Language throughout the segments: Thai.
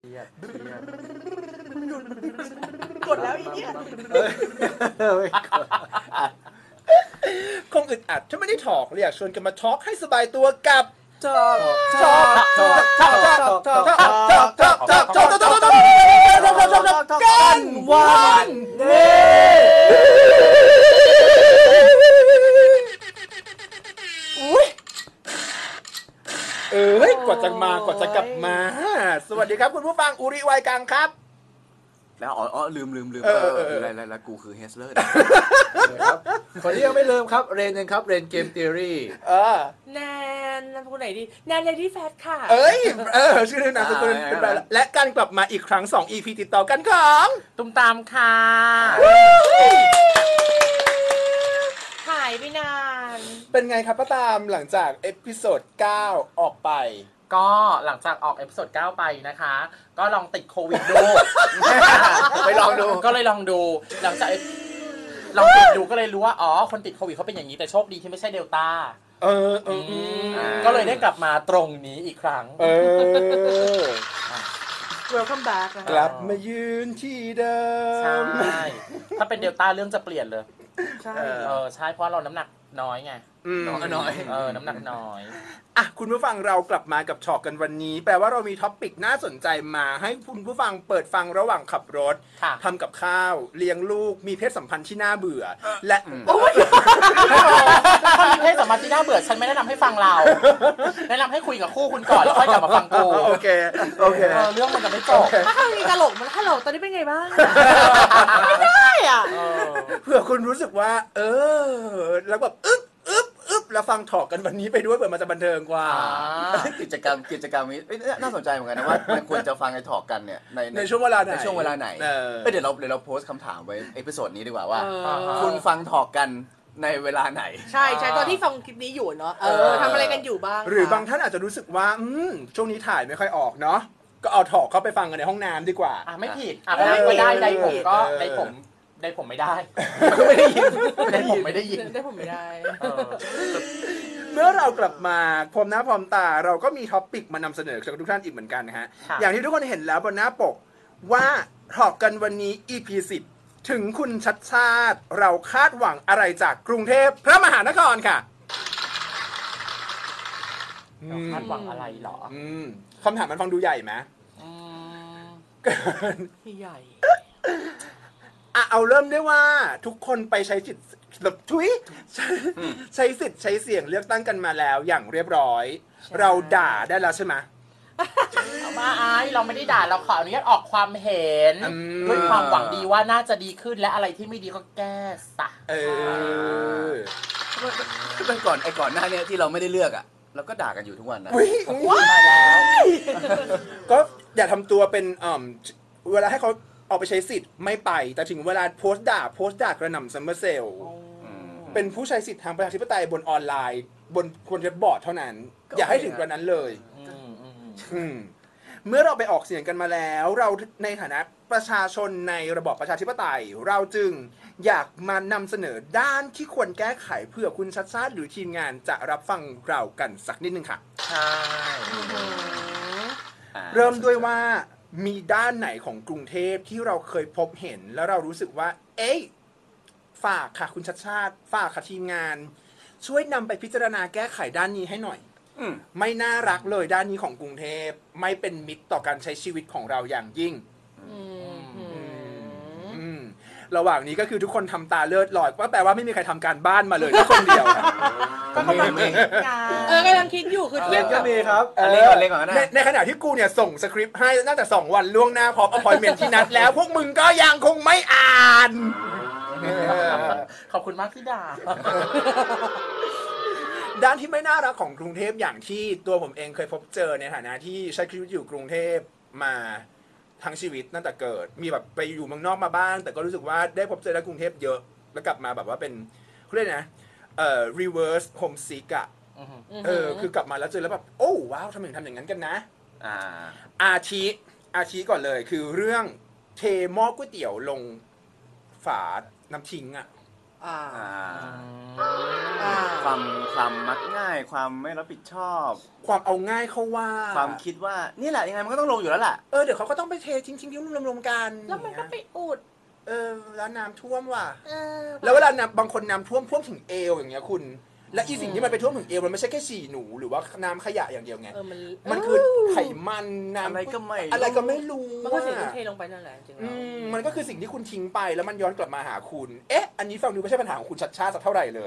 รียดกดแล้วอีเนี่ยคงอึดอัดถ้าไม่ได้ถอกเลยอยากชวนกันมาทอล์กให้สบายตัวกับกันวันกว่าจะมากว่าจะกลับมาสวัสดีครับคุณผู้ฟังอุริวัยกังครับแล้วลืมอะไรกูคือเฮสเลอร์คนที่ยังไม่ลืมครับเรนยังครับเรนเกมทีรีแนนพูดไหนดีแนนเลดี้แฟตค่ะชื่อเรื่องนามสกุลเป็นแบบและการกลับมาอีกครั้ง2 EP ติดต่อกันของตุ้มตามค่ะหายไปนานเป็นไงครับป้าตามหลังจากเอพิโซด9ออกไปก็หลังจากออกเอพิโซด9ไปนะคะก็ลองติดโควิดดูไปลองดูก็เลยลองดูหลังจากลองติดดูก็เลยรู้ว่าอ๋อคนติดโควิดเขาเป็นอย่างนี้แต่โชคดีที่ไม่ใช่เดลต้าก็เลยได้กลับมาตรงนี้อีกครั้งWelcome back กลับมายืนที่เดิมใช่ถ้าเป็นเดลต้าเรื่องจะเปลี่ยนเลยใช่ใช่เพราะเราน้ำหนักน้อยไงน้อยน้ำหนักน้อยอ่ะคุณผู้ฟังเรากลับมากับช็อกกันวันนี้แปลว่าเรามีท็อปิกน่าสนใจมาให้คุณผู้ฟังเปิดฟังระหว่างขับรถทำกับข้าวเลี้ยงลูกมีเพศสัมพันธ์ที่น่าเบื่อและถ้ามีเพศสัมพันธ์ที่น่าเบื่อฉันไม่แนะนำให้ฟังเราแนะนำให้คุยกับคู่คุณก่อนแล้วค่อยกลับมาฟังกูโอเคเรื่องมันจะไม่จบถ้าเขามีตลกมันฮัลโหลตอนนี้เป็นไงบ้างไม่ได้อ่ะเผื่อคุณรู้สึกว่าแล้วแบบอึ๊บแล้วฟังถอกกันวันนี้ไปด้วยเผื่อมันจะบันเทิงกว่ากิจกรรมนี้น่าสนใจเหมือนกันนะว่ามันควรจะฟังในถอกกันเนี่ยในช่วงเวลาไหนเดี๋ยวเราโพสต์คำถามไว้เอพิโซดนี้ดีกว่าว่าคุณฟังถอกกันในเวลาไหนใช่ตอนที่ฟังคลิปนี้อยู่เนาะทำอะไรกันอยู่บ้างหรือบางท่านอาจจะรู้สึกว่าช่วงนี้ถ่ายไม่ค่อยออกเนาะก็เอาถอกเข้าไปฟังกันในห้องน้ำดีกว่าไม่ผิดไม่ได้ได้ผมก็ได้ผมไม่ได้ไม่ได้ยินได้ผมไม่ได้ยินได้ผมไม่ได้เมื่อเรากลับมาพร้อมหน้าพร้อมตาเราก็มีท็อปปิกมานำเสนอกับทุกท่านอีกเหมือนกันนะฮะอย่างที่ทุกคนเห็นแล้วบนหน้าปกว่าถอกกันวันนี้ EP 10ถึงคุณชัดชาติเราคาดหวังอะไรจากกรุงเทพพระมหานครค่ะเราคาดหวังอะไรหรอคำถามมันฟังดูใหญ่ไหมใหญ่เอาเริ่มได้ว่าทุกคนไปใช้สิทธิ์ใช้สิทธิ์ใช้เสียงเลือกตั้งกันมาแล้วอย่างเรียบร้อยเราด่าได้แล้วใช่ไหมมาเราไม่ได้ด่าเราขออนุญาตออกความเห็นด้วยความหวังดีว่าน่าจะดีขึ้นและอะไรที่ไม่ดีก็แก้ซะเป็นก่อนหน้านี้ที่เราไม่ได้เลือกอ่ะเราก็ด่ากันอยู่ทุกวันนะมาแล้วก็อย่าทำตัวเป็นเวลาให้เขาออกไปใช้สิทธิ์ไม่ไปแต่ถึงเวลาโพสต์ด่ากระหน่ำซัมเมอร์เซลเป็นผู้ใช้สิทธิ์ทางประชาธิปไตยบนออนไลน์บนเว็บบอร์ดเท่านั้นอย่าให้ถึงกระนั้นเลยเมื่อเราไปออกเสียงกันมาแล้วเราในฐานะประชาชนในระบอบประชาธิปไตยเราจึงอยากมานำเสนอด้านที่ควรแก้ไขเพื่อคุณชัดชาติหรือทีมงานจะรับฟังเรากันสักนิดนึงค่ะใช่เริ่มด้วยว่ามีด้านไหนของกรุงเทพที่เราเคยพบเห็นแล้วเรารู้สึกว่าฝากค่ะคุณชัดชาติฝากค่ะทีมงานช่วยนำไปพิจารณาแก้ไขด้านนี้ให้หน่อยไม่น่ารักเลยด้านนี้ของกรุงเทพไม่เป็นมิตรต่อการใช้ชีวิตของเราอย่างยิ่งระหว่างนี้ก็คือทุกคนทำตาเลือดลอยว่าแปลว่าไม่มีใครทำการบ้านมาเลยแค่คนเดียวก็กำลังคิดกำลังคิดอยู่คือเทียบก็มีครับเล่นก่อนนะในขณะที่กูเนี่ยส่งสคริปต์ให้ตั้งแต่2 วันล่วงหน้าพร้อม appointment ที่นัดแล้วพวกมึงก็ยังคงไม่อ่านขอบคุณมากที่ด่าด้านที่ไม่น่ารักของกรุงเทพอย่างที่ตัวผมเองเคยพบเจอในฐานะที่ใช้ชีวิตอยู่กรุงเทพมาทั้งชีวิตตั้งแต่เกิดมีแบบไปอยู่เมืองนอกมาบ้างแต่ก็รู้สึกว่าได้พบเจอในกรุงเทพเยอะแล้วกลับมาแบบว่าเป็นเขาเรียกนะreverse homesick อ่ะคือกลับมาแล้วเจอแล้วแบบโอ้ว้าวทำไมถึงทำอย่างนั้นกันนะอาชีก่อนเลยคือเรื่องเทหม้อก๋วยเตี๋ยวลงฝาน้ำทิ้งอ่ะอ่าอ่าอ่าความมักง่ายความไม่รับผิดชอบความเอาง่ายเข้าว่าความคิดว่านี่แหละยังไงมันก็ต้องลงอยู่แล้วล่ะเดี๋ยวเขาก็ต้องไปเททิ้งๆรวมๆกันแล้วมันก็ไปอุดแล้วน้ำท่วมว่ะเออแล้วเวลาน้ำบางคนน้ำท่วมถึงเอวอย่างเงี้ยคุณ และอีสิ่งที่มันไปท่วมถึงเอวมันไม่ใช่แค่ฉี่หนูหรือว่าน้ำขยะอย่างเดียวไง มันคือไขมันน้ำอะไรก็ไม่รู้อะไรก็ไม่รู้มันก็สิ่งที่เทลงไปนั่นแหละจริงๆแล้วมันก็คือสิ่งที่คุณทิ้งไปแล้วมันย้อนกลับมาหาคุณ อันนี้ฟังดูไม่ใช่ปัญหาของคุณชัดชาติสักเท่าไหร่เลย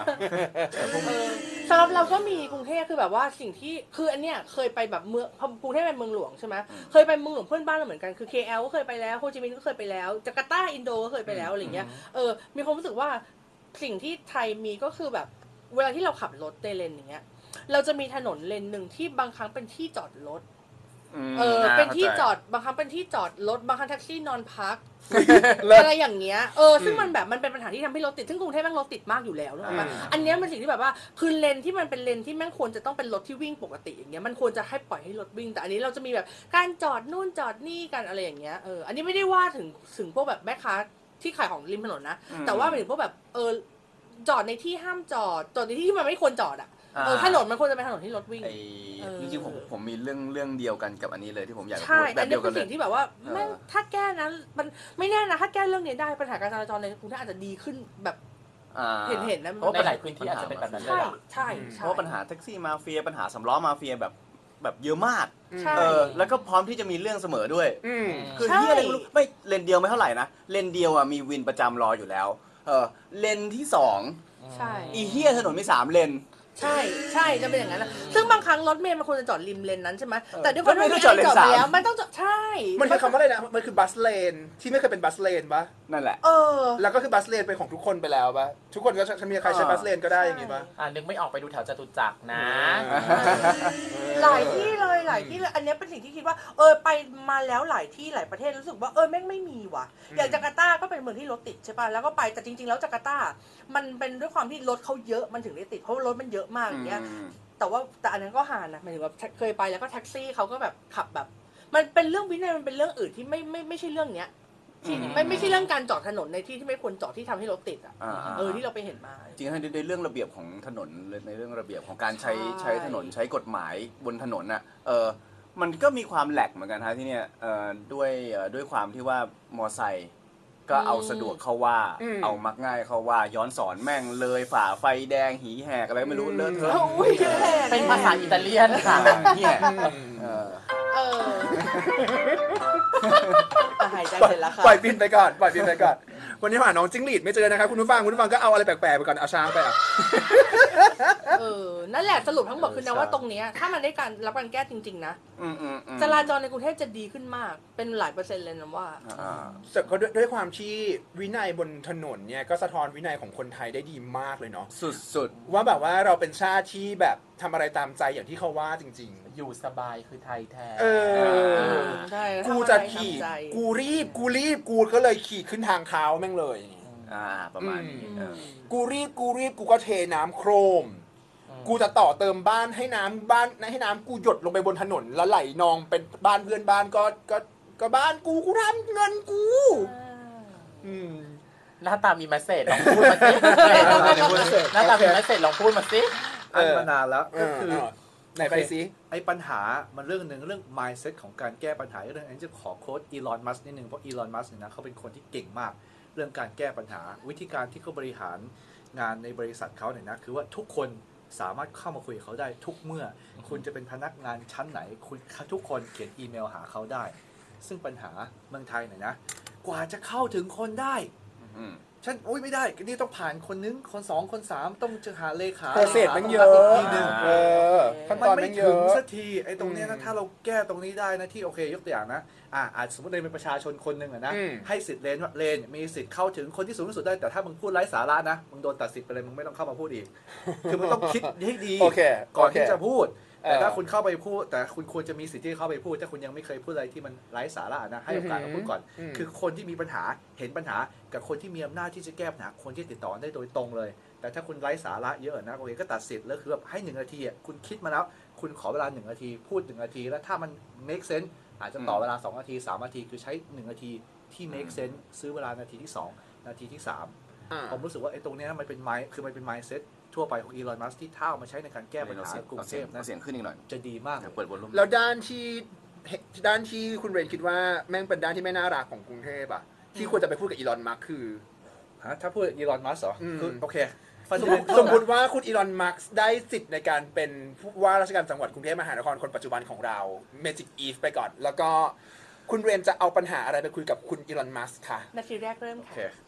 สำหรับเราก็มีกรุงเทพคือแบบว่าสิ่งที่คืออันเนี้ยเคยไปแบบเมืองกรุงเทพเป็นเมืองหลวงใช่ไหมเคยไปเมืองหลวงเพื่อนบ้านเราเหมือนกันคือ KL ก็เคยไปแล้วโฮจิมินห์ก็เคยไปแล้วจาการ์ตาอินโดก็เคยไปแล้วอะไรเงี้ยมีความรู้สึกว่าสิ่งที่ไทยมีก็คือแบบเวลาที่เราขับรถในเลนอย่างเงี้ยเราจะมีถนนเลนหนึ่งที่บางครั้งเป็นที่จอดรถเป็นที่จอดบางครั้งเป็นที่จอดรถบางครั้งแท็กซี่นอนพักอะไรอย่างเงี้ยซึ่งมันแบบมันเป็นปัญหาที่ทำให้รถติดซึ่งกรุงเทพแม่งรถติดมากอยู่แล้วถูกไหมอันเนี้ยมันสิ่งที่แบบว่าคือเลนที่มันเป็นเลนที่แม่งควรจะต้องเป็นรถที่วิ่งปกติอย่างเงี้ยมันควรจะให้ปล่อยให้รถวิ่งแต่อันนี้เราจะมีแบบการจอดนู่นจอดนี่กันอะไรอย่างเงี้ยอันนี้ไม่ได้ว่าถึงพวกแบบแม่ค้าที่ขายของริมถนนนะแต่ว่าเป็นถึงพวกแบบจอดในที่ห้ามจอดในที่ที่มันไม่ควรจอดอ่ะถนนมันควรจะเป็นถนนที่รถวิ่งจริงๆผมมีเรื่องเดียวกันกับอันนี้เลยที่ผมอยากจะใช่พูดแบบอันเดีนี้ยวกัเป็น นเลสิ่ยงที่แบบว่าแม่งถ้าแก้นะมันไม่แน่นะถ้าแก้เรื่องนี้ได้ปัญหาการจราจรในกรุงเทพอาจจะดีขึ้นแบบเห็นนะในหลายพื้นที่อาจจะเป็นแบบนั้นเลยใช่เพราะปัญหาแท็กซี่มาเฟียปัญหาสำล้อมาเฟียแบบเยอะมากใช่แล้วก็พร้อมที่จะมีเรื่องเสมอด้วย คือใช่เฮียอะไรไม่รู้ไม่เลนเดียวไม่เท่าไหร่นะเลนเดียวอ่ะมีวินประจำรออยู่แล้วเลนที่สองใช่อีเฮียถนนมี3เลนใช่จะเป็นอย่างนั้นนะซึ่งบางครั้งรถเมล์มันควรจะจอดริมเลนนั้นใช่ไหมแต่ด้วยความรถเมล์ที่ต้องจอดเลนไปสามแล้วมันต้องจอดใช่มันคือคำว่าอะไรนะมันคือบัสเลนที่ไม่เคยเป็นบัสเลนปะนั่นแหละแล้วก็คือบัสเลนเป็นของทุกคนไปแล้วปะทุกคนก็มีใครใช้บัสเลนก็ได้อย่างงี้ปะนึกไม่ออกไปดูแถวจตุจักรนะหลายที่เลยอันนี้เป็นสิ่งที่คิดว่าไปมาแล้วหลายที่หลายประเทศรู้สึกว่าแม่งไม่มีว่ะอย่างจาการ์ตาก็เป็นเมืองที่รถติดใช่ป่ะแล้วก็ไปแต่จริงๆแล้วจาการ์ตามันเป็นด้วยความที่รถเขาเยอะมันถึงได้ติดเพราะว่ารถมันเยอะมากอย่างเงี้ยแต่อันนั้นก็หานะหมายถึงว่าเคยไปแล้วก็แท็กซี่เขาก็แบบขับแบบมันเป็นเรื่องวินัยมันเป็นเรื่องอื่นที่ไม่ใช่เรื่องเนี้ยที่ไม่ใช่เรื่องการจอดถนนในที่ที่ไม่ควรจอดที่ทำให้รถติดอ่ะที่เราไปเห็นมาจริงๆในเรื่องระเบียบของถนนในเรื่องระเบียบของการใช้ถนนใช้กฎหมายบนถนนน่ะมันก็มีความแหลกเหมือนกันฮะที่เนี่ยด้วยความที่ว่ามอไซค์ก็เอาสะดวกเข้าว่าเอามักง่ายเข้าว่าย้อนสอนแม่งเลยฝ่าไฟแดงหีแหกอะไรไม่รู้เลอะเทอะเป็นภาษาอิตาเลียนค่ะเนี่ยหายใจเสร็จแล้วค่ะปล่อยบินไปก่อนวันนี้หาน้องจิ้งหรีดไม่เจอนะครับคุณผู้ฟังก็เอาอะไรแปลกๆไปก่อนเอาช้างไปอ่ะนั่นแหละสรุปทั้งหมดคือนะว่าตรงเนี้ยถ้ามันได้การรับการแก้จริงๆนะจราจรในกรุงเทพจะดีขึ้นมากเป็นหลายเปอร์เซ็นต์เลยนะว่าแต่ก็ด้วยความที่วินัยบนถนนเนี่ยก็สะท้อนวินัยของคนไทยได้ดีมากเลยเนาะสุดว่าแบบว่าเราเป็นชาติที่แบบทำอะไรตามใจอย่างที่เขาว่าจริงๆอยู่สบายคือไทยแท้กูจะขี่กูรีบกูก็เลยขี่ขึ้นทางเท้าแม่งเลยประมาณนี้กูรีบกูก็เทน้ำโครมกูจะต่อเติมบ้านให้น้ำกูหยดลงไปบนถนนแล้วไหลนองเป็นบ้านเพื่อนบ้านก็บ้านกูทำเงินกูหน้าตามีเมสเสจลองพูดมาสิหน้าตามีเมสเสจลองพูดมาสิอันมานานแล้วก็คือไหนไปสิไอ้ปัญหามันเรื่องหนึ่งเรื่อง mindset ของการแก้ปัญหาเรื่องอันนี้จะขอโค้ดอีลอนมัสก์นิดนึงเพราะอีลอนมัสก์เนี่ยนะเขาเป็นคนที่เก่งมากเรื่องการแก้ปัญหาวิธีการที่เขาบริหารงานในบริษัทเขาเนี่ยนะคือว่าทุกคนสามารถเข้ามาคุยกับเขาได้ทุกเมื่อคุณจะเป็นพนักงานชั้นไหนคุณทุกคนเขียนอีเมลหาเขาได้ซึ่งปัญหาเมืองไทยเนี่ยนะกว่าจะเข้าถึงคนได้ฉันไม่ได้นี่ต้องผ่านคนนึงคน2คน3ต้องจะหาเลขาโปรเซสมันเยอะทีนึงมันไม่ถึงสักทีไอ้ตรงนี้นะถ้าเราแก้ตรงนี้ได้นะที่โอเคยกตัวอย่างนะอาจสมมติเลยเป็นประชาชนคนหนึ่งนะให้สิทธิ์เลนมีสิทธิ์เข้าถึงคนที่สูงที่สุดได้แต่ถ้ามึงพูดไร้สาระนะมึงโดนตัดสิทธิ์ไปเลยมึงไม่ต้องเข้ามาพูดอีกคือมึงต้องคิดให้ดีก่อนที่จะพูดแต่ถ้าคุณเข้าไปพูดแต่คุณควรจะมีสิทธิ์ที่เข้าไปพูดถ้าคุณยังไม่เคยพูดอะไรที่มันไร้สาระนะให้โอกาสเขาพูดก่อนคือคนที่มีปัญหาเห็นปัญหากับคนที่มีอำนาจที่จะแก้ปัญหาคนที่ติดต่อได้โดยตรงเลยแต่ถ้าคุณไร้สาระเยอะนะโอเคก็ตัดสิทธิ์แล้วคือแบบให้1 นาทีคุณคิดมาแล้วคุณขอเวลา1 นาทีพูด1 นาทีแล้วถ้ามัน make sense อาจจะต่อเวลา2 นาที3 นาทีคือใช้1 นาทีที่ make sense ซื้อเวลานาทีที่2 นาทีที่3 ผมรู้สึกว่าไอ้ตรงเนี้ยมันเป็นมันเป็น mindset ทั่วไปของอีลอนมัสก์ที่ถ้าเอามาใช้ในการแก้ปัญหากรุงเทพนะเสียงขึ้นอีกหน่อยจะดีมากเปิดวอลลุ่มแล้วด้านที่คุณเรนคิดว่าแม่งเป็นด้านที่ไม่น่ารักของกรุงเทพอะที่ควรจะไปพูดกับอีลอนมาร์คคือถ้าพูดอีลอนมัสก์เหรออืมคือโอเคสมมติว่าคุณอีลอนมาร์คได้สิทธิ์ในการเป็นผู้ว่าราชการจังหวัดกรุงเทพมหานครคนปัจจุบันของเรา Magic Eve ไปก่อน แล้วก็คุณเรนจะเอาปัญหาอะไรไปคุยกับคุณอีลอนมัสก์ค่ะนาทีแรกเริ่มโอเคค่ะ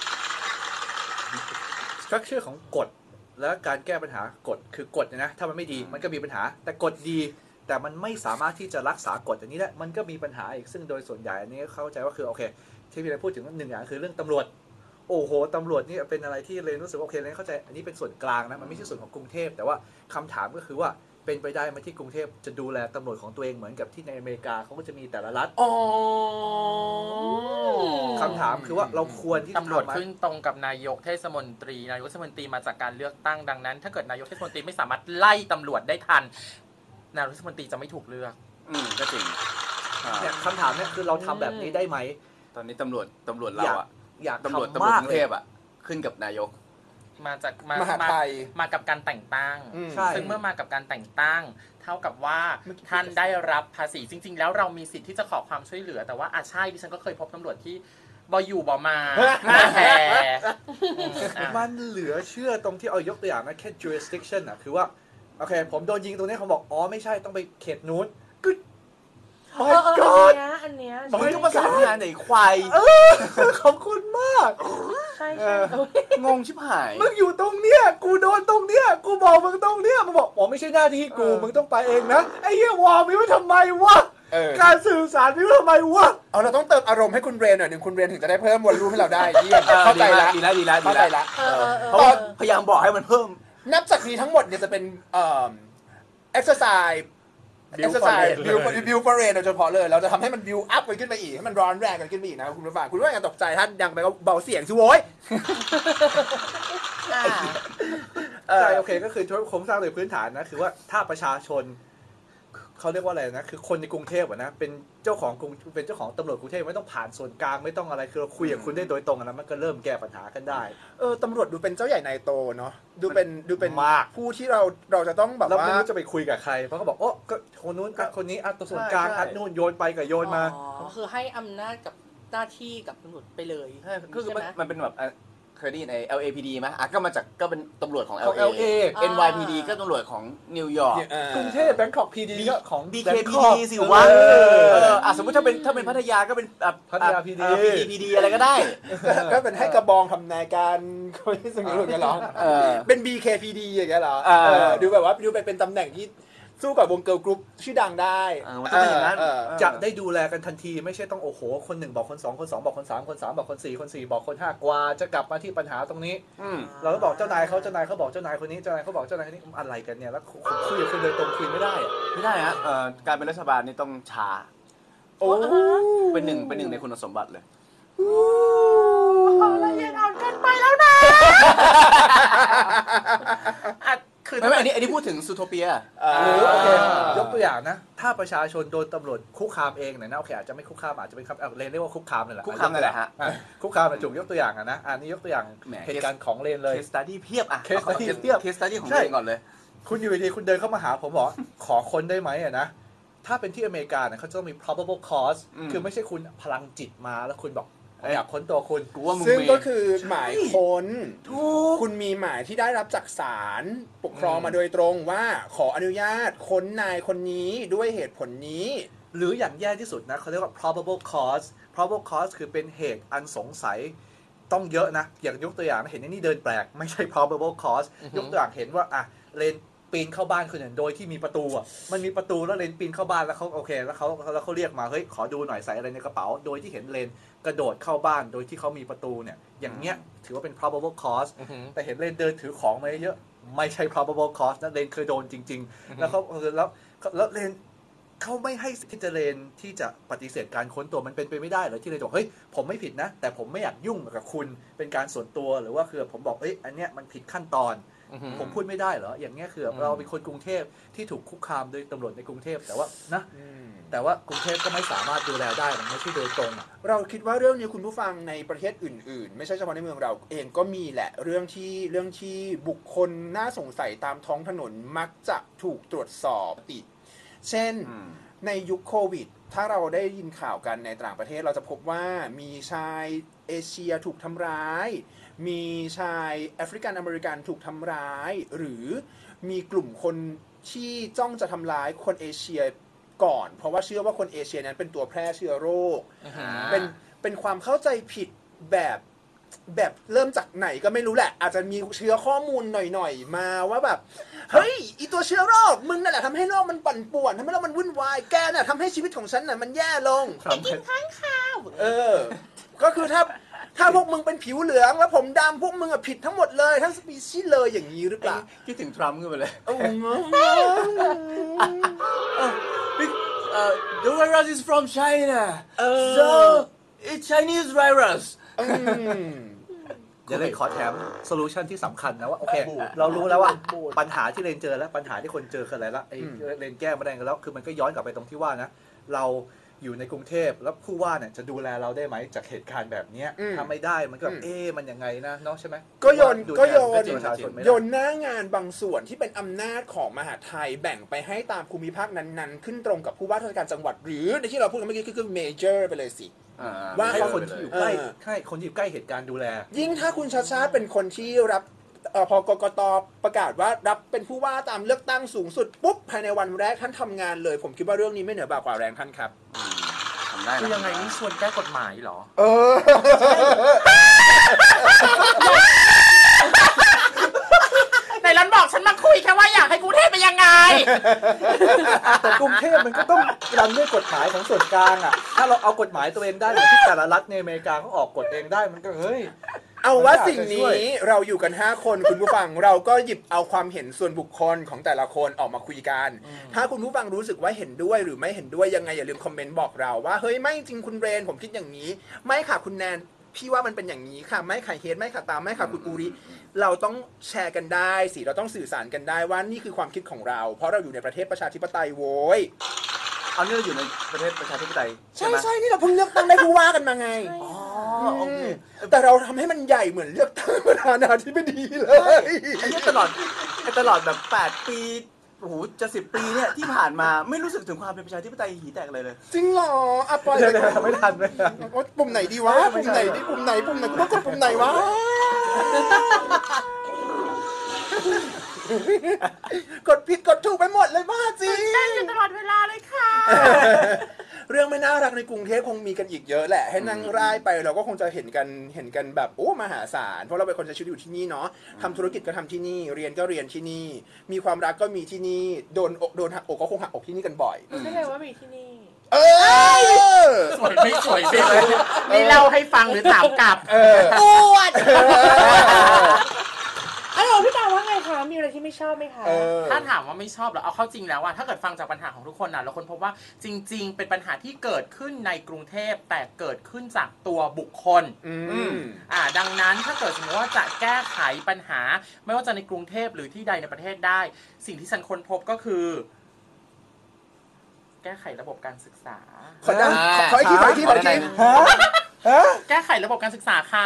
structure ของกฎและการแก้ปัญหากฎคือกฎเนี่ยนะถ้ามันไม่ดีมันก็มีปัญหาแต่กฎดีแต่มันไม่สามารถที่จะรักษากฎอันนี้ได้มันก็มีปัญหาอีกซึ่งโดยส่วนใหญ่อันนี้เข้าใจว่าคือโอเคที่พี่เรนพูดถึงหนึ่งอย่างคือเรื่องตำรวจโอ้โหตำรวจนี่เป็นอะไรที่เรนรู้สึกว่าโอเคเรนเข้าใจอันนี้เป็นส่วนกลางนะมันไม่ใช่ส่วนของกรุงเทพแต่ว่าคำถามก็คือว่าเป็นไปได้ไหมที่กรุงเทพจะดูแลตำรวจของตัวเองเหมือนกับที่ในอเมริกาเขาก็จะมีแต่ละรัฐอ๋อคำถามคือว่าเราควรที่จะตำรวจทำไหมขึ้นตรงกับนายกเทศมนตรีนายกเทศมนตรีมาจากการเลือกตั้งดังนั้น ถ้าเกิดนายกเทศมนตรีไม่สามารถไล่ตำรวจได้ทันนายกเทศมนตรีจะไม่ถูกเลือกก็จริงเนี่ยคำถามเนี่ยคือเราทำแบบนี้ได้ไหมตอนนี้ตำรวจเราอะอยากตำรวจทำมากกรุงเลเทยพอะขึ้นกับนายกมาจากมหาไทยมากับการแต่งตั้งใช่ซึ่งเมื่อมากับการแต่งตั้ง เท่ากับว่าท่านได้รับภาษีจริง ๆ แล้วเรามีสิทธิ์ที่จะขอความช่วยเหลือ แต่ว่าใช่ดิฉันก็เคยพบตำรวจที่บอยู่บมาแหมันเหลือเชื่อตรงที่เอายกตัวอย่างนะแค่ jurisdiction อ่ะคือว่าโอเคผมโดนยิงตรงนี้เขาบอกอ๋อไม่ใช่ต้องไปเขตนู้นก็ my god อันเนี้ยมึงต้องประสานงานไหนควายขอบคุณมากใช่ใช่งงชิบหายมึงอยู่ตรงเนี้ยกูโดนตรงเนี้ยกูบอกมึงตรงเนี้ยมึงบอกอ๋อไม่ใช่หน้าที่กูมึงต้องไปเองนะไอ้เหี้ยวอลมีไว้ทำไมวะ การสื่อสารมีไว้ทำไมวะเอาเราต้องเติมอารมณ์ให้คุณเรนหน่อยหนึ่งคุณเรนถึงจะได้เพิ่มวอลลุ่มให้เราได้เยี่ยมเข้าใจละดีแล้วเข้าใจละเพราะว่าพยายามบอกให้มันเพิ่มนับจากนี้ทั้งหมดเนี่ยจะเป็นexercise build for rain โดยเฉพาะเลยเราจะทำให้มัน build up กันขึ้นไปอีกให้มันร้อนแรงกันขึ้นไปอีกนะคุณผู้ฟังคุณว่าอย่าตกใจถ้าดังไปก็เบาเสียงสิโว้ยใช่โอเคก็คือโครงสร้างโดยพื้นฐานนะคือว่าถ้าประชาชนเขาเรียกว่าอะไรนะคือคนในกรุงเทพนะเป็นเจ้าของตำรวจกรุงเทพไม่ต้องผ่านส่วนกลางไม่ต้องอะไรคือเราคุยกับคุณได้โดยตรงนะมันก็เริ่มแก้ปัญหากันได้ตำรวจดูเป็นเจ้าใหญ่นายโตเนาะดูเป็นมากผู้ที่เราจะต้องแบบแล้วว่าไม่รู้จะไปคุยกับใครเพราะเขาบอกโอ้ก็คนนู้นคนนี้ตัวส่วนกลางใช่นู่นโยนไปกับโยนมาคือให้อำนาจกับหน้าที่กับตำรวจไปเลยใช่คือใช่ไหมมันเป็นแบบเคยได้ยินไอ้ LAPD ไหมก็เป็นตำรวจของของ LA NYPD ก็ตำรวจของนิวยอร์กกรุงเทพแบงคอกพีดีก็ของ BKPD สิวะสมมติถ้าเป็นพัทยาก็เป็นพัทยา PD PD อะไรก็ได้ก็เป็นให้กระบองทำนายการคนที่สมรู้กันหรอเป็น BKPD อย่างเงี้ยเหรอดูแบบว่าดูเป็นตำแหน่งที่สู้กับวงเกิร์ลกรุ๊ปชื่อดังได้มันต้องเป็นอย่างนั้นจะได้ดูแลกันทันทีไม่ใช่ต้องโอ้โหคนหนึ่งบอกคนสองคนสองบอกคนสามคนสามบอกคนสี่คนสี่บอกคนห้ากว่าจะกลับมาที่ปัญหาตรงนี้ เราก็บอกเจ้านายเขาบอกเจ้านายคนนี้เจ้านายเขาบอกเจ้านายคนนี้อะไรกันเนี่ยแล้วคุยกับคุณโดยตรงคุยไม่ได้อะไม่ได้ฮะการเป็นรัฐบาลนี่ต้องช้าโอ้เป็นหนึ่งในคุณสมบัติเลยละเอียดอ่อนเกินไปแล้วนะคือไม่อันนี้พูดถึงซูโทเปียหรือโอเคยกตัวอย่างนะถ้าประชาชนโดนตำรวจคุกคามเองเนี่ยนะโอเคอาจจะไม่คุกคามอาจจะเป็นคำเลนเรียกว่าคุกคามเลยแหละคุกคามนั่นแหละฮะคุกคามจุกยกตัวอย่างนะอันนี้ยกตัวอย่างแหมเหตุการณ์ของเลนเลยเคสตัดดี้เพียบอะ case study เพียบเคสตัดดี้ของตัวเองก่อนเลยคุณอยู่ดีๆคุณเดินเข้ามาหาผมบอก ขอค้นได้ไหมอะนะถ้าเป็นที่อเมริกาเนี่ยเขาจะต้องมี probable cause คือไม่ใช่คุณพลังจิตมาแล้วคุณบอกอยากค้นตัวคุณกูว่ามึงซึ่งมีก็คือหมายค้นถูกคุณมีหมายที่ได้รับจากศาลปกครองมาโดยตรงว่าขออนุญาตค้นนายคนนี้ด้วยเหตุผลนี้หรืออย่างแย่ที่สุดนะเขาเรียกว่า probable cause คือเป็นเหตุอันสงสัยต้องเยอะนะอย่างยกตัวอย่างเห็นไอ้นี่เดินแปลกไม่ใช่ probable cause ยกตัวอย่างเห็นว่าอ่ะเลนปีนเข้าบ้านคนอื่นโดยที่มีประตูอ่ะมันมีประตูแล้วเลนปีนเข้าบ้านแล้วเขาโอเคแล้วเขาเรียกมาเฮ้ยขอดูหน่อยใส่อะไรในกระเป๋าโดยที่เห็นเลนกระโดดเข้าบ้านโดยที่เขามีประตูเนี่ยอย่างเงี้ยถือว่าเป็น probable cause แต่เห็นเลนเดินถือของมาเยอะไม่ใช่ probable cause นะเลนเคยโดนจริงๆแล้วแล้วเลนเขาไม่ให้สิทธิ์เลนที่จะปฏิเสธการค้นตัวมันเป็นไปไม่ได้เลยที่เลนบอกเฮ้ยผมไม่ผิดนะแต่ผมไม่อยากยุ่งกับคุณเป็นการส่วนตัวหรือว่าคือผมบอกเอ้ยอันเนี้ยมันผิดขั้นตอนผมพูดไม่ได้เหรออย่างเงี้ยคือเราเป็นคนกรุงเทพที่ถูกคุกคามโดยตำรวจในกรุงเทพแต่ว่านะแต่ว่ากรุงเทพก็ไม่สามารถดูแลได้มันไม่ใช่โดยตรงอะเราคิดว่าเรื่องนี้คุณผู้ฟังในประเทศอื่นๆ ไม่ใช่เฉพาะในเมืองเราเองก็มีแหละเรื่องที่บุคคลน่าสงสัยตามท้องถนนมักจะถูกตรวจสอบติดเช่นในยุคโควิดถ้าเราได้ยินข่าวกันในต่างประเทศเราจะพบว่ามีชายเอเชียถูกทำร้ายมีชายแอฟริกันอเมริกันถูกทำร้ายหรือมีกลุ่มคนที่จ้องจะทำร้ายคนเอเชียก่อนเพราะว่าเชื่อว่าคนเอเชียนั้นเป็นตัวแพร่เชื้อโรคเป็นความเข้าใจผิดแบบเริ่มจากไหนก็ไม่รู้แหละอาจจะมีเชื้อข้อมูลหน่อยๆมาว่าแบบเฮ้ยอีตัวเชื้อโรคมึงนั่นแหละทำให้โลกมันปั่นป่วนทำให้โลกมันวุ่นวายแกน่ะทำให้ชีวิตของฉันน่ะมันแย่ลงกินข้างข้าวก็คือถ้าพวกมึงเป็นผิวเหลืองแล้วผมดำพวกมึงอะผิดทั้งหมดเลยทั้งสปีชีส์เลยอย่างนี้หรือเปล่าคิดถึงทรัมป์ขึ้นไปเลย The virus is from China so it's Chinese virus อย่าเลยขอแถมโซลูชันที่สำคัญนะว่าโอเคเรารู้แล้วว่าปัญหาที่เรนเจอแล้วปัญหาที่คนเจอคืออะไรละไอ้เรนแก้ไม่ได้กันแล้วคือมันก็ย้อนกลับไปตรงที่ว่านะเราอยู่ในกรุงเทพแล้วผู้ว่าเนี่ยจะดูแลเราได้ไหมจากเหตุการณ์แบบนี้ถ้าไม่ได้มันก็มันยังไงนะเนาะใช่ไหมก็โยนโยนหน้างานบางส่วนที่เป็นอำนาจของมหาดไทยแบ่งไปให้ตามภูมิภาคนั้นๆขึ้นตรงกับผู้ว่าราชการจังหวัดหรือในที่เราพูดกันเมื่อกี้คือเมเจอร์ไปเลยสิว่าคนที่อยู่ใกล้คนที่อยู่ใกล้เหตุการณ์ดูแลยิ่งถ้าคุณชาชาเป็นคนที่รับพอกกตประกาศว่ารับเป็นผู้ว่าตามเลือกตั้งสูงสุดปุ๊บภายในวันแรกท่านทำงานเลยผมคิดว่าเรื่องนี้ไม่เหนือบ่ากว่าแรงท่านครับคือยังไงนี่ชวนแก้กฎหมายเหรอไหนรันบอกฉันมาคุยแค่ว่าอยากให้กรุงเทพเป็นยังไงแต่กรุงเทพมันก็ต้องรันด้วยกฎหมายของส่วนกลางอ่ะถ้าเราเอากฎหมายตัวเองได้เหมือนที่แต่ละรัฐในอเมริกาเขาออกกฎเองได้มันก็เฮ้ยเอาว่าสิ่งนี้เราอยู่กัน5คนคุณผู้ฟังเราก็หยิบเอาความเห็นส่วนบุคคลของแต่ละคนออกมาคุยกันถ้าคุณผู้ฟังรู้สึกว่าเห็นด้วยหรือไม่เห็นด้วยยังไงอย่าลืมคอมเมนต์บอกเราว่าเฮ้ยไม่จริงคุณเรนผมคิดอย่างนี้ไม่ค่ะคุณแนนพี่ว่ามันเป็นอย่างนี้ค่ะไม่ค่ะเฮดไม่ค่ะตามไม่ค่ะคุณอูริเราต้องแชร์กันได้สิเราต้องสื่อสารกันได้ว่านี่คือความคิดของเราเพราะเราอยู่ในประเทศประชาธิปไตยโว้ยเอาเนี่ยอยู่ในประเทศประชาธิปไตยใช่นี่เราเพิ่งเลือกตั้งได้ผู้ว่ากันมาไงโอเคแต่เราทำให้มันใหญ่เหมือนเลือกตั้งประธานาธิบดีเลยไอ้เนี่ยตลอดแบบ8 ปีโอ้โหจะ10 ปีเนี่ยที่ผ่านมาไม่รู้สึกถึงความเป็นประชาธิปไตยหีแตกเลยจริงเหรออ่ะปล่อยไม่ทันปุ่มไหนดีวะปุ่มไหนกูต้องกดปุ่มไหนวะกดผิดกดถูกไปหมดเลยบ้าจริงเต้นอยู่ตลอดเวลาเลยค่ะเรื่องไม่น่ารักในกรุงเทพคงมีกันอีกเยอะแหละให้นั่งร่ายไปเราก็คงจะเห็นกันแบบโอ้มหาศาลเพราะเราเป็นคนใช้ชีวิตอยู่ที่นี่เนาะทำธุรกิจก็ทำที่นี่เรียนก็เรียนที่นี่มีความรักก็มีที่นี่โดนหักอกก็คงหักอกที่นี่กันบ่อยไม่ใช่เลยว่ามีที่นี่สวยไม่สวยไม่นี่เล่าให้ฟังหรือถามกลับปวดพี่ตาว่าไงคะมีอะไรที่ไม่ชอบไหมคะถ้าถามว่าไม่ชอบแล้วเอาเข้าจริงแล้วอะถ้าเกิดฟังจากปัญหาของทุกคนนะเราคนพบว่าจริงๆเป็นปัญหาที่เกิดขึ้นในกรุงเทพแต่เกิดขึ้นจากตัวบุคคลดังนั้นถ้าเกิดสมมติว่าจะแก้ไขปัญหาไม่ว่าจะในกรุงเทพหรือที่ใดในประเทศได้สิ่งที่ฉันค้นพบก็คือแก้ไขระบบการศึกษาขออีกทีแก้ไขระบบการศึกษาค่ะ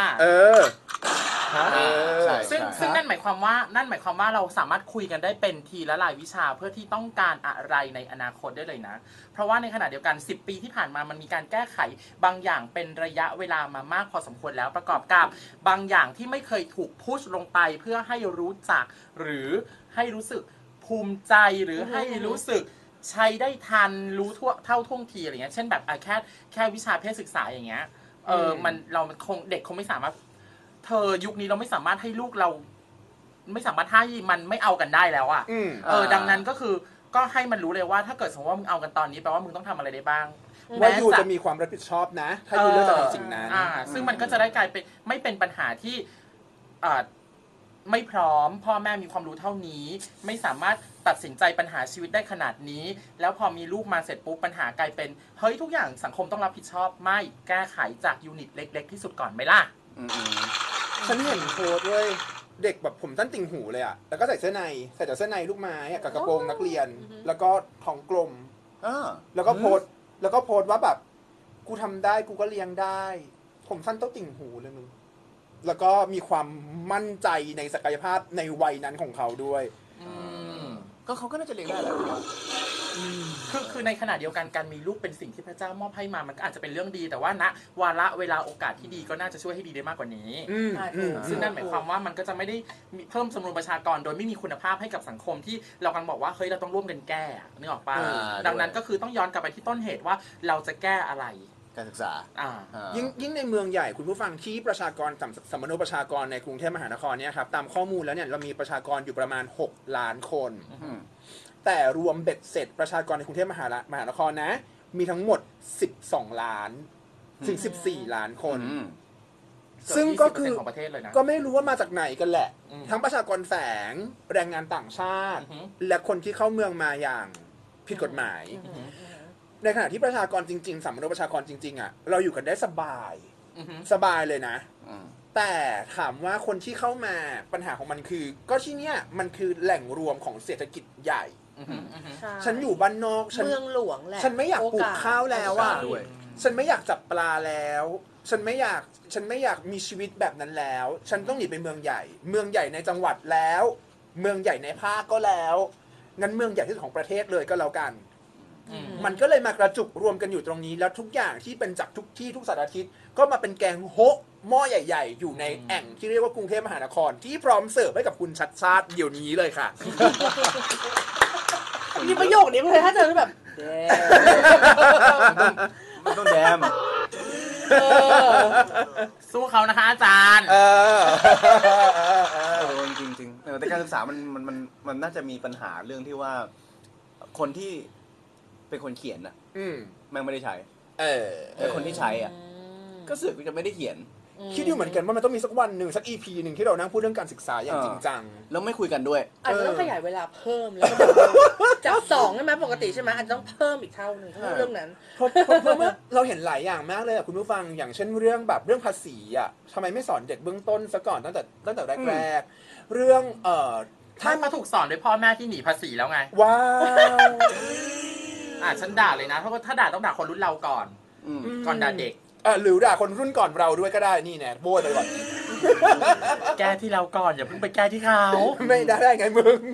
ซึ่งนั่นหมายความว่าเราสามารถคุยกันได้เป็นทีละรายวิชาเพื่อที่ต้องการอะไรในอนาคตได้เลยนะเพราะว่าในขณะเดียวกัน10 ปีที่ผ่านมามันมีการแก้ไขบางอย่างเป็นระยะเวลามามากพอสมควรแล้วประกอบกับบางอย่างที่ไม่เคยถูกพุชลงไปเพื่อให้รู้จักหรือให้รู้สึกภูมิใจหรือให้รู้สึกใช้ได้ทันรู้เท่าท่วงทีอะไรเงี้ยเช่นแบบแค่วิชาเพศศึกษาอย่างเงี้ยมันเด็กคงไม่สามารถยุคนี้เราไม่สามารถให้ลูกเราไม่สามารถให้มันไม่เอากันได้แล้วอ่ะดังนั้นก็ให้มันรู้เลยว่าถ้าเกิดสมมติว่ามึงเอากันตอนนี้แปลว่ามึงต้องทำอะไรได้บ้างว่ายูจะมีความรับผิดชอบนะถ้ายูเลือกจะทำสิ่งนั้นซึ่งมันก็จะได้กลายเป็นไม่เป็นปัญหาที่ไม่พร้อมพ่อแม่มีความรู้เท่านี้ไม่สามารถตัดสินใจปัญหาชีวิตได้ขนาดนี้แล้วพอมีลูกมาเสร็จปุ๊บปัญหากลายเป็นเฮ้ยทุกอย่างสังคมต้องรับผิดชอบไม่แก้ไขจากยูนิตเล็กๆที่สุดก่อนไหมล่ะฉันเห็นโพสต์ด้วยเด็กแบบผมสั้นติ่งหูเลยอะแล้วก็ใส่แต่เสื้อในลูกไม้กับกระโปรงนักเรียนแล้วก็ท้องกลมแล้วก็โพสต์แล้วก็โพสต์ว่าแบบกูทำได้กูก็เลี้ยงได้ ผมสั้นเต้าติ่งหูเลยมึงแล้วก็มีความมั่นใจในศักยภาพในวัยนั้นของเขาด้วยก็เขาก็น่าจะเลี้ยงได้แหละคือในขณะเดียวกันการมีลูกเป็นสิ่งที่พระเจ้ามอบให้มามันก็อาจจะเป็นเรื่องดีแต่ว่าณวาระเวลาโอกาสที่ดีก็น่าจะช่วยให้ดีได้มากกว่านี้ ซึ่งนั่นหมายความว่ามันก็จะไม่ได้เพิ่มจำนวนประชากรโดยไม่มีคุณภาพให้กับสังคมที่เรากำลังบอกว่าเฮ้ยเราต้องร่วมกันแก้นึกออกปะดังนั้นก็คือต้องย้อนกลับไปที่ต้นเหตุว่าเราจะแก้อะไรการศึกษายิ่งในเมืองใหญ่คุณผู้ฟังที่ประชากรสัมมโนประชากรในกรุงเทพมหานครเนี่ยครับตามข้อมูลแล้วเนี่ยเรามีประชากรอยู่ประมาณ6 ล้านคน แต่รวมเบ็ดเสร็จประชากรในกรุงเทพมหานครนะมีทั้งหมด12 ล้านถึง14 ล้านคนซึ่งก็คือของประเทศเลยนะก็ไม่รู้ว่ามาจากไหนกันแหละทั้งประชากรแฝงแรงงานต่างชาติ และคนที่เข้าเมืองมาอย่างผิดกฎหมายในขณะที่ประชากรจริงๆสัมมโนประชากรจริงๆอ่ะเราอยู่กันได้สบายสบายเลยนะแต่ถามว่าคนที่เข้ามาปัญหาของมันคือก็ที่เนี้ยมันคือแหล่งรวมของเศรษฐกิจใหญ่ฉันอยู่บ้านนอกเมืองหลวงแหละฉันไม่อยากปลูกข้าวแล้วอ่ะฉันไม่อยากจับปลาแล้วฉันไม่อยากมีชีวิตแบบนั้นแล้วฉันต้องหนีไปเมืองใหญ่เมืองใหญ่ในจังหวัดแล้วเมืองใหญ่ในภาคก็แล้วงั้นเมืองใหญ่ที่สุดของประเทศเลยก็แล้วกันมันก็เลยมากระจุกรวมกันอยู่ตรงนี้แล้วทุกอย่างที่เป็นจากทุกที่ทุกสารทิศก็มาเป็นแกงโฮะหม้อใหญ่ๆอยู่ในแอ่งที่เรียกว่ากรุงเทพมหานครที่พร้อมเสิร์ฟให้กับคุณชัดชาติเดี๋ยวนี้เลยค่ะมีประโยคนี้เลยถ้าเจอแบบมันต้องแดมสู้เขานะคะอาจารย์จริงแต่การศึกษามันน่าจะมีปัญหาเรื่องที่ว่าคนที่เป็นคนเขียนน่ะแม่งไม่ได้ใช้แต่คนที่ใช้อ่ะก็สึกจะไม่ได้เขียนคิดอยู่เหมือนกันว่ามันต้องมีสักวันหนึ่งสัก EP หนึ่งที่เรานั่งพูดเรื่องการศึกษาอย่างจริงจังแล้วไม่คุยกันด้วยอาจจะต้องขยายเวลาเพิ่มแล้วจาก2ใช่ไหมปกติใช่ไหมอาจจะต้องเพิ่มอีกเท่านึงเรื่องนั้นเพราะเราเห็นหลายอย่างมากเลยคุณผู้ฟังอย่างเช่นเรื่องแบบเรื่องภาษีอ่ะทำไมไม่สอนเด็กเบื้องต้นซะก่อนตั้งแต่แรกเรื่องถ้ามาถูกสอนโดยพ่อแม่ที่หนีภาษีแล้วไงว้าวฉันด่าเลยนะเพราะว่าถ้าด่าต้องด่าคนรุ่นเราก่อนด่าเด็กหรือด่าคนรุ่นก่อนเราด้วยก็ได้นี่แน่โบ้เลยก่อนแก้ที่เราก่อนอย่าเพิ่งไปแก้ที่เขาไม่ได้ไงมึง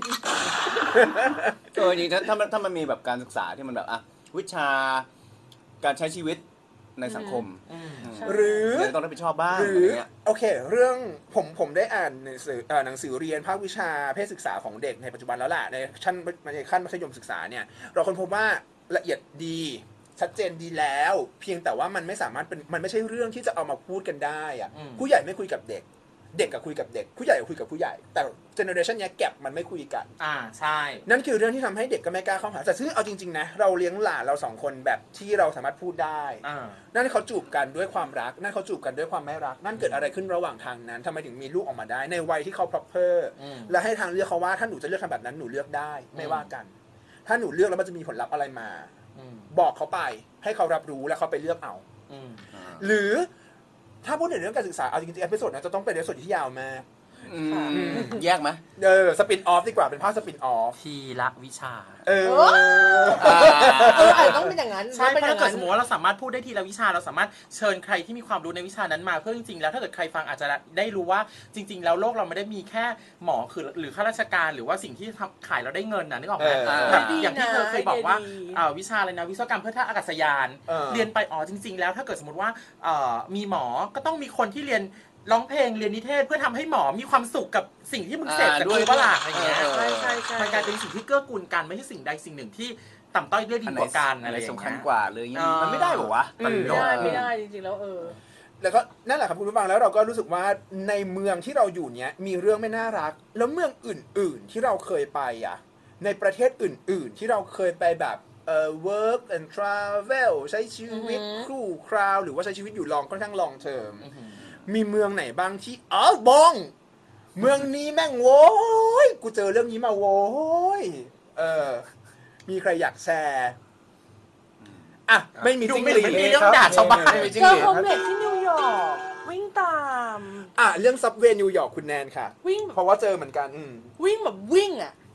จริงถ้ามันมีแบบการศึกษาที่มันแบบวิชาการใช้ชีวิตในสังคมหรือต้องรับผิดชอบบ้างหรือโอเคเรื่องผมได้อ่านหนังสือเรียนภาควิชาเพศศึกษาของเด็กในปัจจุบันแล้วแหละในขั้นมัธยมศึกษาเนี่ยเราค้นพบว่าละเอียดดีชัดเจนดีแล้วเพียงแต่ว่ามันไม่สามารถมันไม่ใช่เรื่องที่จะเอามาพูดกันได้อะผู้ใหญ่ไม่คุยกับเด็กเด็กกับคุยกับเด็กผู้ใหญ่กับคุยกับผู้ใหญ่แต่เจเนอเรชันนี้แก็บมันไม่คุยกันใช่นั่นคือเรื่องที่ทำให้เด็กก็ไม่กล้าเข้าหาแต่ซึ่งเอาจริงๆนะเราเลี้ยงหลานเรา2 คนแบบที่เราสามารถพูดได้นั่นเขาจูบกันด้วยความรักนั่นเขาจูบกันด้วยความไม่รักนั่นเกิดอะไรขึ้นระหว่างทางนั้นทำไมถึงมีลูกออกมาได้ในวัยที่เขา proper และให้ทางเลือกเขาว่าถ้าหนูจะเลือกทำแบบนั้นหนูเลือกได้ไม่ว่ากันถ้าหนูเลือกแล้วมันจะมีผลลัพธ์อะไรมาบอกเขาไปให้เขารับรู้แล้วเขาไปเลือกเอาหรือถ้าพูดถึงเรื่องการศึกษาเอาจริงๆเอพิโซดนั้นจะต้องเป็นเอพิโซดที่ยาวมากแยกไหมสปินออฟดีกว่าเป็นภาคสปินออฟทีละวิชาอาจจะต้องเป็นอย่างนั้นใช่เพราะถ้าเกิดสมมติว่าเราสามารถพูดได้ทีละวิชาเราสามารถเชิญใครที่มีความรู้ในวิชานั้นมาเพื่อจริงๆแล้วถ้าเกิดใครฟังอาจจะได้รู้ว่าจริงๆแล้วโลกเราไม่ได้มีแค่หมอหรือข้าราชการหรือว่าสิ่งที่ขายเราได้เงินนึกออกไหมอย่างที่เธอเคยบอกว่าวิชาอะไรนะวิศวกรรมเพื่อท่าอากาศยานเรียนไปจริงๆแล้วถ้าเกิดสมมติว่ามีหมอก็ต้องมีคนที่เรียนร้องเพลงเรียนนิเทศเพื่อทำให้หมอมีความสุขกับสิ่งที่มึงเสพจากกูบ้าล่ะอะไรเงี้ยใช่มันกลายเป็นสิ่งที่เกื้อกูลกันไม่ใช่สิ่งใดสิ่งหนึ่งที่ต่ำต้อยเลือดดีกว่ากันอะไรสำคัญกว่าเลยมันไม่ได้หรอวะไม่ได้จริงๆแล้วแล้วก็นั่นแหละครับคุณผู้ฟังแล้วเราก็รู้สึกว่าในเมืองที่เราอยู่เนี้ยมีเรื่องไม่น่ารักแล้วเมืองอื่นๆที่เราเคยไปในประเทศอื่นๆที่เราเคยไปแบบwork and travel ใช้ชีวิตคู่คราวหรือว่าใช้ชีวิตอยู่ค่อนข้าง long termมีเมืองไหนบ้างที่บองเมืองนี้แม่งโว้ยกูเจอเรื่องนี้มาโว้ยมีใครอยากแชร์ไม่มีจริงไม่มีเรื่องด่าชาวบ้านเจอโฮมเลสที่นิวยอร์กวิ่งตามเรื่องซับเวย์นิวยอร์กคุณแนนค่ะวิ่งเพราะว่าเจอเหมือนกันวิ่งแบบวิ่ง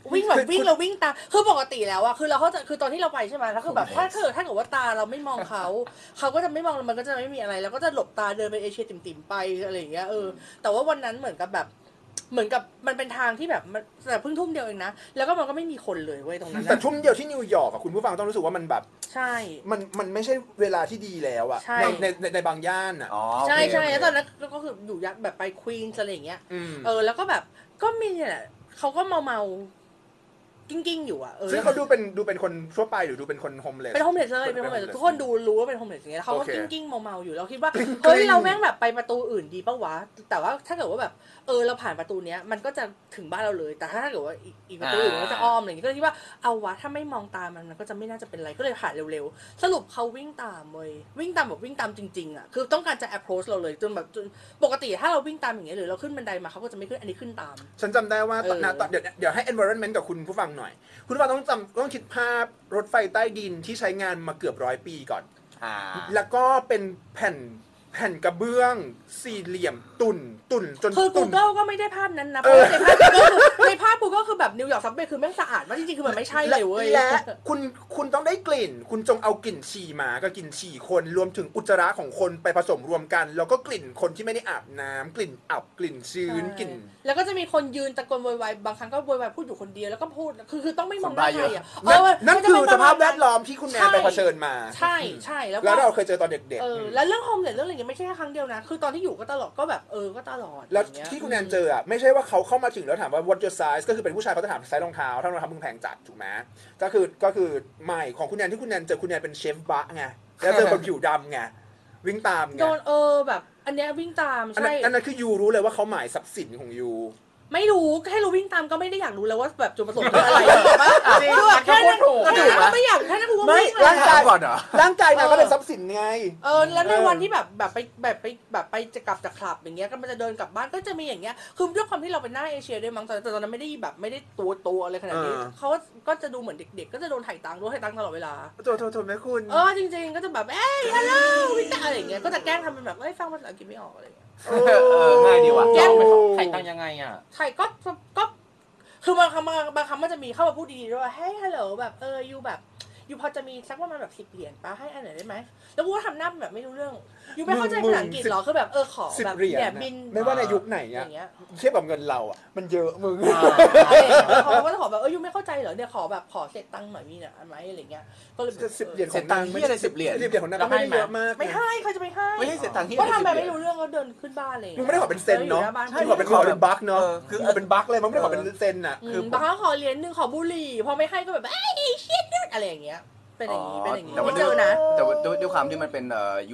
วิ่งแบบวิ่งเราวิ่งตามคือปกติแล้วอะคือเราเข้าใจคือตอนที่เราไปใช่ไหมแล้วคือแบบถ้าเกิดว่าตาเราไม่มองเขาก็จะไม่มองมันก็จะไม่มีอะไรแล้วก็จะหลบตาเดินไปเอเชียติ่มๆไปอะไรอย่างเงี้ยแต่ว่าวันนั้นเหมือนกับมันเป็นทางที่แบบมันแต่เพิ่งทุ่มเดียวเองนะแล้วก็มันก็ไม่มีคนเลยเว้ยตรงนั้นแต่ทุ่มเดียวที่นิวยอร์กอะคุณผู้ฟังต้องรู้สึกว่ามันแบบใช่มันไม่ใช่เวลาที่ดีแล้วอะใช่ในบางย่านอะอ๋อใช่โอเคใช่โอเคแล้วตอนนั้นก็คืออยู่ยัดแบบไปควีนส์อะไรอย่างเงี้ยอืมแล้วก็แบบก็มีเนี่ยแหละเขาก็เมากิ้งอยู่อ่ะซึ่งเขาดูเป็นคนทั่วไปหรือดูเป็นคนโฮมเลสเป็นโฮมเลสเลยเป็นโฮมเลสทุกคนดูรู้ว่าเป็นโฮมเลสอย่างเงี้ยแล้วเขาก็โอเคกิ้งเมาอยู่เราคิดว่าเฮ้ยเราแม่งแบบไปประตูอื่นดีปะวะแต่ว่าถ้าเกิดว่าแบบเราผ่านประตูเนี้ยมันก็จะถึงบ้านเราเลยแต่ถ้าเกิดว่าอีกประตูอื่นมันก็จะอ้อมอะไรอย่างเงี้ยก็เลยคิดว่าเอาวะถ้าไม่มองตามมันก็จะไม่น่าจะเป็นไรก็เลยผ่านเร็วๆสรุปเขาวิ่งตามเว้ยวิ่งตามแบบวิ่งตามจริงๆอ่ะคือต้องการจะ approach เราเลยจนปกติถ้าเราวิ่งตามอย่างเงี้ยหรือเราขึ้นบันไดมาเขาก็จะไม่ขึ้นอันนี้ขึ้นตามฉันจำได้ว่าตอนเดี๋ยวให้ environment กับคุณผู้ฟังหน่อย คุณผู้ฟังต้องคิดภาพรถไฟใต้ดินที่ใช้งานมาเกือบ100 ปีก่อน แล้วก็เป็นแผ่นกระเบื้องสี่เหลี่ยมตุ่นจนคือตุ่น Google ก็ไม่ได้ภาพนั้นนะเพราะว่าในภาพ Google คือแบบนิวยอร์กซับเวย์คือแม่งสะอาดมากจริงๆคือมันไม่ใช่เลยเว้ยและคุณต้องได้กลิ่น คุณจงเอากลิ่นฉี่หมากับกลิ่นฉี่คนรวมถึงอุจจาระของคนไปผสมรวมกัน แล้วก็กลิ่นคนที่ไม่ได้อาบน้ำกลิ่นอับกลิ่นชื้นกลิ่นแล้วก็จะมีคนยืนตะโกนโวยวายบางครั้งก็โวยวายพูดอยู่คนเดียวแล้วก็พูดคือต้องไม่มองหน้าใครอ่ะนั่นคือสภาพแวดล้อมที่คุณแนนไปเผชิญมาใช่แล้วแล้วเราเคยเจอตอนเด็กแล้วเรื่องโฮมเลสเรื่องอะไรเงี้ยไม่ใช่แค่ครั้งเดียวนะคือตอนที่อยู่ก็ตลอดก็แบบก็ตลอดๆแล้วที่คุณแนนเจออ่ะไม่ใช่ว่าเขาเข้ามาถึงแล้วถามว่า what your size ก็คือเป็นผู้ชายเขาจะถามไซส์รองเท้าถ้ารองเท้ามึงแพงจัดถูกไหมก็คือไม่ของคุณแนนที่คุณแนนเจอคุณแนนเป็นเชฟบะไงแล้วเจอคนผิวดำไงวิ่งตามไงโดนแบบอันเนี้ยวิ่งตามอันใช่นั้นคือยูรู้เลยว่าเขาหมายทรัพย์สินของยูไม่รู้แค่รู้วิ่งตามก็ไม่ได้อยากรู้แล้วว่าแบบจุดประสงค์คืออะไรจริงแค่นั้นก็ไม่อยากแค่นั้นกูก็วิ่งร่างกายก่อนเหรอร่างกายนางก็เป็นทรัพย์สินไงแล้วในวันที่แบบไปจะกลับจากคลับอย่างเงี้ยก็มันจะเดินกลับบ้านก็จะมีอย่างเงี้ยคือด้วยความที่เราเป็นหน้าเอเชียด้วยมั้งแต่ตอนนั้นไม่ได้ตัวอะไรขนาดนี้เขาก็จะดูเหมือนเด็กๆก็จะโดนไถ่ตังค์ตลอดเวลาโทษแม่คุณจริงๆก็จะแบบฮัลโหลวิตาอะไรอย่างเงี้ยก็จะแกล้งทำเป็นแบบฟังภาษาอังกฤษไม่ออกอะไรอย่างเงี้ยง่ายดีว่ะแกล้งไถ่ตังค์ยังไงอ่ะไถ่ก็คือบางคำมันจะมีเข้ามาพูดดีๆด้วยว่าฮัลโหลแบบยูแบบยูพอจะมีสักประมาณแบบ10 เหรียญป้าให้อันไหนได้ไหมแล้วกูก็ทำหน้าแบบไม่รู้เรื่องยูไม่เข้าใจภาษาอังกฤษหรอคือแบบขอ 10 แบบเหรียญเนี่ยบินไม่ว่าในยุคไหนออะย่างเงี้ยเทียบกับเงินเราอะมันเยอะมึงเขาก็จะขอแบบยูไม่เข้าใจเหรอเนี่ยขอเศษตังค์หน่อยมีเนี่ยอันไหมอะไรเงี้ยก็เลย 10 เหรียญขเศอษงตันาง งค์ที่อะไร10 เหรียญ 10 เหรียญของนางก็ไม่ได้เยอะมากไม่ให้ใครจะไปให้ไม่ใช่เศษตังค์ที่ก็ทำแบบ 10 ไม่รู้เรื่องก็เดินขึ้นบ้านเลยมึงไม่ได้ขอเป็นเซนเนาะใช่มึงขอเป็นบัคเนาะคือเป็นบัคเลยมึงไม่ได้ขอเป็นเซนอะคือบางครั้งขอเหรียญนึงขอบุหรี่พอไม่ให้ก็แบบเชี่ยดืดอะไรอย่างเงี้ยเป็นอย่างนี้แต่ว่าไม่เจอนะแต่ว่าด้วยความที่มันเป็น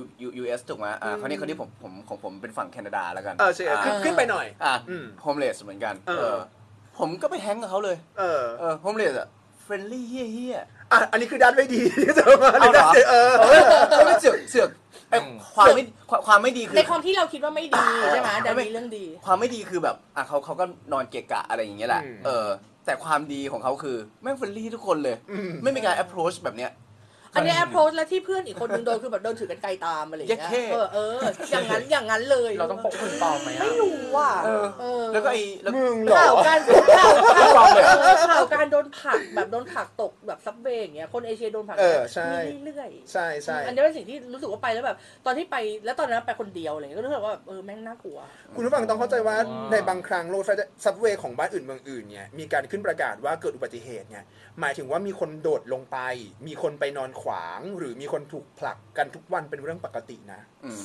US ถูกไหมคราวนี้ผมเป็นฝั่งแคนาดาแล้วกันใช่ขึ้นไปหน่อยโฮมเลสเหมือนกันเออผมก็ไปแฮงก์กับเขาเลย โฮมเลสอะเฟรนลี่เฮี้ยอันนี้คือด้านไม่ดีที่จะมาเอาเหรอ ไม่เสือกความไม่ดีคือในความที่เราคิดว่าไม่ดีใช่ไหมแต่มีเรื่องดีความไม่ดีคือแบบเขาก็นอนเกะกะอะไรอย่างเงี้ยแหละแต่ความดีของเขาคือแม่งเฟรนลี่ทุกคนเลยไม่มีการ approach แบบเนี้ยอันนี้ approach แล้วที่เพื่อนอีกคนนึงโดนคือแบบโดนถือกันไกลตามอะไรอย่างเงี้ยอย่างนั้นเลยเราต้องพกปืนปลอมไหมอ่ะไม่รู้อ่ะแล้วก็แล้วมึงเหรอข่าวการโดนผลักตกแบบซับเวย์อย่างเงี้ยคนเอเชียโดนผลักใช่มีเรื่อยใช่อันนี้เป็นสิ่งที่รู้สึกว่าไปแล้วแบบตอนที่ไปแล้วตอนนั้นไปคนเดียวอะไรเงี้ยก็รู้สึกว่าแม่งน่ากลัวคุณผู้ฟังต้องเข้าใจว่าในบางครั้งรถไฟซับเวย์ของบ้านอื่นเมืองอื่นเนี่ยมีการขึ้นประกาศว่าเกิดอุบัติเหตุเนี่ยหมายถึงว่ามีคนโดดลงไป มีคนไปนอนขวางหรือมีคนถูกผลักกันทุกวันเป็นเรื่องปกตินะ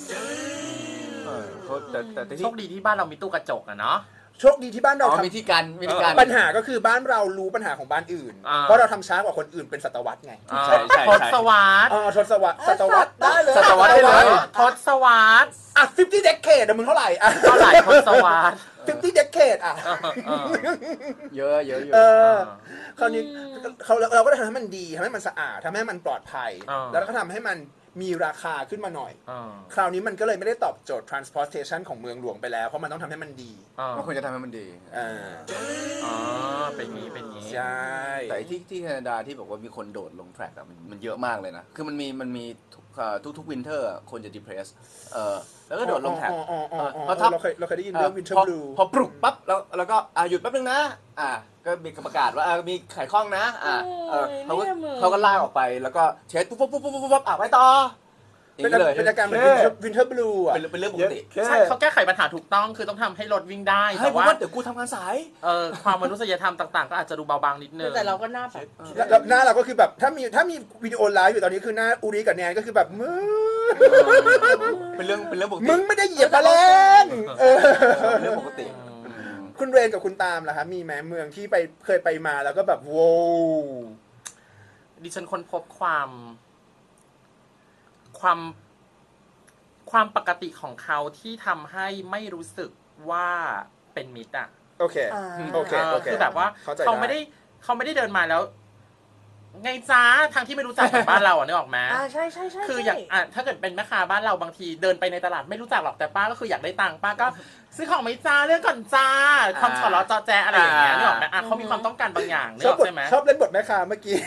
แต่โชคดีที่บ้านเรามีตู้กระจกอะเนาะโชคดีที่บ้านเราวิธีการปัญหาก็คือบ้านเรารู้ปัญหาของบ้านอื่น เพราะเราทำช้ากว่าคนอื่นเป็นศตวรรษไงใช่ทศวรรษทศวรรษศตวรรษได้เลยศตวรรษได้เลยทศวรรษ 50 decade มึงเท่าไหร่เท่าไหร่ทศวรรษ 50 decade เยอะคราวนี้เราก็เลยทำให้มันดีทำให้มันสะอาดทำให้มันปลอดภัย แล้วก็ทำให้มันมีราคาขึ้นมาหน่อย คราวนี้มันก็เลยไม่ได้ตอบโจทย์ transportation ของเมืองหลวงไปแล้วเพราะมันต้องทำให้มันดีมันควรจะทำให้มันดีเป็นงี้ใช่แต่ที่แคนาดาที่บอกว่ามีคนโดดลงแทร็กอะมันเยอะมากเลยนะคือมันมีทุกวินเทอร์คนจะ depress แล้วก็โดดลงแท็บเราเคยได้ยินเรื่องวินเทอร์บลูพอปลุกปั๊บแล้วก็หยุดแป๊บนึงนะก็มีประกาศว่ามีไขข้องนะเขาก็ลากออกไปแล้วก็เช็ดปุ๊บไปต่ออย่างนี้เลยเป็นอาการเหมือนวินเทอร์บลูอ่ะเป็นเรื่องปกติใช่เขาแก้ไขปัญหาถูกต้องคือต้องทำให้รถวิ่งได้ให้แต่ผมว่าว่าเดี๋ยวกูทำงานสายความมนุษยธรรมต่างๆ ก็อาจจะดูเบาบางนิดนึงแต่เราก็หน้าแบบแล้วหน้าเราก็คือแบบถ้ามีวิดีโอไลฟ์อยู่ตอนนี้คือหน้าอูริกับแนนก็คือแบบเป็นเรื่องปกติมึงไม่ได้เหยียบแมลงเรื่องปกติคุณเรนกับคุณตามล่ะคะมีไหมเมืองที่เคยไปมาแล้วก็แบบโว้วดิฉันค้นพบความปกติของเขาที่ทำให้ไม่รู้สึกว่าเป็นมิตรอ่ะโอเคคือแบบว่าเข้าใจเขาไม่ได้เดินมาแล้ว ไงจ้าทางที่ไม่รู้จักของบ้านเรานึกออกไหมใช่คืออย่างถ้าเกิดเป็นแม่ค้าบ้านเราบางทีเดินไปในตลาดไม่รู้จักหรอกแต่ป้าก็คืออยากได้ตังค์ป้าก็ซื้อของไหมจ้าเรื่องก่อนจ้าความฉลาดจอแจอะไรอย่างเงี้ยนึกออกไหมเขามีความต้องการบางอย่างนึกออกใช่ไหมชอบเล่นบทแม่ค้าเมื่อกี้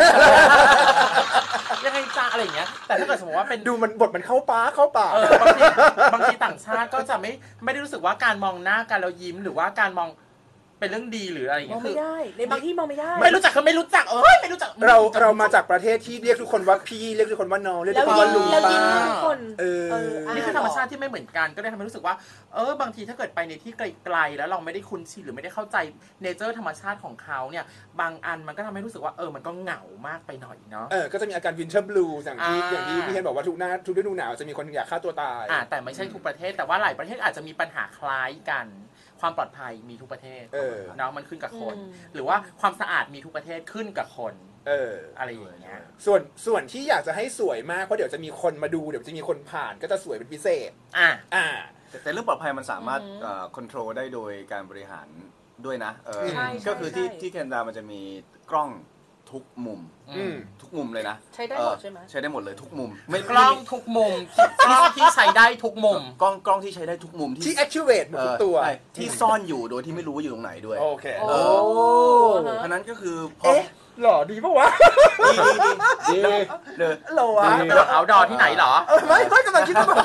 ยังไงจ้าอะไรอย่างเงี้ยแต่ถ้าเกิดสมมติว่าเป็นดูมันบทมันเข้าปากบางทีต่างชาติก็จะไม่ได้รู้สึกว่าการมองหน้ากันแล้วยิ้มหรือว่าการมองเป็นเรื่องดีหรืออะไรอย่างมอเงี้งยไม่ได้ในบางที่มองไม่ได้ไม่รู้จักคือไม่รู้จักไม่รู้จักเรามาจากประเทศที่เรียกทุกคนว่าพี่เรียกทุกคนว่าน้องเรียกทุกคนว่าลุงแล้วป้ายิ้มทุกคนนี่คือธรรมชาติที่ไม่เหมือนกันก็เลยทำให้รู้สึกว่าบางทีถ้าเกิดไปในที่ไกลๆแล้วเราไม่ได้คุ้นชินหรือไม่ได้เข้าใจเนเจอร์ธรรมชาติของเขาเนี่ยบางอันมันก็ทำให้รู้สึกว่ามันก็เหงามากไปหน่อยเนาะก็จะมีอาการวินเทอร์บลูอย่างที่พี่เฮนบอกว่าทุกฤดูหนาวจะมีคนอยากฆ่าตัวตายแต่ไม่ใช่ทุกประเทศแต่ว่าหลายประเทศอาจจะมีปัญหาคล้ายกันความปลอดภัยมีทุกประเทศเนาะมันขึ้นกับคน หรือว่าความสะอาดมีทุกประเทศขึ้นกับคนอะไรอย่างเงี้ยส่วนที่อยากจะให้สวยมากเพราะเดี๋ยวจะมีคนมาดูเดี๋ยวจะมีคนผ่านก็จะสวยเป็นพิเศษแต่เรื่องปลอดภัยมันสามารถควบคุมได้โดยการบริหารด้วยนะก็คือที่แคนาดามันจะมีกล้องทุกมุมเลยนะใช้ได้หมดใช่ไหมใช้ได้หมดเลยทุกมุมกล้องทุกมุมกล้องที่ใช้ได้ทุกมุมกล้องที่ใช้ได้ทุกมุมที่ activate หมดทุกตัวที่ซ่อนอยู่โดยที่ไม่รู้ว่าอยู่ตรงไหนด้วยโอเคเพราะนั้นก็คือหล่อดีปะวะดีหล่อเอาดอที่ไหนเหรอไม่กำลังคิดว่า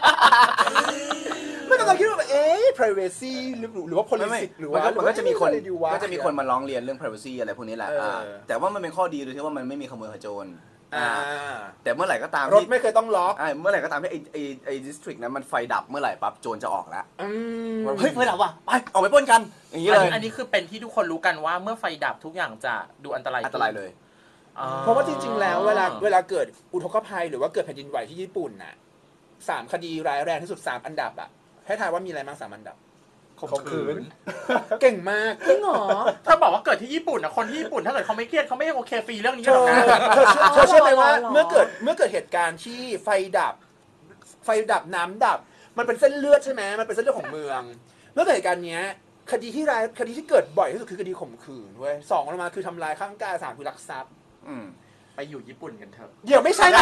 privacy หรือว่า politics หรือว่ามันก็จะมีคนมาร้องเรียนเรื่อง privacy อะไรพวกนี้แหละแต่ว่ามันเป็นข้อดีโดยที่ว่ามันไม่มีขโมยขโจรแต่เมื่อไหร่ก็ตามรถไม่เคยต้องล็อกเมื่อไหร่ก็ตามที่ไอ้ district นั้นมันไฟดับเมื่อไหร่ปั๊บโจรจะออกแล้วเฮ้ยไฟดับว่ะไปออกไปปล้นกันอย่างนี้เลยอันนี้คือเป็นที่ทุกคนรู้กันว่าเมื่อไฟดับทุกอย่างจะดูอันตรายเลยเพราะว่าจริงๆแล้วเวลาเกิดอุทกภัยหรือว่าเกิดแผ่นดินไหวที่ญี่ปุ่นน่ะ3 คดีร้ายแรงที่สุด3 อันดับอ่ะให้ทายว่ามีอะไรบ้าง3 อันดับข่มขืนเก่งมากจริงเหรอถ้าบอกว่าเกิดที่ญี่ปุ่นนะคนที่ญี่ปุ่นถ้าเกิดเขาไม่เครียดเขาไม่โอเคฟรีเรื่องนี้หรอกนะเธอเชื่อไหมว่าเมื่อเกิดเหตุการณ์ที่ไฟดับน้ำดับมันเป็นเส้นเลือดใช่ไหมมันเป็นเส้นเลือดของเมืองเมื่อเกิดเหตุการณ์นี้คดีที่เกิดบ่อยที่สุดคือคดีข่มขืนเว้ย2ลงมาคือทำลายข้างกาย3คือลักทรัพย์ไปอยู่ญี่ปุ่นกันเถอะเดี๋ยวไม่ใช่นะ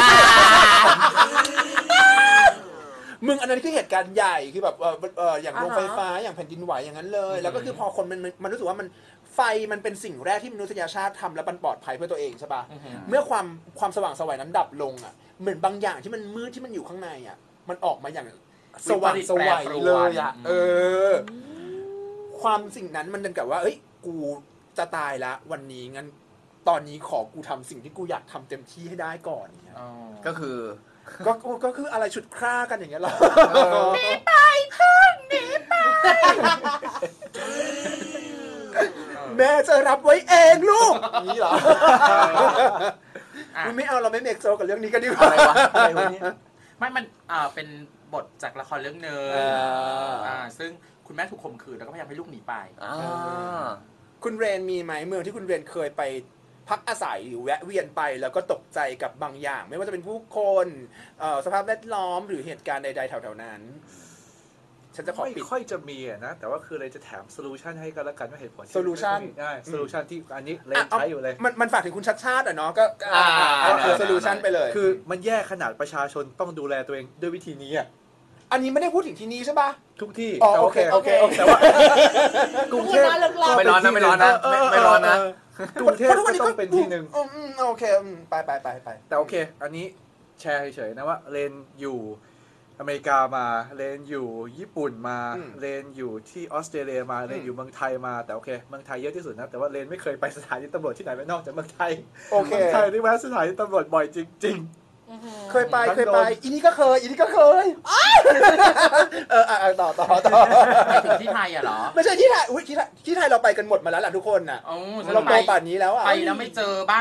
มึงอันนั้นคือเหตุการณ์ใหญ่คือแบบอย่างโรงไฟฟ้าอย่างแผ่นดินไหวอย่างนั้นเลยแล้วก็คือพอคนมันรู้สึกว่าไฟมันเป็นสิ่งแรกที่มนุษยชาติทำแล้วมันปลอดภัยเพื่อตัวเองใช่ป่ะเมื่อความสว่างไสวนั้นดับลงอ่ะเหมือนบางอย่างที่มันมืดที่มันอยู่ข้างในอ่ะมันออกมาอย่างสว่างไสวเลยอ่ะความสิ่งนั้นมันเป็นกับว่าเอ้ยกูจะตายละวันนี้งั้นตอนนี้ขอกูทำสิ่งที่กูอยากทำเต็มที่ให้ได้ก่อนเนี่ยก็คืออะไรชุดคร่ากันอย่างเงี้ยหรอหนีไปเพิ่งหนีไปแม่จะรับไว้เองลูกนี่เหรอไม่เอาเราไม่เมคโซกับเรื่องนี้กันดีกว่าอะไรวะนี่ไม่มันเป็นบทจากละครเรื่องนึงซึ่งคุณแม่ถูกข่มขืนแล้วก็พยายามให้ลูกหนีไปคุณเรนมีไหมเมืองที่คุณเรนเคยไปพักอาศัยหรือแวะเวียนไปแล้วก็ตกใจกับบางอย่างไม่ว่าจะเป็นผู้คนสภาพแวดล้อมหรือเหตุการณ์ใดๆแถวๆนั้นฉันจะขอปิดไม่ค่อยจะมีนะแต่ว่าคืออะไรจะแถมโซลูชันให้กันแล้วกันว่าเหตุผลโซลูชันได้โซลูชันที่อันนี้เลนใช้อยู่เลยมันฝากถึงคุณชัดชาติเนาะก็โซลูชันไปเลยคือมันแย่ขนาดประชาชนต้องดูแลตัวเองด้วยวิธีนี้อันนี้ไม่ได้พูดถึงที่นี้ใช่ป่ะทุกที่โอเคแต่ว่ากรุงเทพไม่ร้อนนะไม่ร้อนนะกรุงเทพก็ต้องเป็นที่หนึ่งโอเคไปแต่โอเคอันนี้แชร์เฉยๆนะว่าเรนอยู่อเมริกามาเรนอยู่ญี่ปุ่นมาเรนอยู่ที่ออสเตรเลียมาเรนอยู่เมืองไทยมาแต่โอเคเมืองไทยเยอะที่สุดนะแต่ว่าเรนไม่เคยไปสถานีตำรวจที่ไหนนอกจากเมืองไทยโอเคเมืองไทยนี่แวะสถานีตำรวจบ่อยจริงเคยไปอีนี่ก็เคยต่อไปถึงที่ไทยอะเหรอไม่ใช่ที่ไทยอุ้ยที่ไทยเราไปกันหมดมาแล้วล่ะทุกคนน่ะอ๋อเราโตป่านนี้แล้วอ่ะไปแล้วไม่เจอบ้าง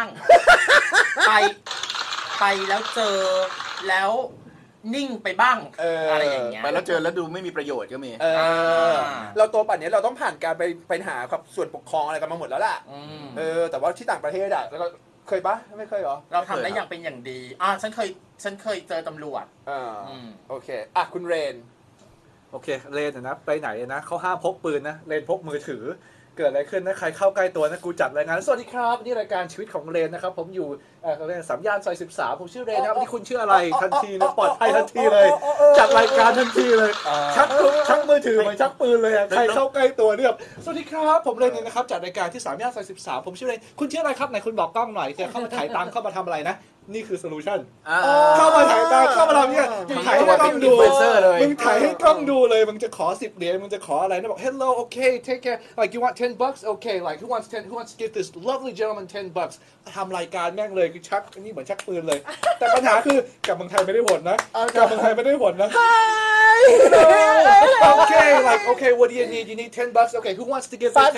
ไปแล้วเจอแล้วนิ่งไปบ้างอะไรอย่างเงี้ยไปแล้วเจอแล้วดูไม่มีประโยชน์ก็มีเราโตป่านนี้เราต้องผ่านการไปหากับส่วนปกครองอะไรกันมาหมดแล้วล่ะแต่ว่าที่ต่างประเทศอ่ะแล้วก็เคยปะไม่เคยเหรอเราทำได้อย่างเป็นอย่างดีฉันเคยเจอตำรวจโอเคอ่ะคุณเรนๆโอเคเรนนะไปไหนนะเขาห้ามพกปืนนะเรนพกมือถือเกิดอะไรขึ้นนะใครเข้าใกล้ตัวนะกูจัดรายงานสวัสดีครับนี่รายการชีวิตของเรนนะครับผมอยู่เขาเรียกสามย่านซอย13ผมชื่อเรนนะครับนี่คุณชื่ออะไรทันทีนะปลอดภัยทันทีเลยจัดรายการทันทีเลยชักมือถือเหมือนชักปืนเลยใครเข้าใกล้ตัวเนี่ยสวัสดีครับผมเรนนะครับจัดรายการที่3ย่านซอย13ผมชื่อเรนคุณชื่ออะไรครับไหนคุณบอกกล้องหน่อยจะเข้ามาถ่ายตามเข้ามาทำอะไรนะนี่คือโซลูชันเข้ามาถ่ายตามเข้ามาทำเนี่ยมึงถ่ายให้กล้องดูมึงถ่ายให้กล้องดูเลยมึงจะขอ10 เหรียญมึงจะขออะไรนะบอก hello okay take care like you want $10 okay like who wants to give this lovely gentleman $10 ทำรายการแม่งเลยคือชักนี่เหมือนชักปืนเลย แต่ปัญหาคือกลับเมืองไทยไม่ได้ผลนะกลับเมืองไทยไม่ได้ผลนะ okay like okay what do you need you need $10 okay who wants to give this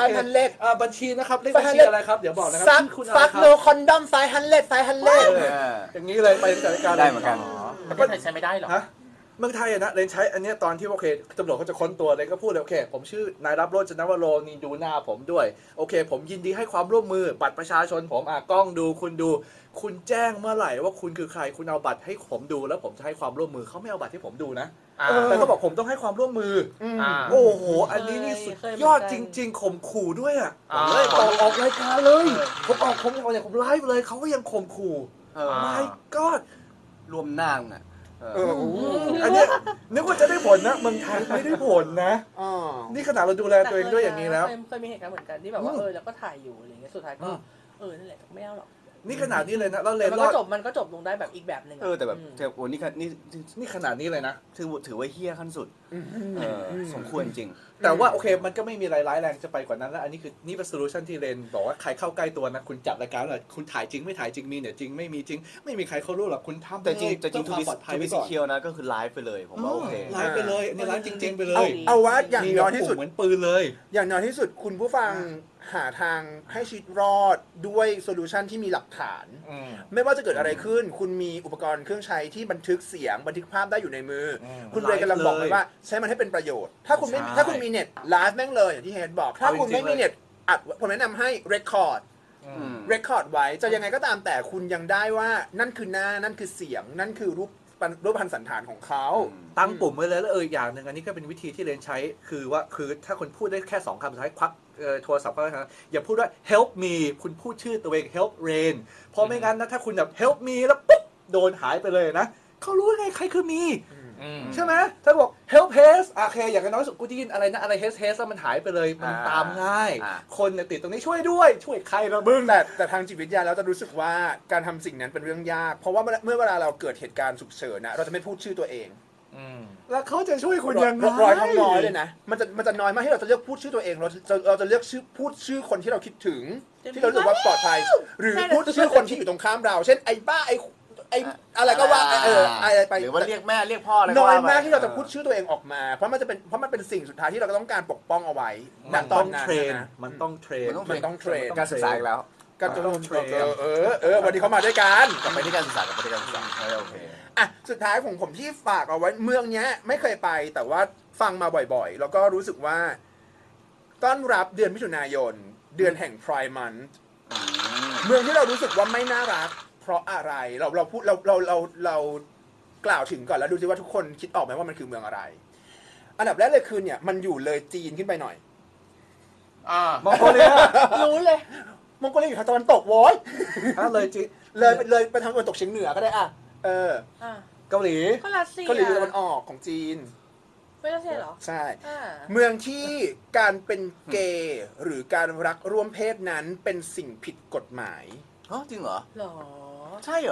$500 บัญชีนะครับเลขบัญชีอะไรครับเดี๋ยวบอกนะครับชื่อคุณอะไรครับ no condom 500 อย่างนี้เลยไปจัดรายการได้เหมือนกันประเทศไทยใช้ไม่ได้หรอฮะเมืองไทยอะนะเรนใช้อันเนี้ยตอนที่โอเคตำรวจเขาจะค้นตัวเลยก็พูดเลยโอเคผมชื่อนายรับโรจนวโรนี่ดูหน้าผมด้วยโอเคผมยินดีให้ความร่วมมือบัตรประชาชนผมกล้องดูคุณดูคุณแจ้งเมื่อไหร่ว่าคุณคือใครคุณเอาบัตรให้ผมดูแล้วผมจะให้ความร่วมมือเขาไม่เอาบัตรให้ผมดูนะแต่ก็บอกผมต้องให้ความร่วมมือโอ้โหอันนี้นี่สุดยอดจริงๆข่มขู่ด้วยอ่ะเลยออกรายการเลยผมไลฟ์เลยเขาก็ยังข่มขู่ my god รวมนางอ่ะอันนี้นึกว่าจะได้ผลนะเมืองไทยไม่ได้ผลนะนี่ขนาดเราดูแลตัวเองด้วยอย่างนี้แล้วเคยมีเหตุการณ์เหมือนกันที่แบบว่าแล้วก็ถ่ายอยู่อะไรเงี้ยสุดท้ายก็นั่นแหละไม่เอาหรอกนี่ขนาดนี้เลยนะแล้วเลนมันรอก็ดมันก็จบลงได้แบบอีกแบบหนึ่งแต่แบบโอ้นี่ขนาดนี้เลยนะถือว่าเฮี้ยขั้นสุดสมควรจริงแต่ว่าโอเคมันก็ไม่มีอะไรร้ายแรงจะไปกว่านั้นแล้วอันนี้คือนี่เป็นโซลูชันที่เลนบอกว่าใครเข้าใกล้ตัวนะคุณจัดรายการเลยคุณถ่ายจริงไม่ถ่ายจริงมีเนี่ยจริงไม่มีจริงไม่มีใครเขารู้หรอกคุณทำแต่จริงทูปลอดภัยบิไว้สก่อนเคียวนะก็คือไลฟ์ไปเลยผมว่าโอเคไลฟ์ไปเลยอันนี้ไลฟ์จริงๆไปเลยเอาว่าอย่างน้อยที่สุดเหมือนปืนเลยอย่างน้อยที่สุดคุณผู้ฟังหาทางให้ชีวิตรอดด้วยโซลูชันที่มีหลักฐานไม่ว่าจะเกิดอะไรขึ้นคุณมีอุปกรณ์เครื่องใช้ที่บันทึกเสียงบันทึกภาพได้อยู่ในมือคุณเลยกำลังบอกเลยว่าใช้มันให้เป็นประโยชน์ถ้าคุณมีเน็ตไลฟ์แม่งเลยอย่างที่เฮดบอกถ้าคุณไม่มีเน็ตอัดผมแนะนำให้เรคคอร์ดไว้จะยังไงก็ตามแต่คุณยังได้ว่านั่นคือหน้านั่นคือเสียงนั่นคือรูปพันสันฐานของเขาตั้งปุ่มไว้เลยแล้วอย่างหนึ่งอันนี้ก็เป็นวิธีที่เรนใช้คือถ้าคนพูดได้แค่2 คำสุดท้ายควักโทรศัพท์เข้าไปนะอย่าพูดว่า help me คุณพูดชื่อตัวเอง help rain เพราะไม่งั้นนะถ้าคุณแบบ help me แล้วปุ๊บโดนหายไปเลยนะเขารู้ไงใครคือมีใช่ไหมถ้าบอก help haze โอเคอย่างน้อยสุดกูได้ยินอะไรนะอะไร haze แล้วมันหายไปเลยมันตามง่ายคนเนี่ยติดตรงนี้ช่วยด้วยช่วยใครระบึ้งแต่ทางจิตวิทยาแล้วจะรู้สึกว่าการทำสิ่งนั้นเป็นเรื่องยากเพราะว่าเมื่อเวลาเราเกิดเหตุการณ์ฉุกเฉินนะเราจะไม่พูดชื่อตัวเองแล้วเขาจะช่วยคุณยังไงร้อยทั้งน้อยเลยนะมันจะน้อยมากที่เราจะเลือกพูดชื่อตัวเองเราจะเลือกพูดชื่อคนที่เราคิดถึงที่เรารู้สึกว่าปลอดภัยหรือพูดชื่อคนที่อยู่ตรงข้ามเราเช่นไอ้บ้าไอ้อะไรก็ว่าอะไรไปหรือว่าเรียกแม่เรียกพ่ออะไรก็น้อยว่าไปมากที่เราจะพูดชื่อตัวเองออกมาเพราะมันเป็นสิ่งสุดท้ายที่เราต้องการปกป้องเอาไว้มันต้องเทรนมันต้องเทรนการศึกษาอีกแล้วการต้องเทรนวันนี้เขามาด้วยกันกลับไปที่การศึกษาโอเคอ่ะสุดท้ายของผมที่ฝากเอาไว้เมืองเนี้ยไม่เคยไปแต่ว่าฟังมาบ่อยๆแล้วก็รู้สึกว่าต้อนรับเดือนมิถุนายนเดือนแห่ง Pride Month เมืองที่เรารู้สึกว่าไม่น่ารักเพราะอะไรเราพูดเรากล่าวถึงก่อนแล้วดูสิว่าทุกคนคิดออกไหมว่ามันคือเมืองอะไรอันดับแรกเลยคือเนี่ยมันอยู่เลยจีนขึ้นไปหน่อยมองโกเลียรู้เลยมองโกเลียอยู่ทางตะวันตกโว้ยเลยจีเลยไปทางตะวันตกเฉียงเหนือก็ได้เกาหลีก็รัสเซียเกาหลีตะวันออกของจีนไม่รัสเซียหรอใช่เมืองที่การเป็นเกย์หรือการรักร่วมเพศนั้นเป็นสิ่งผิดกฎหมายจริงเหรอหรอใช่เหรอ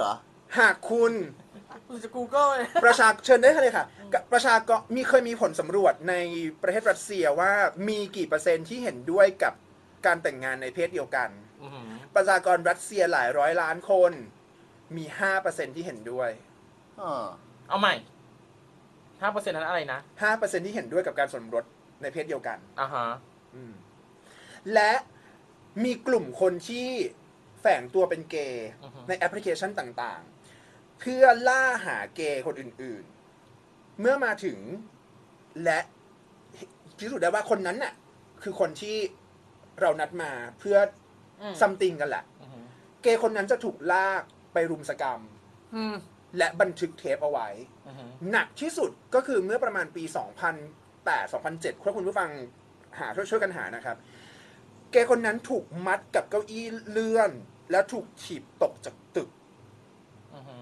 หากคุณเราจะ Google เลยประชาเชิญได้เลยค่ะประชากรเคยมีผลสำรวจในประเทศรัสเซียว่ามีกี่เปอร์เซ็นต์ที่เห็นด้วยกับการแต่งงานในเพศเดียวกันอือหือประชากรรัสเซียหลายร้อยล้านคน มี 5% ที่เห็นด้วยเอาใหม่ 5%นั้นอะไรนะ 5% ที่เห็นด้วยกับการสมรสในเพศเดียวกันอ่าฮะและมีกลุ่มคนที่แฝงตัวเป็นเกย์อือฮึในแอปพลิเคชันต่างๆ เพื่อล่าหาเกย์คนอื่นๆ เมื่อมาถึงและพิสูจน์ได้ว่าคนนั้นน่ะคือคนที่เรานัดมาเพื่ออืมซัมติงกันแหละอือหือเกย์คนนั้นจะถูกลากไปรุมสกรรม และบันทึกเทปเอาไว้อือหือหนักที่สุดก็คือเมื่อประมาณปี 2008-2007ถ้าคุณผู้ฟังหาช่วยกันหานะครับ เกย์คนนั้นถูกมัดกับเก้าอี้เลื่อน แล้วถูกถีบตกจากตึกอือหือ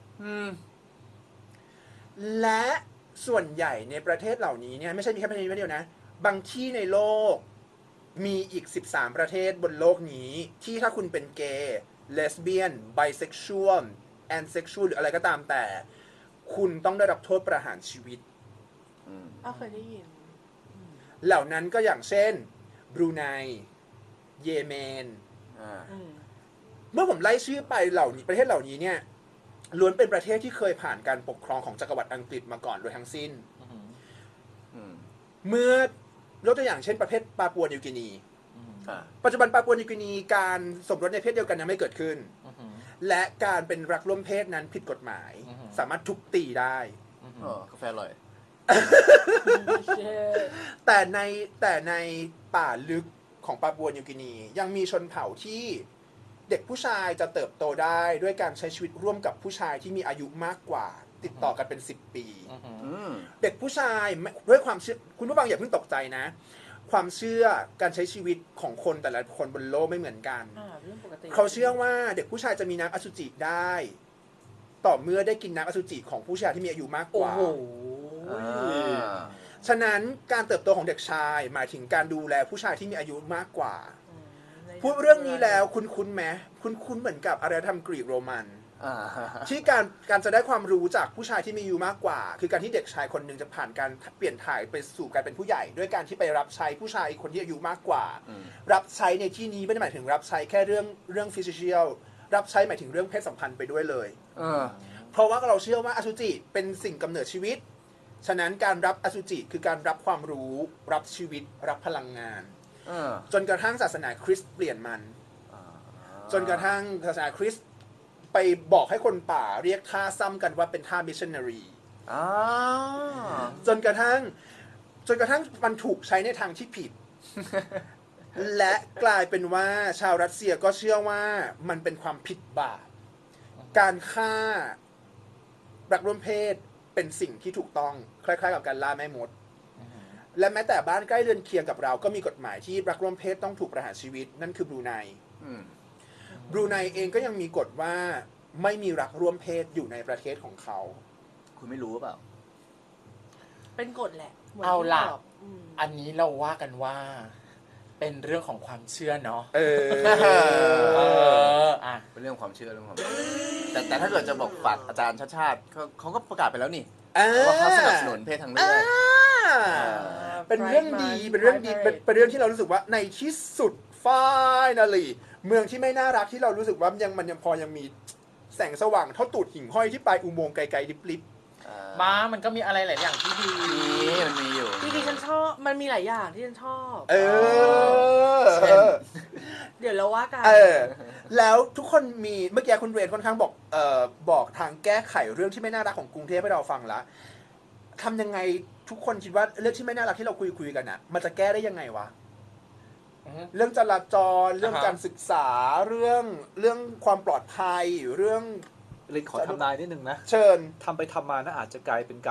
และส่วนใหญ่ในประเทศเหล่านี้เนี่ยไม่ใช่มีแค่ประเทศนี้ประเทศเดียวนะ บางที่ในโลกมีอีก 13 ประเทศบนโลกนี้ที่ถ้าคุณเป็นเกย์เลสเบี้ยนไบเซ็กชวลแอนเซ็กชวลหรืออะไรก็ตามแต่ คุณต้องได้รับโทษประหารชีวิตอ้าวเคยได้ยินเหล่านั้นก็อย่างเช่นบรูไนเยเมนอืมเมื่อผมไล่ชื่อไปเหล่านี้ประเทศเหล่านี้เนี่ยล้วนเป็นประเทศที่เคยผ่านการปกครองของจักรวรรดิอังกฤษมาก่อนโดยทั้งสิ้นอือหือเมื่อยกตัวอย่างเช่นประเทศปาปัวนิวกินีอือหือปัจจุบันปาปัวนิวกินีการสมรสในเพศเดียวกันยังไม่เกิดขึ้นอือหือและการเป็นรักร่วมเพศนั้นผิดกฎหมายอือฮึสามารถทุบตีได้อือหือกาแฟอร่อยแต่ในป่าลึกของปาปัวนิวกินียังมีชนเผ่าที่เด็กผู้ชายจะเติบโตได้ด้วยการใช้ชีวิตร่วมกับผู้ชายที่มีอายุมากกว่า ติดต่อกันเป็น10 ปีอือหือเด็กผู้ชายด้วยความเชื่อคุณผู้ฟังอย่าเพิ่งตกใจนะ ความเชื่อการใช้ชีวิตของคนแต่ละคนบนโลกไม่เหมือนกันเรื่องปกติเขาเชื่อว่าเด็กผู้ชายจะมีน้ำอสุจิได้ ต่อเมื่อได้กินน้ำอสุจิของผู้ชายที่มีอายุมากกโอ้ว่าโหฉะนั้นการเติบโตของเด็กชายหมายถึงการดูแลผู้ชายที่มีอายุมากกว่า พูดเรื่องนี้แล้วคุ้นๆไหมคุ้นๆเหมือนกับอารยธรรมกรีกโรมัน ที่การจะได้ความรู้จากผู้ชายที่มีอายุมากกว่า คือการที่เด็กชายคนหนึ่งจะผ่านการเปลี่ยนถ่ายไปสู่การเป็นผู้ใหญ่ ด้วยการที่ไปรับใช้ผู้ชายคนที่อายุมากกว่า รับใช้ในที่นี้ไม่ได้หมายถึงรับใช้แค่เรื่องฟิสิกอลรับใช้หมายถึงเรื่องเพศสัมพันธ์ไปด้วยเลย เพราะว่าเราเชื่อว่าอสุจิเป็นสิ่งกำเนิดชีวิต ฉะนั้นการรับอสุจิคือการรับความรู้ รับชีวิต รับพลังงาน จนกระทั่งศาสนาคริสต์เปลี่ยนมัน จนกระทั่งศาสนาคริสต์ไปบอกให้คนป่าเรียกท่าซ้ำกันว่าเป็นท่ามิชชันนารีจนกระทั่งมันถูกใช้ในทางที่ผิด และกลายเป็นว่าชาวรัสเซียก็เชื่อว่ามันเป็นความผิดบาป การฆ่ารักร่วมเพศเป็นสิ่งที่ถูกต้องคล้ายๆกับการล่าแม่มด และแม้แต่บ้านใกล้เรือนเคียงกับเราก็มีกฎหมายที่รักร่วมเพศต้องถูกประหารชีวิต นั่นคือบรูไนบรูไนเองก็ยังมีกฎว่าไม่มีรักร่วมเพศอยู่ในประเทศของเขาคุณไม่รู้หรือเปล่าเป็นกฎแหละหมืนเอาล่ะที่บอกมอันนี้เราว่ากันว่า เป็นเรื่องของความเชื่อเนาะเอออ่ะเป็นเรื่องความเชื่อเรื่องความเชื่อแต่ถ้าเกิดจะบอกฝากอาจารย์ชาติชาติเขาก็ประกาศไปแล้วนี่ว่าเขาสนับสนุนเพศทางเลือกเป็นเรื่องดีเป็นเรื่องดีเป็นเรื่องที่เรารู้สึกว่าในที่สุด finally เมืองที่ไม่น่ารักที่เรารู้สึกว่ามันยังพอยังมีแสงสว่างเท่าตูดหิ่งห้อยที่ปลายอุโมงค์ไกลๆลิบบ้ามันก็มีอะไรหลายอย่างที่ดีมันมีอยู่จริงๆฉันชอบมันมีหลายอย่างที่ฉันชอบๆเช่นเดี๋ยวเราว่ากันแล้วทุกคนมีเมื่อกี้คุณเรนค่อนข้างบอกทางแก้ไขเรื่องที่ไม่น่ารักของกรุงเทพให้เราฟังละทำยังไงทุกคนคิดว่าเรื่องที่ไม่น่ารักที่เราคุยกันอ่ะมันจะแก้ได้ยังไงวะ เรื่องจราจรเรื่องการศึกษาเรื่องความปลอดภัยเรื่องเลยขอทำนายนิดนึงนะเชิญทำไปทำมานะอาจจะกลายเป็นการ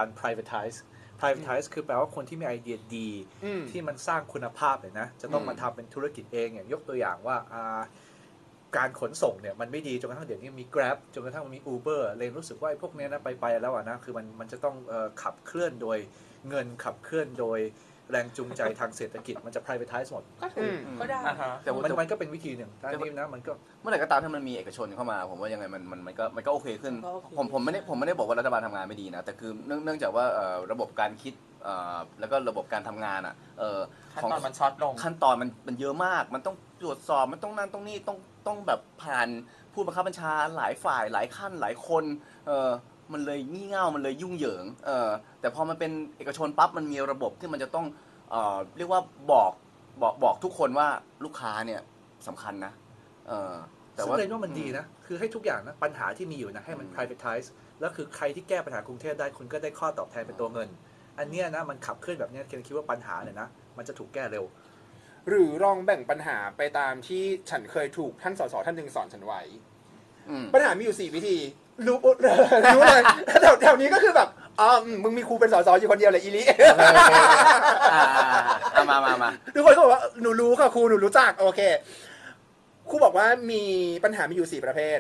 privatize คือแปลว่าคนที่มีไอเดียดี ที่มันสร้างคุณภาพเลยนะ จะต้องมาทำเป็นธุรกิจเองอย่างยกตัวอย่างว่าการขนส่งเนี่ยมันไม่ดีจนกระทั่งเดี๋ยวนี้มี Grab จนกระทั่งมี Uber เลยรู้สึกว่าไอ้พวกเนี้ยนะไปแล้วอ่ะนะคือมันจะต้องขับเคลื่อนโดยเงินขับเคลื่อนโดยแรงจูงใจทางเศรษฐกิจมันจะ privatize หมดก็ถูกก็ได้อ่าฮะแต่ว่ามันก็เป็นวิธีหนึ่งแต่อันนี้นะมันก็เมื่อไหร่ก็ตามที่มันมีเอกชนเข้ามา ผมว่ายังไงมันก็โอเคขึ้นก็โอเคผมไม่ได้บอกว่ารัฐบาลทำงานไม่ดีนะ แต่คือเนื่องจากว่าระบบการคิดแล้วก็ระบบการทำงานขั้นตอนมันช็อตลงขั้นตอนมันเยอะมาก มันต้องตรวจสอบมันต้องนั่นต้องนี่ต้องแบบผ่านผู้บังคับบัญชาหลายฝ่ายหลายขั้นหลายคนมันเลยงี่เง่ามันเลยยุ่งเหยิงแต่พอมันเป็นเอกชนปั๊บมันมีระบบที่มันจะต้องเรียกว่าบอกทุกคนว่าลูกค้าเนี่ยสำคัญนะแต่ซึ่งว่าเรนว่ามันดีนะ คือให้ทุกอย่างนะปัญหาที่มีอยู่นะให้มัน privatize แล้วคือใครที่แก้ปัญหากรุงเทพได้คุณก็ได้ข้อตอบแทนเป็นตัวเงิน อันเนี้ยนะมันขับเคลื่อนแบบเนี้ยเคนคิดว่าปัญหาเนี่ยนะมันจะถูกแก้เร็วหรือลองแบ่งปัญหาไปตามที่ฉันเคยถูกท่านสสท่านหนึ่งสอนฉันไว้ ปัญหามีอยู่4 วิธีรู้เลยแถวนี้ก็คือแบบมึงมีครูเป็นสสอยู่คนเดียวเลยอีลิมาทุกคนก็บอกว่าหนูรู้ค่ะครูหนูรู้จักโอเคครูบอกว่ามีปัญหามีอยู่4 ประเภท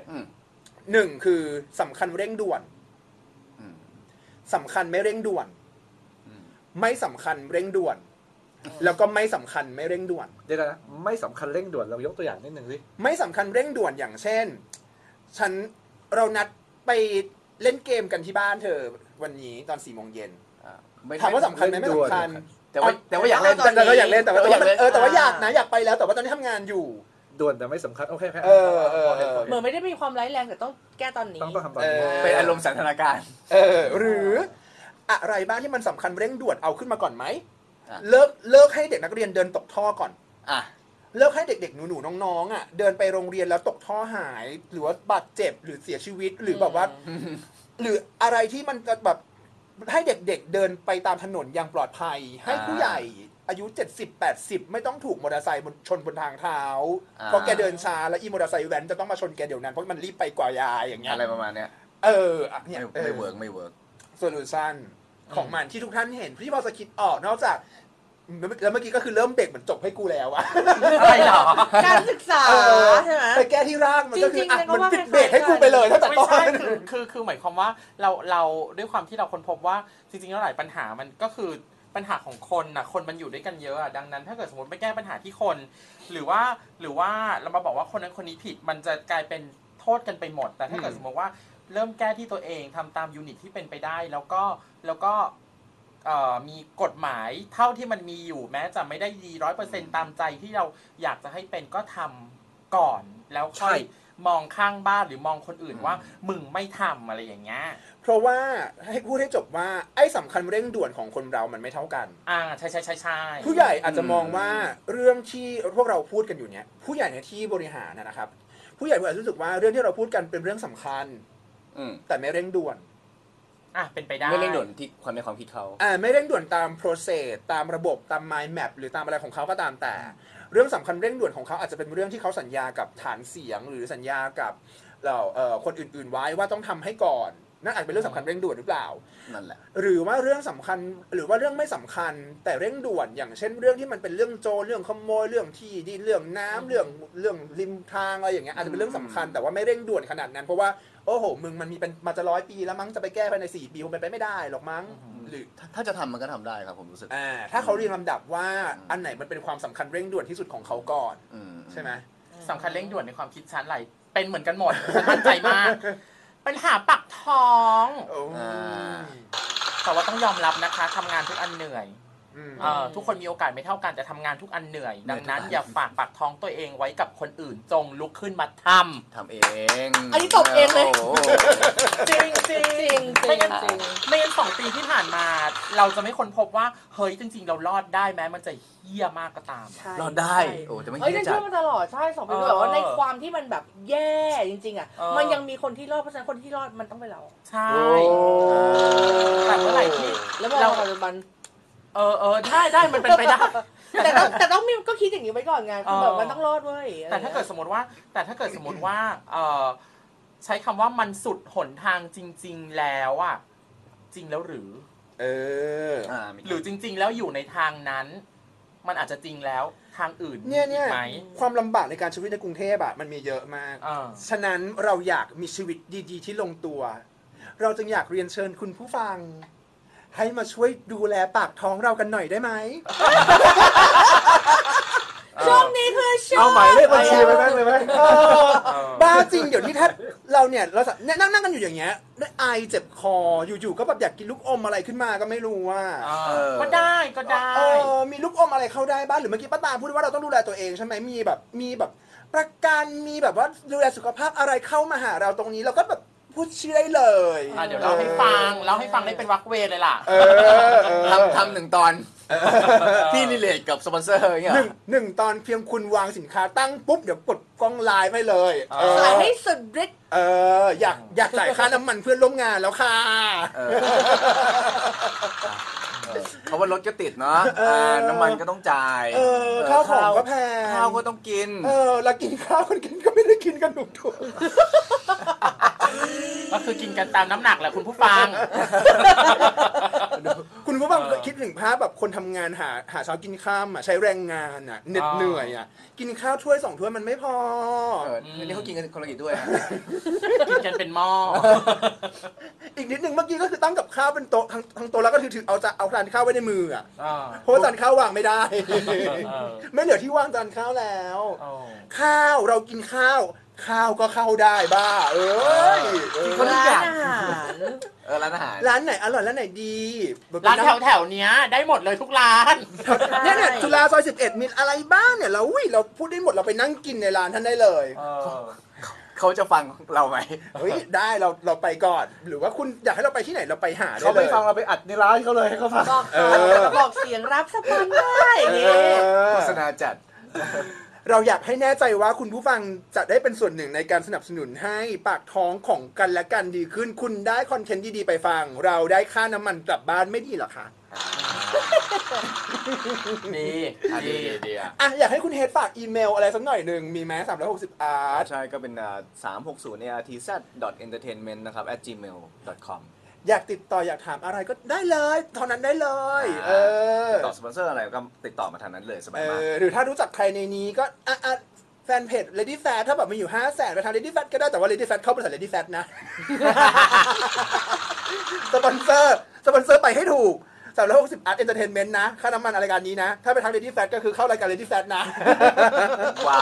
1คือสำคัญเร่งด่วนสำคัญไม่เร่งด่วนไม่สำคัญเร่งด่วนแล้วก็ไม่สำคัญไม่เร่งด่วนเดี๋ยวนะไม่สำคัญเร่งด่วนเรายกตัวอย่างนิดนึงสิไม่สำคัญเร่งด่วนอย่างเช่นเรานัดไปเล่นเกมกันที่บ้านเธอวันนี้ตอน4 โมงเย็นถามว่าสำคัญไหมไม่สำคัญแต่ว่าอยากเล่นแต่ก็อยากเล่นแต่ว่าอยากนะอยากไปแล้วแต่ว่าตอนนี้ทำงานอยู่ด่วนแต่ไม่สำคัญโอเคครับเหมือนไม่ได้มีความร้ายแรงแต่ต้องแก้ตอนนี้ต้องทำตอนนี้เป็นอารมณ์สันทนาการหรืออะไรบ้างที่มันสำคัญเร่งด่วนเอาขึ้นมาก่อนไหมอ่ะเลิกให้เด็กนักเรียนเดินตกท่อก่อนเลิกให้เด็กๆหนูๆน้องๆเดินไปโรงเรียนแล้วตกท่อหายหรือว่าบาดเจ็บหรือเสียชีวิตหรือแบบว่า หรืออะไรที่มันจะแบบให้เด็กๆเดินไปตามถนนอย่างปลอดภัย ให้ผู้ใหญ่อายุ 70-80 ไม่ต้องถูกมอเตอร์ไซค์ชนบนทางเท้าเพราะแกเดินช้าแล้วอีมอเตอร์ไซค์แว้นจะต้องมาชนแกเดี๋ยวนั้นเพราะมันรีบไปกว่ายายอย่างเงี้ยอะไรประมาณเนี้ยเนี่ยไม่เวิร์กโซลูชันของมันที่ทุกท่านเห็นพี่พอจะคิดออกนอกจากแล้วเมื่อกี้ก็คือเริ่มเบรกเหมือนจบให้กูแล้วอะอะไรหรอการศึกษาใช่ไหมไปแก้ที่รากมันก็คือจริงๆมันก็ว่าปิดเบรกให้กูไปเลยตั้งแต่ไม่ต้ใช่นคือหมายความว่าเราด้วยความที่เราค้นพบว่าจริงๆแล้วหลายปัญหามันก็คือปัญหาของคนนะคนมันอยู่ด้วยกันเยอะอะดังนั้นถ้าเกิดสมมติไปแก้ปัญหาที่คน หรือว่าเรามาบอกว่าคนนั้นคนนี้ผิดมันจะกลายเป็นโทษกันไปหมด แต่ถ้าเกิดสมมติว่าเริ่มแก้ที่ตัวเองทำตามยูนิตที่เป็นไปได้แล้วก็มีกฎหมายเท่าที่มันมีอยู่แม้จะไม่ได้ดี 100% ตามใจที่เราอยากจะให้เป็นก็ทำก่อนแล้วค่อยมองข้างบ้านหรือมองคนอื่นว่ามึงไม่ทำอะไรอย่างเงี้ยเพราะว่าให้พูดให้จบว่าไอ้สำคัญเร่งด่วนของคนเรามันไม่เท่ากันใช่ผู้ใหญ่อาจจะมองว่าเรื่องที่พวกเราพูดกันอยู่เนี้ยผู้ใหญ่ในที่บริหารนะครับผู้ใหญ่อาจจะรู้สึกว่าเรื่องที่เราพูดกันเป็นเรื่องสำคัญแต่ไม่เร่งด่วนเป็นไปได้ไม่เร่งด่วนที่ความคิดเขาไม่เร่งด่วนตาม process ตามระบบตาม mind map หรือตามอะไรของเขาก็ตามแต่เรื่องสำคัญเร่งด่วนของเขาอาจจะเป็นเรื่องที่เขาสัญญากับฐานเสียงหรือสัญญากับคนอื่นๆไว้ว่าต้องทำให้ก่อนนั่นอาจจะเป็นเรื่องสำคัญเร่งด่วนหรือเปล่านั่นแหละหรือว่าเรื่องสำคัญหรือว่าเรื่องไม่สำคัญแต่เร่งด่วนอย่างเช่นเรื่องที่มันเป็นเรื่องโจรเรื่องขโมยเรื่องที่ดินเรื่องน้ำเรื่องริมทางอะไรอย่างเงี้ยอาจจะเป็นเรื่องสำคัญแต่ว่าไม่เร่งด่วนขนาดนั้นเพราะว่าโอ้โหมึงมันมีเป็นมาจะ100 ปีแล้วมั้งจะไปแก้ภายใน4 ปีคงเป็นไปไม่ได้หรอกมั้งหรือถ้าจะทำมันก็ทำได้ครับผมรู้สึกถ้าเขาเรียงลำดับว่าอันไหนมันเป็นความสำคัญเร่งด่วนที่สุดของเขาก่อนใช่ไหมสำคัญเร่งด่วนในความคิดฉันไหลเป็นเหมือนกันหมดฉันมั่นใจมากปัญหาปากท้องแต่ว่าต้องยอมรับนะคะทำงานทุกอันเหนื่อยทุกคนมีโอกาสไม่เท่ากันแต่ทำงานทุกอันเหนื่อยดังนั้นอย่าฝากปากท้องตัวเองไว้กับคนอื่นจงลุกขึ้นมาทำเองอันนี้ตบเองเลยจริงไม่งั้น2 ปีที่ผ่านมาเราจะไม่ค้นพบว่าเฮ้ยจริงๆเรารอดได้แม้มันจะเหี้ยมากก็ตามรอดได้โอ้จะไม่เหี้ยจัดเชื่อมาตลอดใช่2 ปีแบบว่าในความที่มันแบบแย่จริงๆมันยังมีคนที่รอดเพราะฉะนั้นคนที่รอดมันต้องเป็นเราใช่แต่เมื่อไหร่ที่แล้วเราปัจจุบันได้มันเป็นไปได้แต่ต้องมีก็คิดอย่างนี้ไว้ก่อนไงคือแบบมันต้องรอดเว้ยแต่ถ้าเกิดสมมติว่าใช้คำว่ามันสุดหนทางจริงๆแล้วอะจริงแล้วหรือหรือจริงๆแล้วอยู่ในทางนั้นมันอาจจะจริงแล้วทางอื่นเนี่ยไหมความลำบากในการชีวิตในกรุงเทพมันมีเยอะมากฉะนั้นเราอยากมีชีวิตดีๆที่ลงตัวเราจึงอยากเรียนเชิญคุณผู้ฟังให้มาช่วยดูแลปากท้องเรากันหน่อยได้ไหมช่วงนี้คือช่วงเอาหมายเลขบัญชีไปแม่งเลยไหมบ้าจริงเดี๋ยวนี้ถ้าเราเนี่ยเรานั่งกันอยู่อย่างเงี้ยได้ไอเจ็บคออยู่ๆก็แบบอยากกินลูกอมอะไรขึ้นมาก็ไม่รู้ว่าก็ได้ก็ได้มีลูกอมอะไรเข้าได้บ้างหรือเมื่อกี้ป้าตาพูดว่าเราต้องดูแลตัวเองใช่ไหมมีแบบประกันมีแบบว่าดูแลสุขภาพอะไรเข้ามาหาเราตรงนี้เราก็แบบพูดชื่อได้เลยเดี๋ยวเราให้ฟังได้เป็นวักเวรเลยล่ะทำหนึ่งตอนที่รีเลทกับสปอนเซอร์อย่างเงี้ยหนึ่งตอนเพียงคุณวางสินค้าตั้งปุ๊บเดี๋ยวกดกล้องไลฟ์ให้เลยสายให้สุดฤทธิ์อยากจ่ายค่าน้ำมันเพื่อนร่วมงานแล้วค่ะเพราะว่ารถก็ติดเนาะน้ำมันก็ต้องจ่ายข้าวของก็แพงข้าวก็ต้องกินแล้วกินข้าวคนกินก็ไม่ได้กินกันถูกก็คือกินกันตามน้ำหนักแหละคุณผู้ฟังคุณผู้ฟังคิดถึงภาพแบบคนทำงานหาเช้ากินข้ามใช้แรงงานเหน็ดเหนื่อยกินข้าวถ้วย2 ถ้วยมันไม่พออันนี้เขากินกันคนละกี่ถ้วยกินกันเป็นหม้ออีกนิดนึงเมื่อกี้ก็คือตั้งกับข้าวเป็นโต๊ะทั้งโต๊ะแล้วก็ถือเอาจานข้าวไว้ในมือเพราะว่าจานข้าววางไม่ได้ ไม่เหลือที่วางจานข้าวแล้ว ข้าวเรากินข้าวก็เข้าได้บ้าคนทุกอย่างร้านอาหารร้านอาหารร้านไหนอร่อยร้านไหนดีร้านแถวๆเนี้ยได้หมดเลยทุกร้านเนี่ยจุฬาซอย11มีอะไรบ้างเนี่ยเราพูดได้หมดเราไปนั่งกินในร้านท่านได้เลยเขาจะฟังเราไหมเฮ้ยได้เราไปก่อน หรือว่าคุณอยากให้เราไปที่ไหนเราไปหาได้เขาเลไม่ยฟังเราไปอัดในร้านเขาเลยให้เขาฟังบอกเสียงรับสปอนได้อย่างงี้โฆษณาจัดเราอยากให้แน่ใจว่าคุณผู้ฟังจะได้เป็นส่วนหนึ่งในการสนับสนุนให้ปากท้องของกันและกันดีขึ้น คุณได้คอนเทนต์ดีๆไปฟัง เราได้ค่าน้ำมันกลับบ้านไม่ดีหรอคะดีอยากให้คุณเฮดฝากอีเมลอะไรสักหน่อยหนึ่งมีไหม360 art ใช่ก็เป็น360 artz.entertainment นะครับ @gmail.com อยากติดต่ออยากถามอะไรก็ได้เลยเท่านั้นได้เลยติดต่อสปอนเซอร์อะไรก็ติดต่อมาทางนั้นเลยสบายมากหรือถ้ารู้จักใครในนี้ก็แฟนเพจ Lady Fat ถ้าแบบมีอยู่ 500,000 ไปทาง Lady Fat ก็ได้แต่ว่า Lady Fat เข้าบริษัท Lady Fat นะ สปอนเซอร์ไปให้ถูก360 Art Entertainment นะค่าน้ำมันรายการนี้นะ ถ้าไปทาง Lady Fat ก็คือเข้ารายการ Lady Fat นะว้าว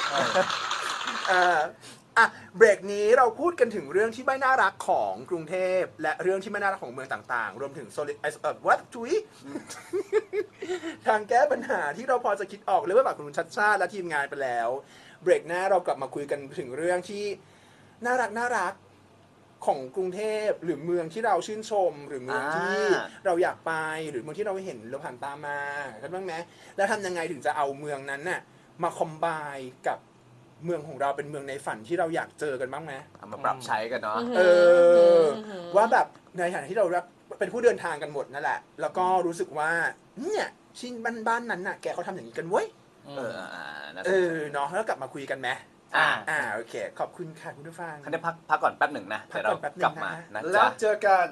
เบรกนี้เราพูดกันถึงเรื่องที่ไม่น่ารักของกรุงเทพและเรื่องที่ไม่น่ารักของเมืองต่างๆ รวมถึงวัดทุย ทางแก้ปัญหาที่เราพอจะคิดออกเรื่องแบบคุณชัดชาติและทีมงานไปแล้วเบรกหน้าเรากลับมาคุยกันถึงเรื่องที่น่ารักของกรุงเทพหรือเมืองที่เราชื่นชม หรือเมืองที่เราอยากไปหรือเมืองที่เราเห็นเราผ่านตามากันบ้างไหมแล้วทำยังไงถึงจะเอาเมืองนั้นน่ะมาคอมไบกับเมืองของเราเป็นเมืองในฝันที่เราอยากเจอกันบ้างไหมเอามาปรับใช้กันเนาะว่าแบบในฐานะที่เราเป็นผู้เดินทางกันหมดนั่นแหละแล้วก็รู้สึกว่าเนี่ยชิ้นบ้านนั้นน่ะแกเขาทำอย่างนี้กันเว้ยเนาะแล้วกลับมาคุยกันไหมโอเคขอบคุณค่ะคุณผู้ฟังท่านได้พักก่อนแป๊บหนึ่งนะเดี๋ยวเรากลับมานะแล้วเจอกัน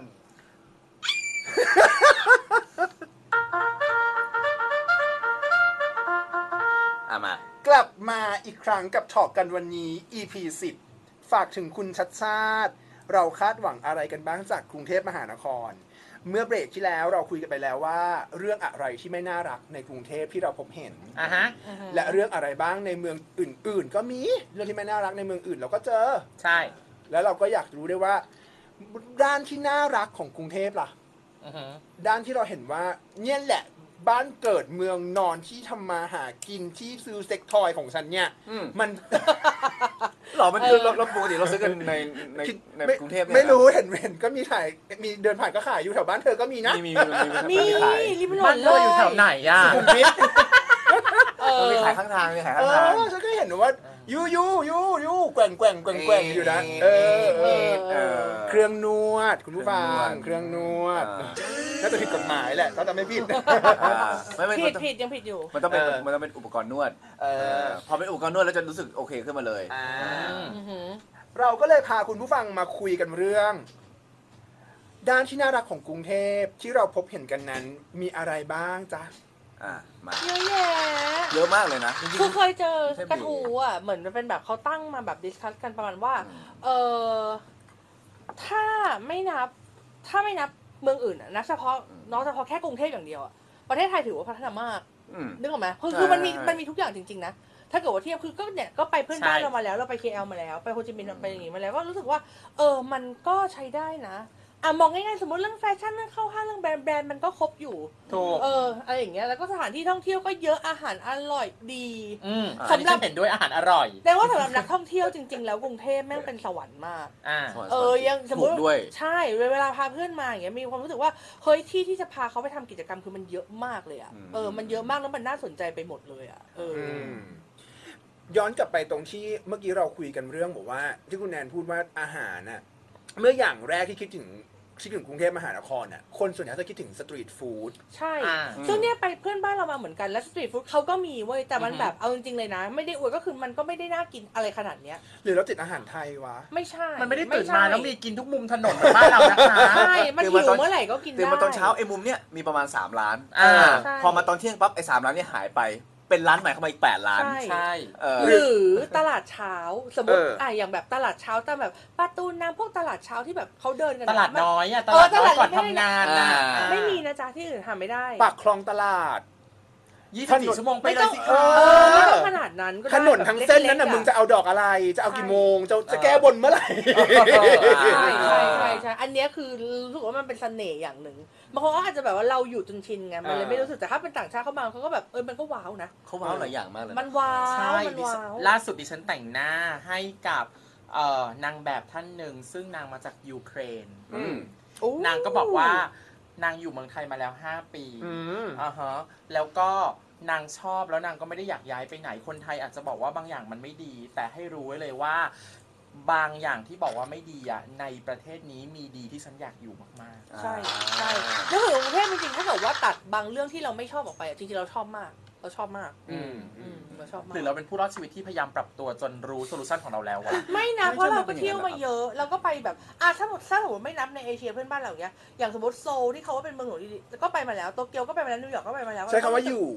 มากลับมาอีกครั้งกับถอกกันวันนี้ EP 10 ฝากถึงคุณชัดชาติเราคาดหวังอะไรกันบ้างจากกรุงเทพมหานคร เมื่อเบรกที่แล้วเราคุยกันไปแล้วว่าเรื่องอะไรที่ไม่น่ารักในกรุงเทพที่เราพบเห็นและเรื่องอะไรบ้างในเมืองอื่นๆก็มีเรื่องที่ไม่น่ารักในเมืองอื่นเราก็เจอใช่แล้วเราก็อยากรู้ด้วยว่าด้านที่น่ารักของกรุงเทพล่ะด้านที่เราเห็นว่าเนี่ยแหละบ้านเกิดเมืองนอนที่ทำมาหากินที่ซื้อเซ็กทอยของฉันเนี่ยมันหรอมันคือเราปกติเราซื้อกันในกรุงเทพไม่รู้เห็นก็มีขายมีเดินผ่านก็ขายอยู่แถวบ้านเธอก็มีนะมมีริมถนบ้าน นเลเธอย อยู่แถวไหนอ่ะมีขายข้างทางมีขายข้างทางฉันก็เห็นว่ายูแกว่งอยู่นะเครื่องนวดคุณผู้ฟังเครื่องนวดน่าจะผิดกฎหมายแหละถ้าจะไม่ผิดผิดยังผิดอยู่มันต้องเป็นอุปกรณ์นวดพอเป็นอุปกรณ์นวดแล้วจะรู้สึกโอเคขึ้นมาเลยเราก็เลยพาคุณผู้ฟังมาคุยกันเรื่องด้านที่น่ารักของกรุงเทพที่เราพบเห็นกันนั้นมีอะไรบ้างจ๊ะมาเยอะแยะเยอะมากเลยนะคือเคยเจอกระทู้อ่ะเหมือนมันเป็นแบบเขาตั้งมาแบบดิสคัสกันประมาณว่าถ้าไม่นับเมืองอื่นอะนับเฉพาะแค่กรุงเทพอย่างเดียวอะประเทศไทยถือว่าพัฒนามาก นึกออกไหมคือมันมีทุกอย่างจริงๆนะถ้าเกิดว่าเทียบคือก็เนี่ยก็ไปเพื่อนบ้านเรามาแล้วเราไป KL มาแล้วไปโฮจิมินห์ไปอย่างงี้มาแล้วก็รู้สึกว่ามันก็ใช้ได้นะมองง่ายๆสมมติเรื่องแฟชั่นเรื่องเข้าห้างเรื่องแบรนด์มันก็ครบอยู่ถูกอะไรอย่างเงี้ยแล้วก็สถานที่ท่องเที่ยวก็เยอะอาหารอร่อยดีสำหรับเห็นด้วยอาหารอร่อยแต่ว่าสำหรับนักท่องเที่ยวจริงๆแล้วกรุงเทพแม่งเป็นสวรรค์มากยังสมมติใช่เวลาพาเพื่อนมาอย่างเงี้ยมีความรู้สึกว่าเฮ้ยที่จะพาเขาไปทำกิจกรรมคือมันเยอะมากเลยอ่ะมันเยอะมากแล้วมันน่าสนใจไปหมดเลยอ่ะย้อนกลับไปตรงที่เมื่อกี้เราคุยกันเรื่องบอกว่าที่คุณแนนพูดว่าอาหารน่ะเมื่ออย่างแรกที่คิดถึงกรุงเทพมหานครน่ะคนส่วนใหญ่จะคิดถึงสตรีทฟู้ดใช่ซึ่งเนี่ยไปเพื่อนบ้านเรามาเหมือนกันแล้วสตรีทฟู้ดเขาก็มีเว้ยแต่มันแบบเอาจริงๆเลยนะไม่ได้อวยก็คือมันก็ไม่ได้น่ากินอะไรขนาดเนี้ยหรือเราติดอาหารไทยวะไม่ใช่มันไม่ได้ตื่นมาแล้วมีกินทุกมุมถนนเหมือนบ้านเรานะคะใช่มันหิวเมื่อไหร่ก็กินได้ตื่นมาตอนเช้าไอ้มุมเนี้ยมีประมาณ3ร้านพอมาตอนเที่ยงปั๊บไอ้3ร้านนี้หายไปเป็นร้านใหม่เข้ามาอีก8ร้านใช่หรือตลาดเช้าสมมติอย่างแบบตลาดเช้าตามแบบประตูน้ำพวกตลาดเช้าที่แบบเขาเดินกันตลาดน้อยตลาดน้อยก่อนทำงานไม่มีนะจ๊ะที่อื่นทำไม่ได้ปากคลองตลาด 24 ชั่วโมงไปเลยสิไม่ต้องขนาดนั้นถนนทั้งเส้นนั้นน่ะมึงจะเอาดอกอะไรจะเอากี่โมงจะแก้บนเมื่อไหร่ใช่อันนี้คือรู้สึกว่ามันเป็นเสน่ห์อย่างหนึ่งบางคนก็อาจจะแบบว่าเราอยู่จนชินไงมันเลยไม่รู้สึกแต่ถ้าเป็นต่างชาติเข้ามาเขาก็แบบมันก็ว้าวนะเขาว้าวหลายอย่างมากเลยมันว้าวล่าสุดดิฉันแต่งหน้าให้กับนางแบบท่านหนึ่งซึ่งนางมาจากยูเครนนางก็บอกว่านางอยู่เมืองไทยมาแล้ว5 ปีแล้วก็นางชอบแล้วนางก็ไม่ได้อยากย้ายไปไหนคนไทยอาจจะบอกว่าบางอย่างมันไม่ดีแต่ให้รู้ไว้เลยว่าบางอย่างที่บอกว่าไม่ดีอ่ะในประเทศนี้มีดีที่ฉันอยากอยู่มากๆใช่นึกถึงกรุงเทพจริงๆถ้าเกิดว่าตัดบางเรื่องที่เราไม่ชอบออกไปจริงๆเราชอบมากเราชอบมากเราชอบมากหรือเราเป็นผู้รอดชีวิตที่พยายามปรับตัวจนรู้โซลูชันของเราแล้ววะไม่นะเพราะเราก็เที่ยวมาเยอะเราก็ไปแบบถ้าสมมติไม่นับในเอเชียเพื่อนบ้านเราอย่างเงี้ยอย่างสมมติโซลที่เขาว่าเป็นเมืองหลวงดีๆก็ไปมาแล้วโตเกียวก็ไปมาแล้วนิวยอร์กก็ไปมาแล้วใช้คำว่าอยู่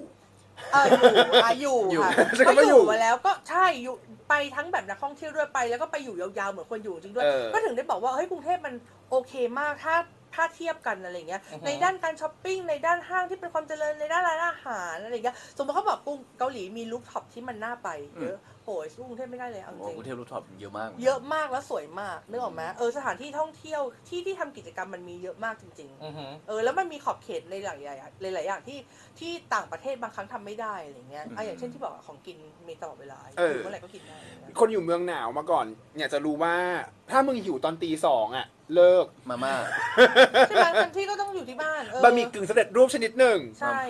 ค่ะก็อยู่มาแล้วก็ใช่อยู่ไปทั้งแบบนักท่องเที่ยวด้วยไปแล้วก็ไปอยู่ยาวๆเหมือนคนอยู่จริงด้วยก็ถึงได้บอกว่าเฮ้ยกรุงเทพมันโอเคมากถ้าเทียบกันอะไรเงี้ยในด้านการช้อปปิ้งในด้านห้างที่เป็นความเจริญในด้านร้านอาหารอะไรเงี้ยสมมติเขาบอกเกาหลีมีรูฟท็อปที่มันน่าไปเยอะโหยกรุงเทพไม่ได้เลยเอาจริงกรุงเทพรูฟท็อปเยอะมากแล้วสวยมากนึกออกไหมสถานที่ท่องเที่ยวที่ทำกิจกรรมมันมีเยอะมากจริงๆแล้วมันมีขอบเขตในหลายอย่างที่ต่างประเทศบางครั้งทำไม่ได้อะไรเงี้ยอย่างเช่นที่บอกของกินมีตลอดเวลาเมื่อไหร่ก็กินได้คนอยู่เมืองหนาวมาก่อนเนี่ยจะรู้ว่าถ้ามึงหิวตอนตี 2อ่ะเลิกมาม่าใช่ไหมบางที่ก็ต้องอยู่ที่บ้านบะหมี่กึ่งสำเร็จรูปชนิดหนึ่งใช่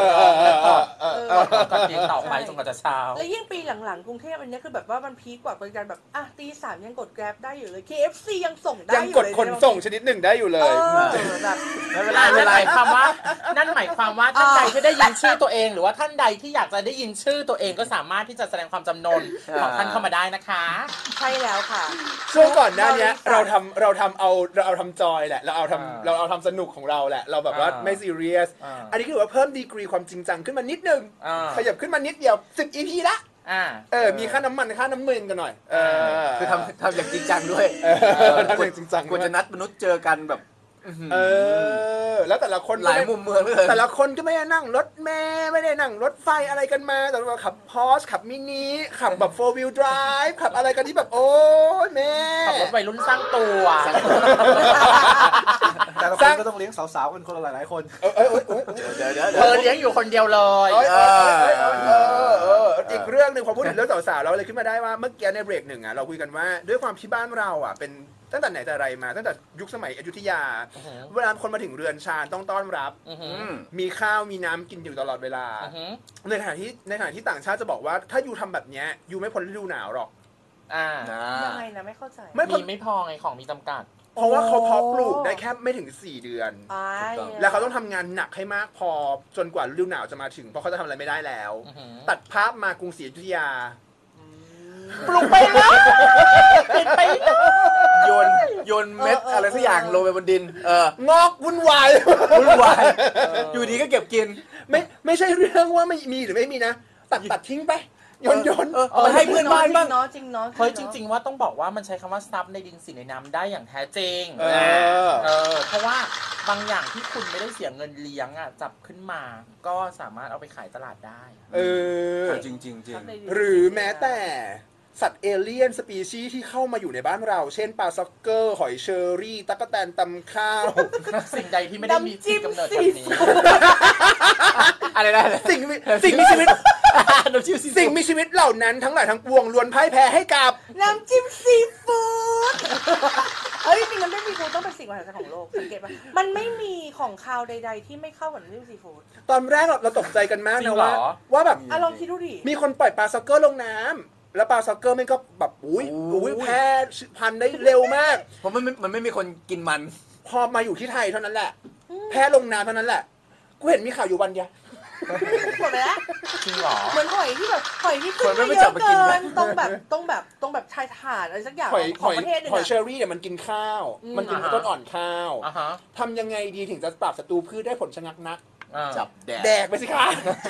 ก่อนเที่ยงต่อไปจนกว่าจะเช้าแล้วยิ่งปีหลังๆกรุงเทพอันนี้คือแบบว่ามันพีคกว่าบริการแบบตี 3ยังกด Grab ได้อยู่เลย KFC ยังส่งได้ยังกดขนส่งชนิดหนึ่งได้อยู่เลยแบบไม่เป็นไรนั่นหมายความว่าท่านใดที่ได้ยินชื่อตัวเองหรือว่าท่านใดที่อยากจะได้ยินชื่อตัวเองก็สามารถที่จะแสดงความจำนนของท่านเข้ามาได้นะคะใช่แล้วค่ะช่วงก่อนหน้านี้เราทำจอยแหละเราเอาทำสนุกของเราแหละเราแบบว่าไม่ซีเรียสอันนี้คือว่าเพิ่มดีกรีความจริงจังขึ้นมานิดนึงขยับขึ้นมานิดเดียว10 EP ละมีค่าน้ำมันค่าน้ำมันกันหน่อยคือทำอย่างจริงจังด้วยทำอย่างจริงจังควรจะนัดมนุษย์เจอกันแบบแล้วแต่ละคนหลายมุมเมืองเลยแต่ละคนก็ไม่ได้นั่งรถแม่ไม่ได้นั่งรถไฟอะไรกันมาแต่ว่าขับพอร์ชขับมินิขับแบบ4 wheel drive ขับอะไรกันที่แบบโอ้ยแม่ขับรถวัยรุ่นสร้างตัวแต่ละคนก็ต้องเลี้ยงสาวๆกันคนละหลายๆคนเธอเลี้ยงอยู่คนเดียวเลยอีกเรื่องหนึ่งพอพูดถึงเรื่องสาวๆเราเลยขึ้นมาได้ว่าเมื่อกี้ในเบรกหนึ่งเราคุยกันว่าด้วยความที่บ้านเราเป็นตั้งแต่ไหนแต่ไรมาตั้งแต่ยุคสมัยอยุธยาเวลาคนมาถึงเรือนชานต้องต้อนรับมีข้าวมีน้ำกินอยู่ตลอดเวลาในขณะที่ต่างชาติจะบอกว่าถ้ายูทำแบบนี้ยูไม่พ้นฤดูหนาวหรอกยังไงนะไม่เข้าใจไม่พอไงของมีจำกัดเพราะว่าเขาเพาะปลูกได้แค่ไม่ถึง4 เดือนแล้วเขาต้องทำงานหนักให้มากพอจนกว่าฤดูหนาวจะมาถึงเพราะเขาจะทำอะไรไม่ได้แล้วตัดภาพมากรุงศรีอยุธยาปลูกไปแล้วเป็นไปโยนเม็ดอะไรสักอย่างลงไปบนดินงอกวุ่นวายอยู่ดีก็เก็บกินไม่ใช่เรื่องว่าไม่มีหรือไม่มีนะตัดทิ้งไปโยนเอาไปให้เพื่อนบ้านบ้างจริงเนาะเฮ้ยจริง ๆ ว่าต้องบอกว่ามันใช้คำว่าซับในดินสีในน้ำได้อย่างแท้จริง เพราะว่าบางอย่างที่คุณไม่ได้เสียเงินเลี้ยงอ่ะจับขึ้นมาก็สามารถเอาไปขายตลาดได้จริงจริงจริงหรือแม้แต่สัตว์เอเลี่ยนสปีชีส์ที่เข้ามาอยู่ในบ้านเรา เช่นปลาซ็อกเกอร์หอยเชอรี่ตั๊กแตนตำข้าวสิ่งใดที่ไม่ได้มีที่กำเนิดแบบนี้อะไรนะสิ่งมีชีวิต สิ่งมีชีวิตเหล่านั้นทั้งหลายทั้งปวงล้วนพ่ายแพ้ให้กับน้ำจิ้มซีฟู้ดเฮ้ยจริงมันไม่ซีฟู้ดต้องเป็นสิ่งมหัศจรรย์ของโลกสังเกตป่ะมันไม่มีของคาวใดๆที่ไม่เข้ากับน้ำจิ้มซีฟู้ดตอนแรกเราตกใจกันมากจรินะงเหรอว่าแบบลองคิดดูดิมีคนปล่อยปลาซ็อกเกอร์ลงน้ำแล้วปลาซ็อกเกอร์มันก็แบบอุ้ยแพร่พันธุ์ได้เร็วมากเพราะมันไม่มีคนกินมันพอมาอยู่ที่ไทยเท่านั้นแหละ แพร่ลงน้ำเท่านั้นแหละ กูเห็นมีข่าวอยู่วันเดียวหมดไปแล้วจริงเหรอเหมือนหอยที่แบบหอยที่ขึ้นหอยไม่มาไปเยจับอะมากินเกิไหมนต้องแบบชายหาดอะไรสักอย่างหอยของประเทศหนึงหอยอะเชอรี่เนี่ยมันกินข้าว มันกินต้นอ่อนข้าวอ่ะฮะทำยังไงดีถึงจะปราบศัตรูพืชได้ผลชะงักนักจับแดดแดกไปสิคะ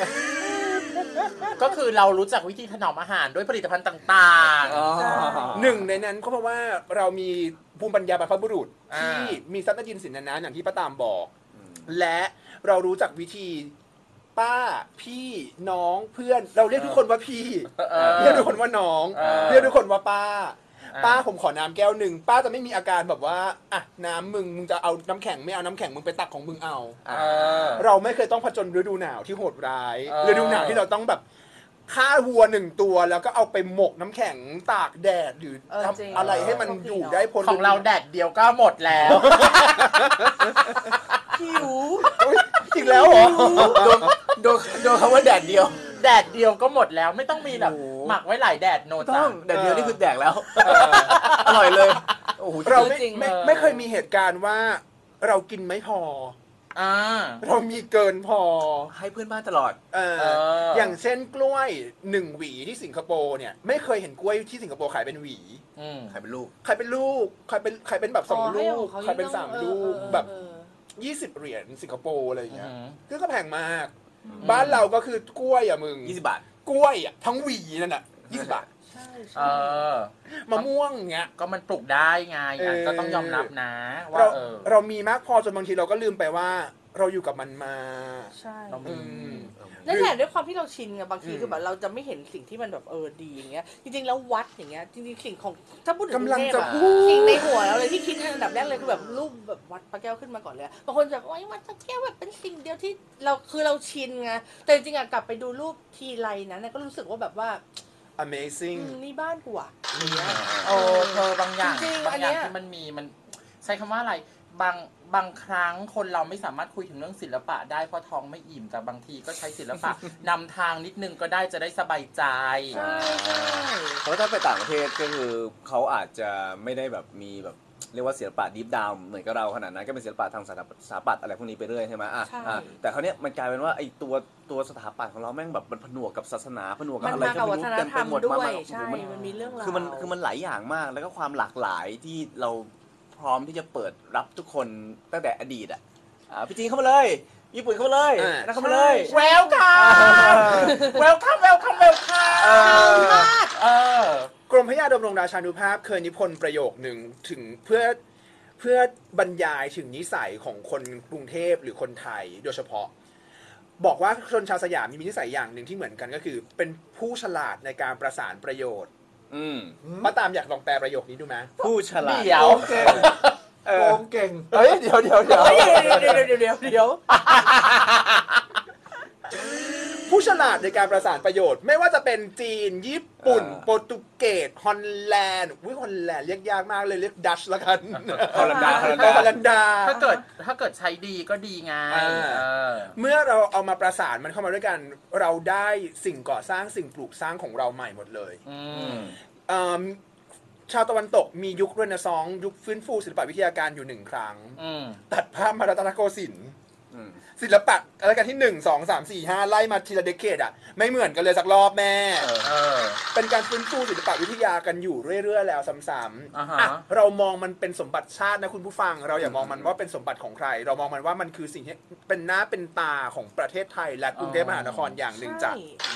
ก็คือเรารู้จักวิธีถนอมอาหารด้วยผลิตภัณฑ์ต่างอ๋อหนึ่งในนั้นก็เพราะว่าเรามีภูมิปัญญาบรรพบุรุษอ่าที่มีทรัพย์ในดินสินนั้นอย่างที่ป้าตามบอก และเรารู้จักวิธีป้าพี่น้องเพื่อน เราเรียกทุกคนว่าพี่ เรียกทุกคนว่าน้อง เรียกทุกคนว่าป้า ป้าผมขอน้ำแก้วหนึ่งป้าจะไม่มีอาการแบบว่าอ่ะน้ำมึงจะเอาน้ำแข็งไม่เอาน้ำแข็งมึงไปตักของมึงเอา เราไม่เคยต้องผจญฤดูหนาวที่โหดร้ายเออฤดูหนาวที่เราต้องแบบฆ่าวัวหนึ่งตัวแล้วก็เอาไปหมกน้ำแข็งตากแดดหรือจริงทำอะไรให้มันอยู่ได้พ้นของเราแดดเดียวก็หมดแล้วหิวอุ๊ยอีกแล้วเหรอโดนคำว่าแดดเดียวแดดเดียวก็หมดแล้วไม่ต้องมีแบบโอ้โหหมักไว้หลายแดดโนต้จ้าองแดดเดียวนี่คือแดกแล้ว อร่อยเลย โอ้โหเราจริงไม่เคยมีเหตุการณ์ว่าเรากินไม่พออ่าเรามีเกินพอให้เพื่อนบ้านตลอดอย่างเช่นกล้วย1หวีที่สิงคโปร์เนี่ยไม่เคยเห็นกล้วยที่สิงคโปร์ขายเป็นหวีมใครเป็นลูกใครเป็นลูกใครเป็นแบบ2ลูกใครเป็น3ลูกแบบเออ 20 เหรียญสิงคโปร์อะไรอย่างเงี้ยอืมก็แพงมาก บ้านเราก็คือกล้วยอ่ะมึง 20 บาทกล้วยอ่ะทั้งหวีนั่นอ่ะ20 บาทใช่เอใช่อมะม่วงเงี้ยก็มันปลูกได้ไงเออก็ต้องยอมรับนะว่าเราเออเรามีมากพอจนบางทีเราก็ลืมไปว่าเราอยู่กับมันมาใช่เราอืมนั่นแหละด้วยความที่เราชินไงบางทีอืมคือแบบเราจะไม่เห็นสิ่งที่มันแบบดีอย่างเงี้ยจริงๆแล้ววัดอย่างเงี้ยจริงๆสิ่งของถ้าพูดถึงกำลังกรุเทพจะอะพูดสิ่งในหัวเราเลยที่คิดอันดับแรกเลยคือแบบรูปแบบวัดพระแก้วขึ้นมาก่อนเลยบางคนจะบอกว่าวัดพระแก้วแบบเป็นสิ่งเดียวที่เราชินไงแต่จริงๆอะกลับไปดูรูปทีไรนั้นนะก็รู้สึกว่าแบบว่า Amazing นี่บ้านกูอะอย่างเงี้ยโอ้เธอบางอย่างจริงๆบางอย่างอันเนี้ยที่มันใช้คำว่าอะไรบางครั้งคนเราไม่สามารถคุยถึงเรื่องศิลปะได้เพราะท้องไม่อิ่มแต่บางทีก็ใช้ศิลปะ นำทางนิดนึงก็ได้จะได้สบายใจใช่ใช่เพราะถ้าไปต่างประเทศก็คือเขาอาจจะไม่ได้แบบมีแบบเรียกว่าศิลปะดีฟดาวเหมือนกับเราขนาดนั้นก็เป็นศิลปะทางสถาปัตย์อะไรพวกนี้ไปเรื่อยใช่ไหมแต่คราวเนี้ยมันกลายเป็นว่าไอ้ตัวสถาปัตย์ของเราแม่งแบบมันผนวกกับศาสนาผนวกกับมันอะไรมากับวัฒนธรรมเต็ไปหมด้วยาใช่โอ้โหมันมีเรื่องราวคือมันหลายอย่างมากแล้วก็ความหลากหลายที่เราพร้อมที่จะเปิดรับทุกคนตั้งแต่อดีตพี่จีนเข้ามาเลยญี่ปุ่นเข้ามาเลยนั่นเข้ามาเลยเวลคัมเวลคัมเออกรมพระยาดำรงราชานุภาพเคยนิพนธ์ประโยคหนึ่งถึงเพื่อบรรยายถึงนิสัยของคนกรุงเทพหรือคนไทยโดยเฉพาะ บอกว่าชนชาวสยามมีนิสัยอย่างหนึ่งที่เหมือนกันก็คือ เป็นผู้ฉลาดในการประสานประโยชน์มาตามอยากลองแปลประโยคนี้ดูไหมผู้ฉลาดเดี๋ยวโกงเก่งโกงเก่งเฮ้ยเดี๋ยวเดี๋ยวผู้ฉลาดในการประสานประโยชน์ ไม่ว่าจะเป็นจีนญี่ปุ่นโปรตุเกสฮอลแลนด์ฮอลแลนด์เรียกยากมากเลยเรียกดัชละกันฮอลันดาฮอลันดาถ้าเกิดใช้ดีก็ดีไงอ่าเออเมื่อเราเอามาประสานมันเข้ามาด้วยกัน เราได้สิ่งก่อสร้างสิ่งปลูกสร้างของเราใหม่หมดเลย ชาวตะวันตกมียุคเรเนซองส์ยุคฟื้นฟูศิลปวิทยาการอยู่1 ครั้ง ตัดภาพมารัตนโกสินทร์ศิลปะอะไรกันที่1 2 3 4 5ไล่มาทีละเดเคดไม่เหมือนกันเลยสักรอบแม่ เป็นการฟื้นฟูศิลปวิทยากันอยู่เรื่อยๆแล้วซ้ำๆเรามองมันเป็นสมบัติชาตินะคุณผู้ฟังเราอย่ามองมันว่าเป็นสมบัติของใคร เรามองมันว่ามันคือสิ่งที่เป็นหน้าเป็นตาของประเทศไทยและกรุงเทพมหานครอย่างหนึ่งจ้ะใ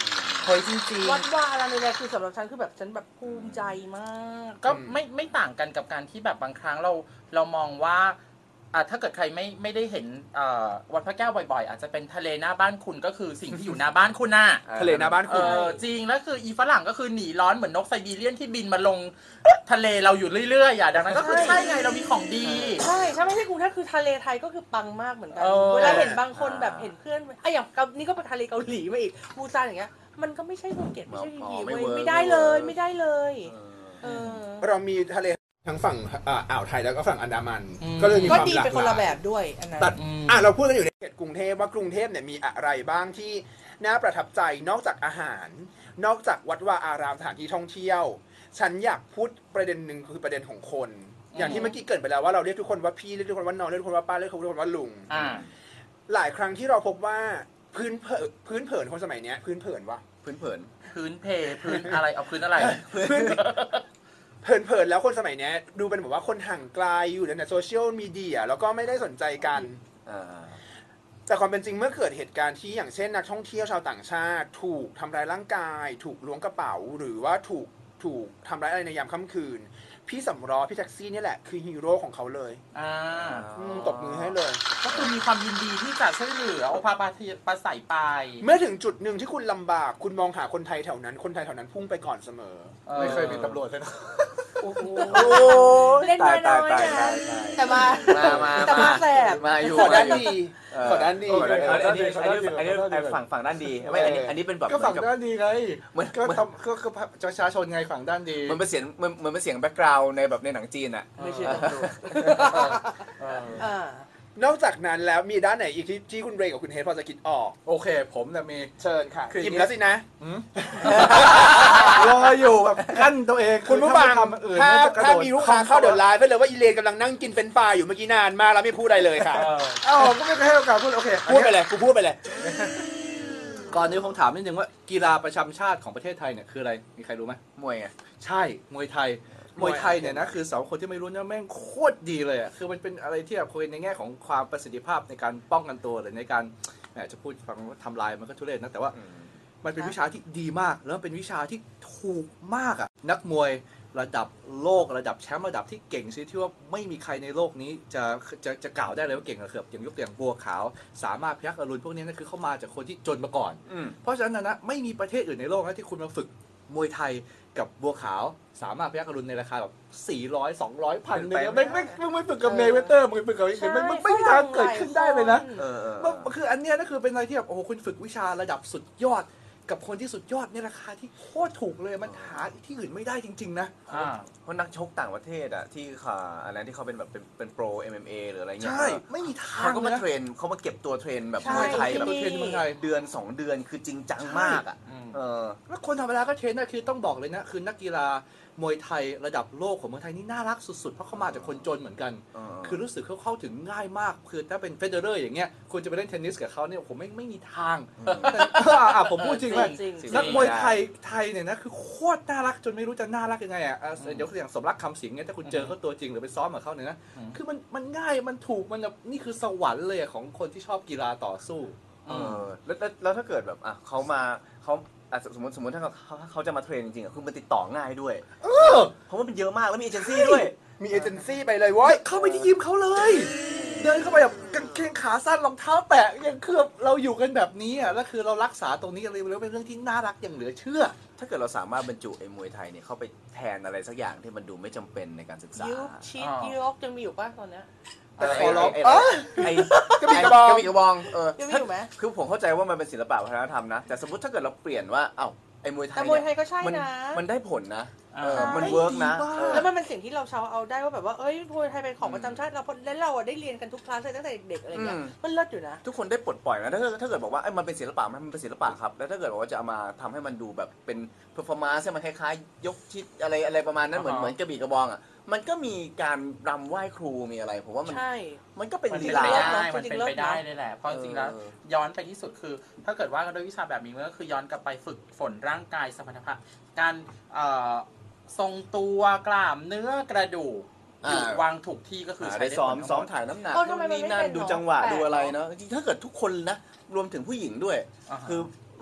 เฮ้ยจริงวัดว่าอะไรในแรกคือสำหรับฉันคือแบบฉันแบบภูมิใจมากก็ไม่ต่างกันกับการที่แบบบางครั้งเรามองว่าถ้าเกิดใครไม่ได้เห็นวัดพระแก้วบ่อยๆ อาจจะเป็นทะเลหน้าบ้านคุณก็คือสิ่งที่อยู่หน้าบ้านคุณน่ะทะเลหน้าบ้านคุณจริงแล้วคืออีฝรั่งก็คือหนีร้อนเหมือนนกไซบีเรียนที่บินมาลงทะเลเราอยู่เรื่อยๆดังนั้นก็คือใช่ไงเรามีของดีใช่ถ้าไม่ใช่กรุงเทพคือทะเลไทยก็คือปังมากเหมือนกันเออเวลาเห็นบางคนแบบเห็นเพื่อนอย่างนี่ก็ไปทะเลเกาหลีมาอีกบูซานอย่างเงี้ยมันก็ไม่ใช่ภูเก็ตไม่ใช่พีพีเว้ยไม่ได้เลยไม่ได้เลยเออเรามีทะเลทั้งฝั่งอ่าวไทยแล้วก็ฝั่งอันดามันอืมก็เลยมีคก็วามดีหลากเป็นคนหละลาแบยบด้วยอันนั้นแต่เราพูดกันอยู่ในเขตกรุงเทพว่ากรุงเทพเนี่ยมีอะไรบ้างที่น่าประทับใจนอกจากอาหาร นอกจากวัดวาอารามสถานที่ท่องเที่ยว ฉันอยากพูดประเด็นหนึ่งคือประเด็นของคน อย่างที่เมื่อกี้เกริ่นไปแล้วว่าเราเรียกทุกคนว่าพี่เรียกทุกคนว่าน้องเรียกทุกคนว่าป้าเรียกทุกคนว่าลุง หลายครั้งที่เราพบว่าพื้นเผินคนสมัยเนี้ยพื้นเผินวะพื้นเผินพื้นเพพื้นอะไรเอาพื้นอะไรพื้นเผินแล้วคนสมัยเนี้ยดูเป็นแบบว่าคนห่างไกลอยู่ในโซเชียลมีเดียแล้วก็ไม่ได้สนใจกัน แต่ความเป็นจริงเมื่อเกิดเหตุการณ์ที่อย่างเช่นนักท่องเที่ยวชาวต่างชาติถูกทำร้ายร่างกาย ถูกล้วงกระเป๋าหรือว่าถูกทำร้ายอะไรในยามค่ำคืน พี่สำล้อพี่แท็กซี่นี่แหละคือฮีโร่ของเขาเลยตบมือให้เลยก็คือมีความยินดีที่จะช่วยเหลือโอภาปาใส่ไปเมื่อถึงจุดหนึ่งที่คุณลำบากคุณมองหาคนไทยแถวนั้นคนไทยแถวนั้นพุ่งไปก่อนเสมอไม่เคยมีตำรวจเลยนะโอ้โหยเล่นน้อยตายนะแต่มามาแต่มาแสบมาอยู่ขอด้านดีขอด้านดีอันนี้ฝั่งด้านดีไม่อันนี้เป็นแบบก็ฝั่งด้านดีไงเหมือนก็ประชาชนไงฝั่งด้านดีมันเป็นเสียงมันเป็นเสียงแบ็กกราวด์ในแบบในหนังจีนอ่ะไม่ใช่ตำรวจอ่านอกจากนั้นแล้วมีด้านไหนอีกที่คุณเรย์กับคุณเฮดพอจะคิดออกโอเค ผมเนี่ยมีเชิญค่ะคืออหย่ายิงบนี้แล้วสินะรออยู่แบบกั้นตัวเองคุณผู้ฟังถ้าไม่ทำอื่นถ้ามีลูกค้าเข้าเดี๋ยวไลฟ์ไปเลยว่าอีเลนกำลังนั่งกินเป็นปลาอยู่เมื่อกี้นานมากแล้วไม่พูดอะไรเลยค่ะก็ไม่ให้โอกาสพูดโอเคพูดไปเลยกูพูดไปเลยก่อนนี้ผมถามนิดนึงว่ากีฬาประจำชาติของประเทศไทยเนี่ยคืออะไรมีใครรู้ไหมมวยไงใช่มวยไทยมวยไทยเนี่ยนะคือสองคนที่ไม่รู้เนี่ยแม่งโคตรดีเลยอ่ะคือมันเป็นอะไรที่แบบคุยในแง่ของความประสิทธิภาพในการป้องกันตัวหรือในการแหมจะพูดฟังว่าทำลายมันก็ทุเรศนะแต่ว่ามันเป็นวิชาที่ดีมากแล้วเป็นวิชาที่ถูกมากอ่ะนักมวยระดับโลกระดับแชมป์ระดับที่เก่งซิที่ว่าไม่มีใครในโลกนี้จะกล่าวได้เลยว่าเก่งกับอย่างยกตัวอย่างบัวขาวสามารถพยัคฆ์อรุณพวกนี้นะคือเข้ามาจากคนที่จนมาก่อนเพราะฉะนั้นนะไม่มีประเทศอื่นในโลกนะที่คุณมาฝึกมวยไทยกับบัวขาวสามารถพยัคฆ์อรุณในราคาแบบ400 200 พันเลยไม่ฝึกกับเมย์เวเตอร์มึงฝึกกับมันไม่มีทางเกิดขึ้นได้เลยนะคืออันเนี้ยนั่นคือเป็นอะไรที่แบบโอ้โหคุณฝึกวิชาระดับสุดยอดกับคนที่สุดยอดในราคาที่โคตรถูกเลยมันหาที่อื่นไม่ได้จริงๆนะเพราะนักชกต่างประเทศอ่ะที่อะไรที่เขาเป็นแบบเป็นโปร MMA หรืออะไรเงี้ยใช่ไม่มีทางเขาก็มาเทรนเขามาเก็บตัวเทรนแบบมวยไทยแบบเทรนเมืองไทยเดือน2 เดือนคือจริงจังมากอ่ะแล้วคนธรรมดาก็เทรนนะคือต้องบอกเลยนะคือนักกีฬามวยไทยระดับโลกของเมืองไทยนี่น่ารักสุดๆเพราะเขามาจากคนจนเหมือนกันคือรู้สึกเขาเข้าถึงง่ายมากคือถ้าเป็นเฟเดอเรอร์อย่างเงี้ยคุณจะไปเล่นเทนนิสกับเขาเนี่ยผมไม่มีทางผมพูดจริงว่านักมวยไทยเนี่ยนะคือโคตรน่ารักจนไม่รู้จะน่ารักยังไงอ่ะยกตัวอย่างสมรักคำสิงห์เนี่ยถ้าคุณเจอเขาตัวจริงหรือไปซ้อมกับเขาเนี่ยนะคือมันง่ายมันถูกมันแบบนี่คือสวรรค์เลยของคนที่ชอบกีฬาต่อสู้แล้วถ้าเกิดแบบเขาสมมติถ้าเขาจะมาเทรนจริงๆคือมันติดต่อง่ายด้วยเพราะว่ามันเยอะมากแล้วมีเอเจนซี่ด้วยมีเอเจนซี่ไปเลยเว้ยเข้าไปที่ยิมเขาเลยเดินเข้าไปแบบกางเกงขาสั้นรองเท้าแตะยังคือเราอยู่กันแบบนี้อ่ะแล้วคือเรารักษาตรงนี้กันเลยแล้วเป็นเรื่องที่น่ารักอย่างเหลือเชื่อถ้าเกิดเราสามารถบรรจุไอ้มวยไทยเนี่ยเข้าไปแทนอะไรสักอย่างที่มันดูไม่จำเป็นในการศึกษาชีทยูกยังมีอยู่ป่ะตอนเนี้ยแต่ขอร้องไอ้กระบี่กระบองยังมีอยู่ไหมคือผมเข้าใจว่ามันเป็นศิลปะวัฒนธรรมนะแต่สมมติถ้าเกิดเราเปลี่ยนว่าไอ้มวยไทยแต่มวยไทยก็ใช่นะมันได้ผลนะมันเวิร์กนะแล้วมันเป็นสิ่งที่เราเอาได้ว่าแบบว่าเอ้ยมวยไทยเป็นของประจำชาติเราแล้วเราได้เรียนกันทุกคลาสเลยตั้งแต่เด็กๆอะไรเงี้ยมันเลิศอยู่นะทุกคนได้ปลดปล่อยนะถ้าเกิดบอกว่ามันเป็นศิลปะมันเป็นศิลปะครับแล้วถ้าเกิดบอกว่าจะเอามาทำให้มันดูแบบเป็นเพอร์ฟอร์มานซ์ให้มันคล้ายๆยกชิดอะไรประมาณนั้นเหมือนกระบี่กระบองอ่ะมันก็มีการรำไหว้ครูมีอะไรผมว่ามันก็เป็นลีลามันเป็นไปได้เลยแหละเพราะจริงแล้วย้อนไปที่สุดคือถ้าเกิดว่าด้วยวิชาแบบนี้มันก็คือย้อนกลับไปฝึกฝนร่างกายสมรรถภาพการทรงตัวกล้ามเนื้อกระดูกวางถูกที่ก็คือใช้ได้ซ้อมถ่ายน้ำหนักนี่นั่นดูจังหวะดูอะไรเนาะจริงถ้าเกิดทุกคนนะรวมถึงผู้หญิงด้วยคือ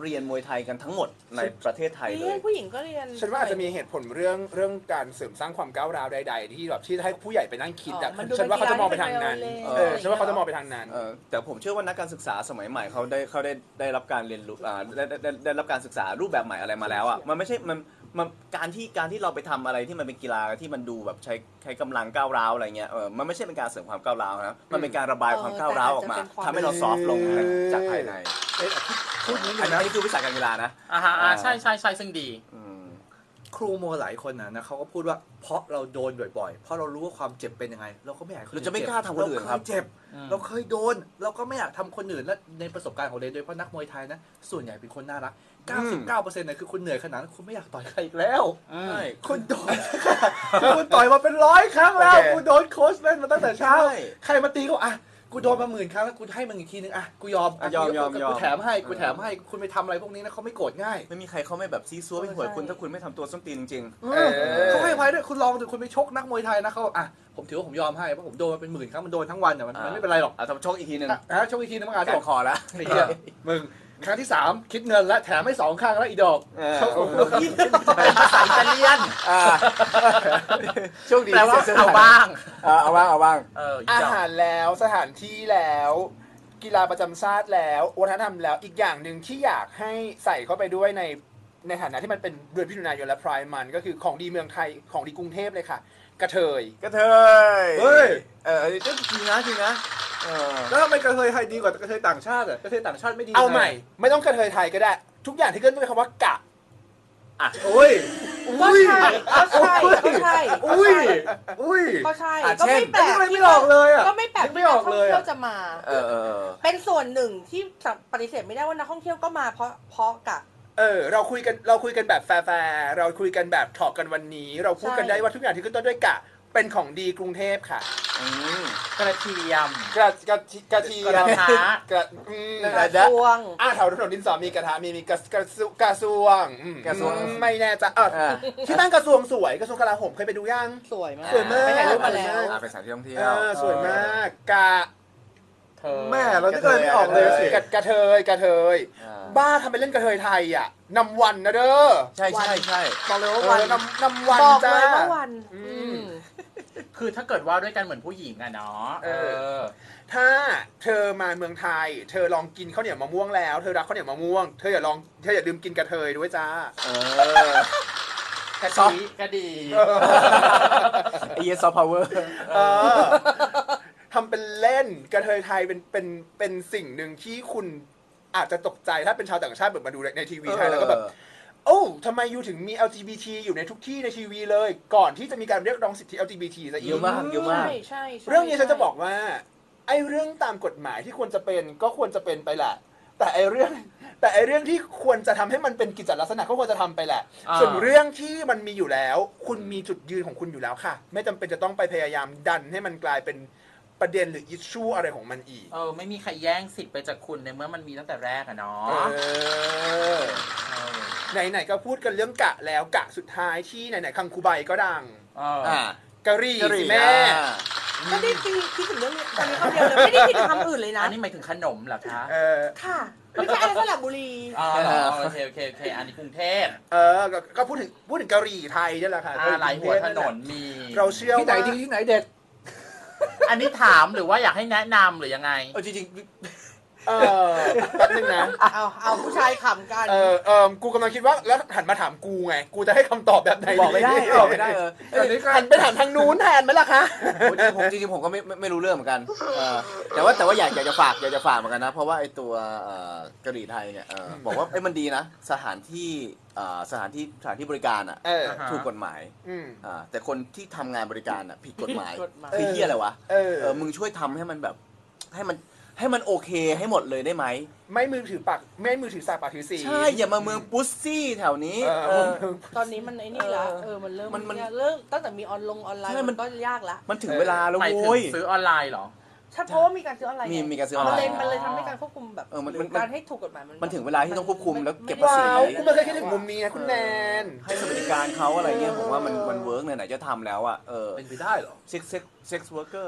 เรียนมวยไทยกันทั้งหมดในประเทศไทยเลเรียยนผู้หญิงก็เรียนฉันว่าอาจจะมีเหตุผลเรื่องการเสริมสร้างความก้าวร้าวใดๆที่แบบที่ให้ผู้ใหญ่ไปนั่งคิดอะมันดูฉันว่าเขาจะมองไปทางนั้นเป็นกีฬาที่ฉันว่าเขาจะมองไปทางนั้นแต่ผมเชื่อว่านักการศึกษาสมัยใหม่เขาได้รับการเรียนรู้ได้รับการศึกษารูปแบบใหม่อะไรมาแล้วอ่ะมันไม่ใช่มันการที่เราไปทำอะไรที่มันเป็นกีฬาที่มันดูแบบใช้กำลังก้าวร้าวอะไรเงี้ยมันไม่ใช่เป็นการเสริมความก้าวร้าวนะมันเป็นการระบายความก้าวร้าวออกมาทำให้เราซอฟต์ลงจากภายในพูดนี้อันนะนี้คือวิชาการกีฬานะใช่ซึ่งดีครูมวยหลายคนนะเขาก็พูดว่าเพราะเราโดนบ่อยๆเพราะเรารู้ว่าความเจ็บเป็นยังไงเราก็ไม่อยากให้คนเราจะไม่กล้าทำคนอื่นครับเราเคยเจ็บเราเคยโดนเราก็ไม่อยากทำคนอื่นและในประสบการณ์ของเรนโดยเฉพาะนักมวยไทยนะส่วนใหญ่เป็นคนน่ารัก 99%เนี่ยคือคุณเหนื่อยขนาดนั้นคุณไม่อยากต่อยใครอีกแล้วใช่คุณโดนคุณต่อยมาเป็น100 ครั้งแล้วโอเคคุณโดนโค้ชเล่นมาตั้งแต่เช้าใช่ใครมาตีก็กูโดนมา10,000 ครั้งแล้วกูให้มึงอีกทีนึงกูยอมยอมกูแถมให้คุณไปทำอะไรพวกนี้นะเขาไม่โกรธง่ายไม่มีใครเขาไม่แบบซีซัวไปหวยคุณถ้าคุณไม่ทำตัวส้นตีนจริงเขาให้อภัยด้วยคุณลองดูคุณไปชกนักมวยไทยนะเขาผมถือว่าผมยอมให้เพราะผมโดนมาเป็น10,000 ครั้งมันโดนทั้งวันแต่มันไม่เป็นไรหรอกทำโชคอีกทีหนึ่งชกอีกทีนึงมันอาจแกจะนคอแล้วไอ้เหี้ยมึงครั้งที่ 3 คิดเงินและแถมให้2 ครั้งแล้วอีดอกเป็นภาษาอิตาเลียนโชคดีแปลว่าที่เอาบ้างเอาบ้างอาหารแล้วสถานที่แล้วกีฬาประจำชาติแล้ววัฒนธรรมแล้วอีกอย่างหนึ่งที่อยากให้ใส่เข้าไปด้วยในฐานะที่มันเป็นเดือนพิถุนายนและพรายมันก็คือของดีเมืองไทยของดีกรุงเทพเลยค่ะ กระเทยกระเทยเฮ้ยจริงนะแล้วทำไมกระเทยไทยดีกว่ากระเทยต่างชาติกระเทยต่างชาติไม่ดีเอาใหม่ไม่ต้องกระเทยไทยก็ได้ ทุกอย่างที่เกิดด้วยคำว่ากะโอ้ยก็ใช่ก็ใช่ก็ใช่อุ้ยก็ใช่อ่ะก็ไม่แปลกไม่ออกเลยอ่ะก็ไม่แปลกไม่ที่อนัอก กท่องเลยเที่ยอ่ะวจะมาเป็นส่วนหนึ่งที่ปฏิเสธไม่ได้ว่านักท่องเที่ยวก็มาเพราะกะเราคุยกันแบบแฟร์ๆเราคุยกันแบบถอกกันวันนี้ เราพูดกันได้ว่าทุกอย่างที่ขึ้นต้นด้วยกะเป็นของดีกรุงเทพค่ะกระเทียมกระเทียกระมทะกระกระทรวงแถวถนนดินสอมีกระทะมีกระทรวงกระทรวงไม่แน่ใจที่ตั้งกระทรวงสวยกระทรวงกลาโหมเคยไปดูยังสวยมากสวยมากไปถ่ายรูปมาแล้วเป็นสถานที่ท่องเที่ยวสวยมากแม่เราไม่เคยไม่ออกเลยสิกระเทยบ้าทำไปเล่นกระเทยไทยอ่ะนำวันนะเด้อใช่บอกเลยว่าวันนำวันบอกจ้าเลยว่าวันคือถ้าเกิดว่าด้วยกันเหมือนผู้หญิงอะเนาะถ้าเธอมาเมืองไทย เธอลองกินข้าวเหนียวมะม่วงแล้วเธอรักข้าวเหนียวมะม่วงเธออย่าลืมกินกระเทยด้วยจ้ากะทิก็ดีไอเยซอฟต์พาวเวอร์ทำเป็นเล่นกระเทยไทยเป็นสิ่งหนึ่งที่คุณอาจจะตกใจถ้าเป็นชาวต่างชาติแบบมาดูในทีวีไทยแล้วก็แบบโอ้ทำไมยูถึงมี LGBT อยู่ในทุกที่ในทีวีเลยก่อนที่จะมีการเรียกร้องสิทธิ LGBT ซะอีกเยอะมากใช่เรื่องนี้ฉันจะบอกว่าไอ้เรื่องตามกฎหมายที่ควรจะเป็นก็ควรจะเป็นไปแหละแต่ไอ้เรื่องที่ควรจะทำให้มันเป็นกิจลักษณะก็ควรจะทำไปแหละส่วนเรื่องที่มันมีอยู่แล้วคุณมีจุดยืนของคุณอยู่แล้วค่ะไม่จำเป็นจะต้องไปพยายามดันให้มันกลายเป็นประเด็นหรืออิชชูอะไรของมันอีกไม่มีใครแย่งสิทธิ์ไปจากคุณในเมื่อมันมีตั้งแต่แรกอะเนาะไหนๆก็พูดกันเรื่องกะแล้วกะสุดท้ายที่ไหนๆคังคูใบก็ดังกะหรี่สิแม่ไม่ได้คิดถึงเรื่องนี้ตอนนี้คำเดียวเลยไม่ได้คิดถึงคำอื่นเลยนะอันนี้หมายถึงขนมเหรอคะค่ะไม่ใช่อะไรสระบุรีโอเคอันนี้กรุงเทพก็พูดถึงกะหรี่ไทยนี่แหละค่ะหลายหัวถนนมีเราเชื่อที่ไหนดีที่ไหนเด็ดอันนี้ถามหรือว่าอยากให้แนะนำหรือยังไงจริงแป๊บนึงนะเอาผู้ชายขำกันกูกำลังคิดว่าแล้วหันมาถามกูไงกูจะให้คำตอบแบบไหนบอกไม่ได้หันไปถามทางนู้นแทนไหมล่ะคะจริงๆผมก็ไม่รู้เรื่องเหมือนกันแต่ว่าอยากจะฝากเหมือนกันนะเพราะว่าไอตัวกะหรี่ไทยเนี่ยบอกว่ามันดีนะสถานที่บริการอ่ะถูกกฎหมายแต่คนที่ทำงานบริการอ่ะผิดกฎหมายคือเหี้ยอะไรวะมึงช่วยทำให้มันแบบให้มันโอเคให้หมดเลยได้ไหมไม่มือถือสากปากถือสีใช่อย่ามาเมืองปุ๊ซี่แถวนี้ตอนนี้มันไอ้นี่ละมันเริ่มตั้งแต่มีออนไลน์มันก็ยากละมันถึงเวลาแล้วโว้ยซื้อออนไลน์เหรอใช่เพราะว่ามีการซื้อออนไลน์มีการซื้อออนไลน์มันเลยทำให้การควบคุมแบบมันหรือการให้ถูกกฎหมายมันถึงเวลาที่ต้องควบคุมแล้วเก็บภาษีว้าวคุณไม่เคยคิดถึงมุมนี้นะคุณแนนให้สวัสดิการเขาอะไรเงี้ยผมว่ามันเวิร์กไหนๆจะทำแล้วอ่ะเป็นไปได้เหรอ sex worker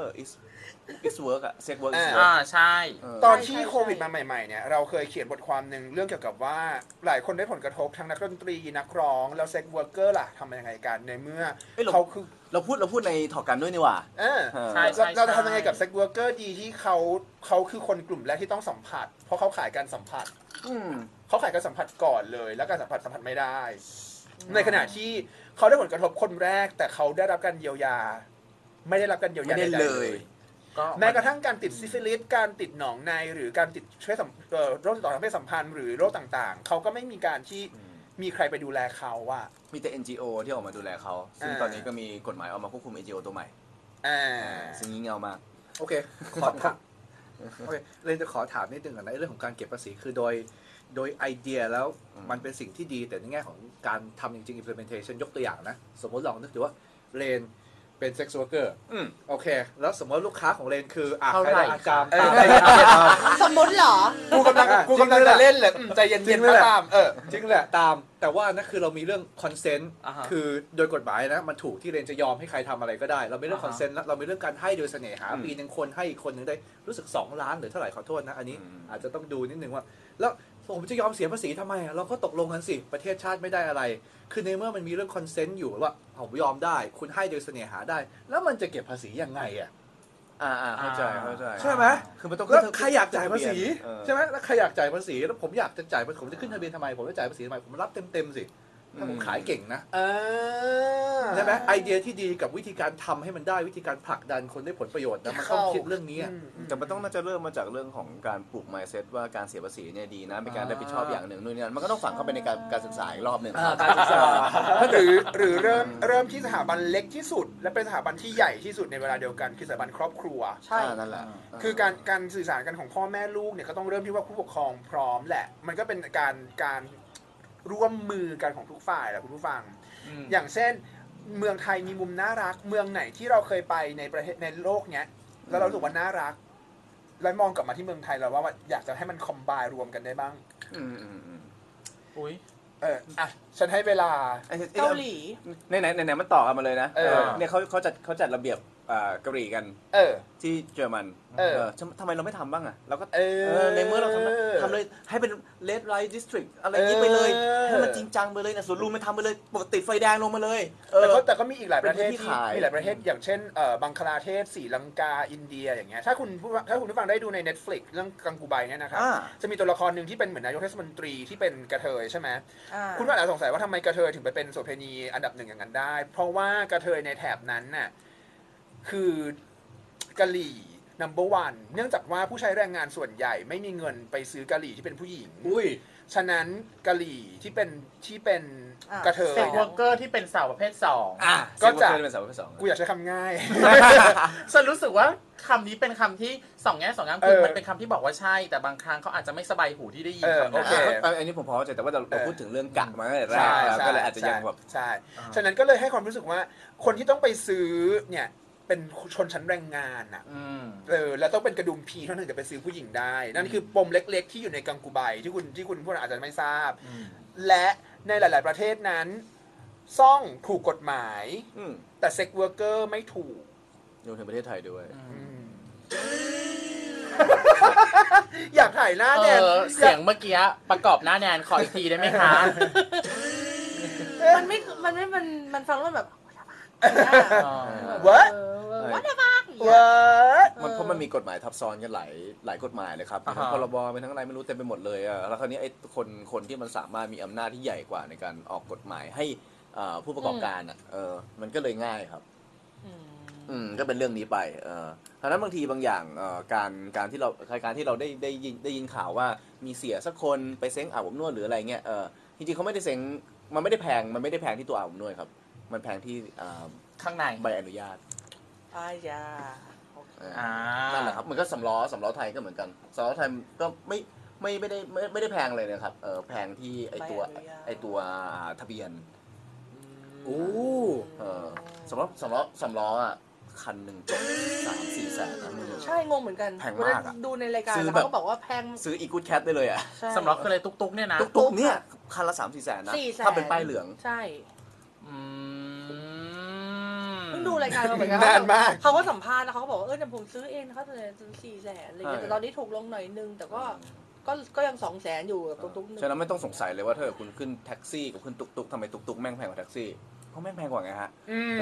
is work อ่ะ sex work is อ่า work ใช่ตอนที่โควิดมาใหม่ๆเนี่ยเราเคยเขียนบทความหนึ่งเรื่องเกี่ยวกับว่าหลายคนได้ผลกระทบทั้งนักดนตรีนักร้องแล้วเซ็กเวิร์กเกอร์ล่ะทำยังไงกันในเมื่อเอ้ยเขาคือเราพูดในถอกันด้วยนี่หว่าใช่เราจะทำยังไงกับเซ็กเวิร์กเกอร์ดีที่เขาคือคนกลุ่มแรกที่ต้องสัมผัส เพราะเขาขายการสัมผัส เขาขายการสัมผัสก่อนเลยแล้วการสัมผัสไม่ได้ ในขณะที่เขาได้ผลกระทบคนแรกแต่เขาได้รับการเยียวยา ไม่ได้รับการเยียวยาไม่ได้ใดๆเลยแม้กระทั่งการติดซิฟิลิสการติดหนองในหรือการติดเชื้อโรคติดต่อทางเพศสัมพันธ์หรือโรคต่างๆ เขาก็ไม่มีการที่มีใครไปดูแลเขาว่ามีแต่ NGO ที่ออกมาดูแลเขา ซึ่งตอนนี้ก็มีกฎหมายออกมาควบคุม NGO ตัวใหม่ ซึ่งงี่เง่ามากโอเค ขอถามโอเคเรนจะขอถามนิดนึงก่อนนะเรื่องของการเก็บภาษีคือโดยไอเดียแล้วมันเป็นสิ่งที่ดีแต่ในแง่ของการทำจริงๆ implementation ยกตัวอย่างนะ สมมติลองนึกดูว่าเรนเป็น sex worker โอเค แล้วสมมติลูกค้าของเรนคือเท่าไหร่อาจารย์สมมติเหรอกูกำลังจะเล่นเลยใจเย็นๆก็ตามจริงแหละตามแต่ว่านั่นคือเรามีเรื่อง consent อ่าฮะคือโดยกฎหมายนะมันถูกที่เรนจะยอมให้ใครทำอะไรก็ได้ เรามีเรื่อง consent แล้วเรามีเรื่องการให้โดยเสน่หาปีหนึ่งคนให้อีกคนหนึ่งได้รู้สึก2 ล้านหรือเท่าไหร่ขอโทษนะอันนี้อาจจะต้องดูนิดนึงว่าแล้วผมจะยอมเสียภาษีทำไมเราก็ตกลงกันสิประเทศชาติไม่ได้อะไร คือในเมื่อมันมีเรื่อง consent อยู่ว่าผมยอมได้คุณให้โดยเสน่หาได้ แล้วมันจะเก็บภาษียังไงอ่ะเข้าใจใช่ไหมคือมันต้องแล้วใครอยากจ่ายภาษีเออใช่ไหมแล้วใครอยากจ่ายภาษีแล้วผมอยากจะจ่ายผมจะขึ้นทะเบียนทำไมผมจะจ่ายภาษีทำไมผมรับเต็มสิถ้าผมขายเก่งนะใช่ไหมไอเดียที่ดีกับวิธีการทำให้มันได้วิธีการผลักดันคนได้ผลประโยชน์นะมันต้องคิดเรื่องนี้อะแต่มันต้องน่าจะเริ่มมาจากเรื่องของการปลูก mindset ว่าการเสียภาษีเนี่ยดีนะเป็นการรับผิดชอบอย่างหนึ่งนู่นนี่นั่นมันก็ต้องฝังเข้าไปในการศึกษาอีกรอบหนึ่งการศึกษาหรือเริ่มที่สถาบันเล็กที่สุด และเป็นสถาบันที่ใหญ่ที่สุดในเวลาเดียวกันคือสถาบันครอบครัวใช่นั่นแหละคือการสื่อสารกันของพ่อแม่ลูกเนี่ยก็ต้องเริ่มที่ว่าผู้ปกครองพร้อมแหละ มันก็เป็นการร่วมมือกันของทุกฝ่ายแหละคุณผู้ฟัง อย่างเช่นเมืองไทยมีมุมน่ารัก เมืองไหนที่เราเคยไปในประเทศในโลกเนี้ยแล้วเรารู้สึกว่าน่ารัก แล้วมองกลับมาที่เมืองไทยเราว่าอยากจะให้มันคอมไบรวมกันได้บ้างอุ้ยฉันให้เวลาเกาหลีไหนมันต่อกันมาเลยนะเออเนี่ยเขาจัดระเบียบกะหรี่กันที่เยอรมันทำไมเราไม่ทำบ้างอ่ะเราก็ในเมื่อเราทำเลยให้เป็น red light district อะไรอย่างนี้ไปเลยให้มันจริงจังไปเลยนะส่วนลุงไม่ทำไปเลยปกติไฟแดงลงมาเลยแต่ก็มีอีกหลายประเทศเป็นที่ที่ขายมีหลายประเทศอย่างเช่นบังคลาเทศศรีลังกาอินเดียอย่างเงี้ยถ้าคุณผู้ฟังได้ดูใน Netflix เรื่องกังกูไบเนี่ยนะครับจะมีตัวละครหนึ่งที่เป็นเหมือนนายกเทศมนตรีที่เป็นกระเทยใช่ไหมคุณอาจจะสงสัยว่าทำไมกระเทยถึงไปเป็นโสเภณีอันดับหนึ่งอย่างนั้นได้ เพราะว่ากระเทยในแถบนั้นน่ะคือกะหรี่ number one เนื่องจากว่าผู้ใช้แรงงานส่วนใหญ่ไม่มีเงินไปซื้อกะหรี่ที่เป็นผู้หญิง ฉะนั้นกะหรี่ที่เป็นกระเทยเซ็กเวิร์กเกอร์ที่เป็นสาวประเภทสองก็จะเป็นสาวประเภทสองกูอยากใช้คำง่ายฉันรู้สึกว่าคำนี้เป็นคำที่สองแง่สองงามคือมันเป็นคำที่บอกว่าใช่ แต่บางครั้งเขาอาจจะไม่สบายหูที่ได้ยินคำโอนั้นเคอันนี้ผมพอเข้าใจแต่ว่าเราพูดถึงเรื่องกะมาตั้งแต่แรกก็เลยอาจจะยังแบบใช่ ฉะนั้นก็เลยให้ความรู้สึกว่าคนที่ต้องไปซื้อเนี่ยเป็นชนชั้นแรงงานอ่ะแล้วต้องเป็นกระดุมพีเท่านั้นถึงจะไปซื้อผู้หญิงได้ นั่นคือปมเล็กๆที่อยู่ในกังกูไบที่คุณผู้อาจจะไม่ทราบ และในหลายๆประเทศนั้นซ่องถูกกฎหมายแต่เซ็กเวิร์กเกอร์ไม่ถูกรวมถึงประเทศไทยด้วยอยากถ่ายหน้าแนนเสียงเมื่อกี้ประกอบหน้าแนนขออีกทีได้ไหมคะมันฟังแล้วแบบ What วัดบ้าง What เพราะมันมีกฎหมายทับซ้อนกันหลายกฎหมายเลยครับทั้งพรบเป็นทั้งอะไรไม่รู้เต็มไปหมดเลยแล้วคราวนี้ไอ้คนที่มันสามารถมีอำนาจที่ใหญ่กว่าในการออกกฎหมายให้ผู้ประกอบการมันก็เลยง่ายครับก็เป็นเรื่องนี้ไปฉะนั้นบางทีบางอย่างการที่เราได้ยินข่าวว่ามีเสียสักคนไปเซ้งอาบอบนวดหรืออะไรเงี้ยจริงๆเขาไม่ได้เซ้งมันไม่ได้แพงที่ตัวอาบอบนวดครับมันแพงที่ข้างในใบอนุญาตนั่นแหละครับมันก็สำล้อไทยก็เหมือนกันสำล้อไทยก็ไม่ได้แพงเลยนะครับแพงที่ไอตัวทะเบียนสำล้ออ่ะคันหนึ่ง3-4 แสนนะมึงใช่งงเหมือนกันแพงมากอะดูในรายการซื้อแล้วแบบเขาก็บอกว่าแพงซื้ออีกูดแคทได้เลยอ่ะใช่สำล็อกคืออะไรตุ๊กๆเนี่ยนะตุกๆเนี่ยคันละ 3-4 แสนนะ 400,000 ถ้าเป็นป้ายเหลืองใช่อืมเพิ่งดูรายการมาเหมือนกันนานมากเขาก็สัมภาษณ์แล้วเขาก็บอกว่าแต่ผมซื้อเองนะคะแต่400,000อะไรเงี้ยใช่แต่ตอนนี้ถูกลงหน่อยนึง แต่ก็ยัง200,000อยู่กับตุ๊กๆนึงฉะนั้นไม่ต้องสงสัยเลยว่าถ้าเกิดคุณขึ้นแท็กซี่กับขึ้นตุกๆทำไมตุกๆแม่งแพงกว่าแท็กซี่เพราะแม่งแพงกว่าไงฮะ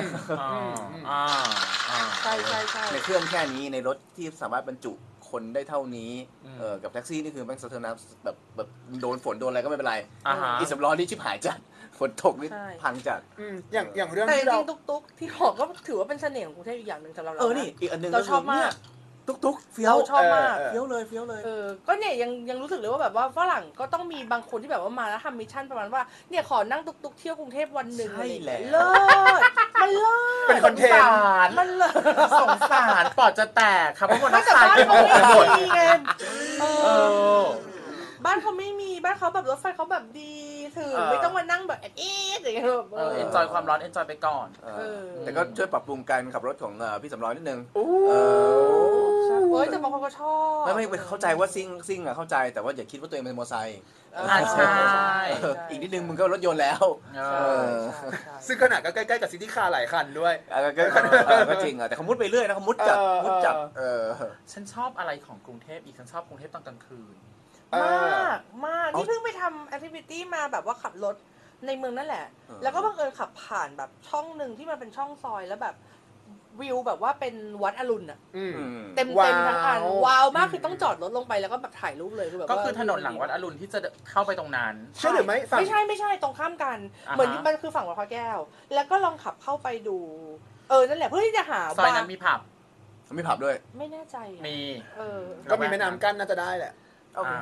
ใช่ใช่ใช่ในเครื่องแค่นี้ในรถที่สามารถบรรจุคนได้เท่านี้อืมกับแท็กซี่นี่คือแม่งสะเทินน้ำแบบโดนฝนโดนอะไรก็ไม่เป็นไรอ่าฮะอีสำล้อนี่ชิบหายจัดฝนตกนี่ใช่พังจัดอย่างเรื่องแต่จที่เราริงๆตุ๊กๆที่บอกก็ถือว่าเป็นเสน่ห์ของกรุงเทพอีกอย่างหนึ่งสำหรับเรานี่อีกอันหนึงเราชอบมากตุกๆเฟี้ยวเราชอบมากเออเฟี้ยวเลยเฟี้ยวเลยก็เนี่ยยังรู้สึกเลยว่าแบบว่าฝรั่งก็ต้องมีบางคนที่แบบว่ามาแล้วทำมิชชั่นประมาณว่าเนี่ยขอนั่งตุ๊กๆเที่ยวกรุงเทพวันหนึ่งใช่แล้วเลิศมันเลิศเป็นคอนเทนต์มันเลิศสงสารปอดจะแตกครับเพราะคนไม่นักแต่สายบ้านเป็นเขาหมดไม่หมดมีไงเอเอออบ้านเขาไม่มีบ้านเขาแบบรถไฟเขาแบบดีถึงไม่ต้องมานั่งแบบแอดอย่างเงี้ยแบบเอนจอยความร้อนเอนจอยไปก่อนแต่ก็ช่วยปรับปรุงการขับรถของพี่สำรองนิดนึงใช่เอ้ยแต่บางคนก็ชอบไม่เข้าใจว่าซิ่งอะเข้าใจแต่ว่าอย่าคิดว่าตัวเองเป็นมอเตอร์ไซค์ใช่อีกนิดนึงมึงก็รถยนต์แล้วเอใช่อใช่ใช่ซึ่งขนาดก็ใกล้ๆกับซิตี้คาร์หลายคันด้วยก็จริงอะแต่เขามุดไปเรื่อยนะเขามุดจับเออมุดจับฉันชอบอะไรของกรุงเทพอีกฉันชอบกรุงเทพตอนกลางคืนมากนี่เพิ่งไปทำแอคทิวิตี้มาแบบว่าขับรถในเมืองนั่นแหละ แล้วก็บังเอิญขับผ่านแบบช่องหนึ่งที่มันเป็นช่องซอยแล้วแบบวิวแบบว่าเป็นวัดอรุณอะเต็มว้าวทั้งอันว้าวมากคือต้องจอดรถลงไปแล้วก็แบบถ่ายรูปเลยคือแบบก็ว่าคือถนนหลังวัดอรุณที่จะเข้าไปตรงนั้นเชื่อหรือไม่ฝั่งไม่ใช่ตรงข้ามกันอ่าฮะเหมือนมันคือฝั่งวัดพระแก้ว แล้วก็ลองขับเข้าไปดูนั่นแหละเพื่อที่จะหาซอยนั้นมีผับมีผับด้วยไม่แน่ใจอะมีก็มีแม่น้ำกั้นน่าจะได้แหละอ่า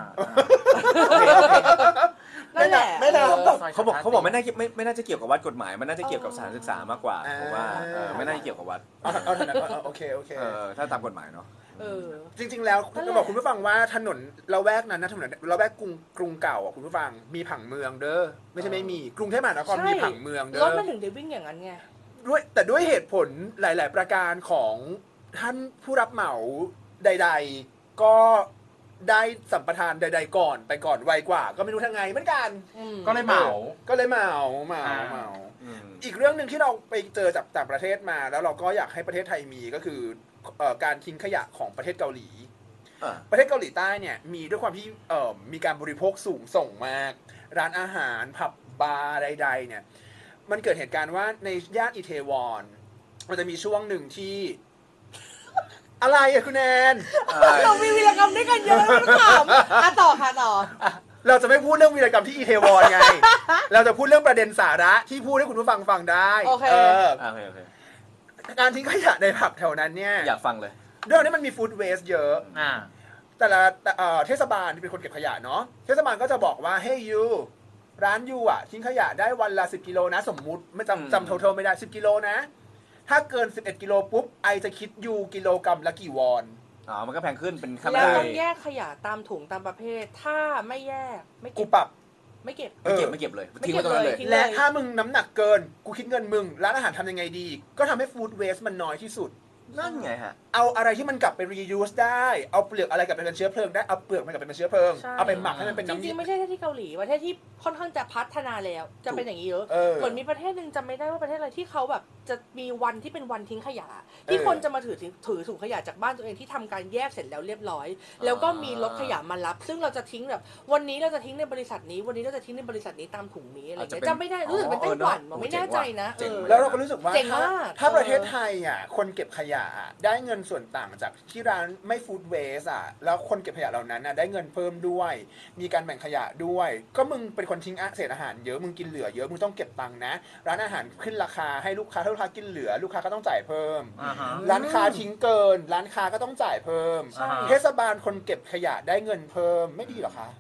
นั่นแหละไม่ได้เขาบอกไม่น่าจะเกี่ยวกับวัดกฎหมายมันน่าจะเกี่ยวกับสถานศึกษามากกว่าผมว่าไม่น่าจะเกี่ยวกับวัดเอาถนัดโอเคถ้าตามกฎหมายเนาะจริงๆแล้วนั่นแหละจะบอกคุณผู้ฟังว่าถนนละแวกนั้นนะถนนละแวกกรุงเก่าอ่ะคุณผู้ฟังมีผังเมืองเด้อไม่ใช่ไม่มีกรุงเทพมหานครมีผังเมืองเด้รถอมันถึงได้วิ่งอย่างนั้นไงแต่ด้วยเหตุผลหลาย ๆ ประการของท่านผู้รับเหมาใด ๆ ก็ได้สัมปทานใด ๆ ก่อนไปก่อนไวกว่า ก็ไม่รู้ทางไงเหมือนกันก็เลยเหมาก็เลยเหมาอ่าอีกเรื่องหนึ่งที่เราไปเจอจากต่างประเทศมา แล้วเราก็อยากให้ประเทศไทยมีก็คือการทิ้งขยะของประเทศเกาหลี ประเทศเกาหลีใต้เนี่ยมีด้วยความที่มีการบริโภคสูงส่งมาก ร้านอาหารผับบาร์ใดๆเนี่ยมันเกิดเหตุการณ์ว่าในย่านอิเทวอนมันจะมีช่วงหนึ่งที่ อะไรอะคุณแอนเรามีวีรกรรมด้วยกันเยอะแล้วถามต่อค่ะต่อเราจะไม่พูดเรื่องวีรกรรมที่อิเทวอนไง เราจะพูดเรื่องประเด็นสาระที่พูดให้คุณผู้ฟังฟังได้โอเคโอเคการทิ้งขยะในผับแถวนั้นเนี่ยอยากฟังเลยเรื่องนี้มันมีฟู้ดเวสเยอะ แต่ละเทศบาลที่เป็นคนเก็บขยะเนาะเทศบาลก็จะบอกว่าเฮ้ยยูร้านยูอ่ะทิ้งขยะได้วันละ10 กิโลนะสมมุติไม่จำโททไม่ได้10 กิโลนะถ้าเกิน11 กิโลปุ๊บไอจะคิดยูกิโลกรัมละกี่วอนมันก็แพงขึ้นเป็นขั้นแล้วบันไดต้องแยกขยะตามถุงตามประเภท ถ้าไม่แยกไม่กูเก็บปรับไม่เก็บไม่เก็บเลยทิ้งไว้ตรงนั้นเลยทิ้งและถ้ามึงน้ำหนักเกินกูคิดเงินมึงร้านอาหารทำยังไงดี ก็ทำให้ฟู้ดเวสมันน้อยที่สุดนั่นไงฮะเอาอะไรที่มันกลับไป reuse ได้ เอาเปลือกอะไรกลับไปเป็นเชื้อเพลิงได้ เอาเปลือกมันกลับไปเป็นเชื้อเพลิงใช่เอาไปหมักให้มันเป็นจน้ำริงๆไม่ใช่แค่ที่เกาหลีประเทศที่ค่อนข้างจะพัฒนาแล้วจะเป็นอย่างนี้เยอะ เหมือนมีประเทศหนึ่งจำไม่ได้ว่าประเทศอะไรที่เขาแบบจะมีวันที่เป็นวันทิ้งขยะ ที่คนจะมาถือถุงขยะจากบ้านตัวเองที่ทำการแยกเสร็จแล้วเรียบร้อย แล้วก็มีรถขยะมารับ ซึ่งเราจะทิ้งแบบวันนี้เราจะทิ้งในบริษัทนี้ วันนี้เราจะทิ้งในบริษัทนี้ตามถุงนี้อะไรเงี้ยจำไม่ได้รู้สึกเป็นไต้หวันไม่แน่ใจนะแล้วเราก็รู้สึกว่าเจ๋งมากถ้าประเทศไทยอ่ะคนเก็บขยะได้เงินส่วนต่างจากที่ร้านไม่ฟู้ดเวสอ่ะแล้วคนเก็บขยะเหล่านั้นได้เงินเพิ่มด้วย มีการแบ่งขยะด้วย ก็มึงเป็นคนทิ้งเศษอาหารเยอะมึงกินเหลือเยอะมึงต้องเก็บตังค์นะร้านอาหารขึ้นราคาให้ลูกค้าถ้าลูกค้ากินเหลือลูกค้าก็ต้องจ่ายเพิ่ม ร้านค้าทิ้งเกิน ร้านค้าก็ต้องจ่ายเพิ่มใช่เทศบาลคนเก็บขยะได้เงินเพิ่มไม่ดีเหรอคะ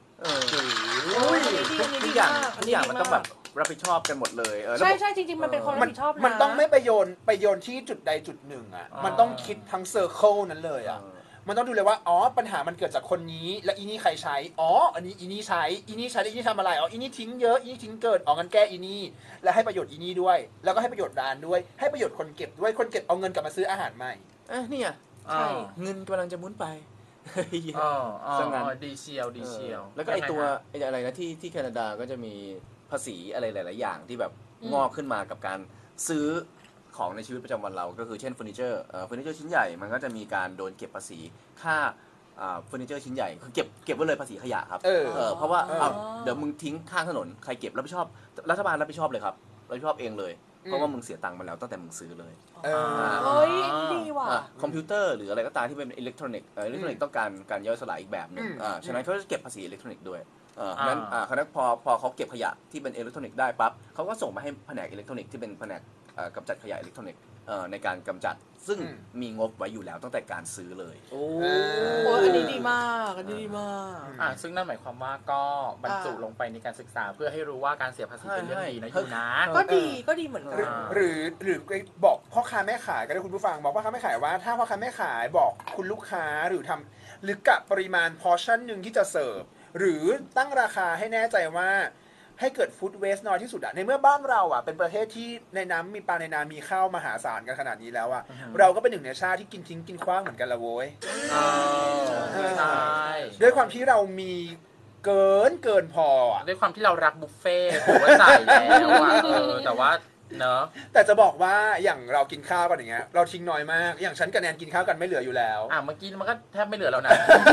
ทุกอย่างมันต้องแบบรับผิดชอบกันหมดเลยใช่จริงๆมันเป็นความรับผิดชอบนะมันต้องไม่ไปโยนที่จุดใดจุดหนึ่งอ่ะมันต้องคิดทั้งเซอร์เคิลนั้นเลยอ่ะมันต้องดูเลยว่าอ๋อปัญหามันเกิดจากคนนี้และอีนี่ใครใช้อ๋ออันนี้อีนี่ใช้อีนี่ใช้แล้วอีนี่ทำอะไรอ๋ออีนี่ทิ้งเยอะอีนี่ทิ้งเกินอ๋องั้นแก้อีนี่และให้ประโยชน์อีนี่ด้วยแล้วก็ให้ประโยชน์ร้านด้วยให้ประโยชน์คนเก็บด้วยคนเก็บเอาเงินกลับมาซื้ออาหารใหม่เนี่ยใช่เงินกำลังจะหมุนไปอ๋ออ๋อซะงั้นดีเชียวดีเชียวแล้วก็ไอยังงตัวฮะไออะไรนะที่แคนาดาก็จะมีภาษีอะไรหลาย ๆ อย่างที่แบบงอกขึ้นมากับการซื้อของในชีวิตประจำวันเราก็คือเช่นเฟอร์นิเจอร์เฟอร์นิเจอร์ชิ้นใหญ่มันก็จะมีการโดนเก็บภาษีค่าเฟอร์นิเจอร์ชิ้นใหญ่คือเก็บไว้เลยภาษีขยะครับ เพราะว่าเดี๋ยวมึงทิ้งข้างถนนใครเก็บรับผิดชอบรัฐบาลรับผิดชอบเลยครับรับผิดชอบเองเลยเพราะว่ามึงเสียตังค์มาแล้วตั้งแต่มึงซื้อเลยเฮ้ยดีว่ะคอมพิวเตอร์หรืออะไรก็ตามที่เป็นอิเล็กทรอนิกส์อิเล็กทรอนิกส์ต้องการย่อยสลายอีกแบบหนึงฉะนั้นเขาจะเก็บภาษีอิเล็กทรอนิกส์ด้วยนั้นคณะพอเขาเก็บขยะที่เป็นอิเล็กทรอนิกส์ได้ปั๊บเขาก็ส่งมาให้แผนกอิเล็กทรอนิกส์ที่เป็นแผนกกำจัดขยะอิเล็กทรอนิกส์ในการกำจัดซึ่งมีงบไว้อยู่แล้วตั้งแต่การซื้อเลยโอ้อันนี้ดีมากอันนี้ดีมากซึ่งนั่นหมายความว่าก็บรรจุลงไปในการศึกษาเพื่อให้รู้ว่าการเสียภาษีเป็นเรื่องดีนะอยู่นะก็ดีเหมือนกันหรือบอกพ่อค้าแม่ขายก็ได้คุณผู้ฟังบอกพ่อค้าแม่ขายว่าถ้าพ่อค้าแม่ขายบอกคุณลูกค้าหรือกะปริมาณพอร์ชั่นหนึ่งที่จะเสิร์ฟหรือตั้งราคาให้แน่ใจว่าให้เกิดฟู้ดเวสต์น้อยที่สุดอะในเมื่อบ้านเราอะเป็นประเทศที่ในน้ำมีปลาในน้ำมีข้าวมหาศาลกันขนาดนี้แล้วอะเราก็เป็นหนึ่งในชาติที่กินทิ้งกินขว้างเหมือนกันละโว้ยใช่ด้วยความที่เรามีเกินพออะด้วยความที่เรารักบุฟเฟ่ต์ผมว่าจ่ายแล้วอะแต่ว่าเนอะแต่จะบอกว่าอย่างเรากินข้าวกันอย่างเงี้ยเราทิ้งน้อยมากอย่างฉันกับแนนกินข้าวกันไม่เหลืออยู่แล้วเมื่อกี้มันก็แทบไม่เหลือแล้วนะ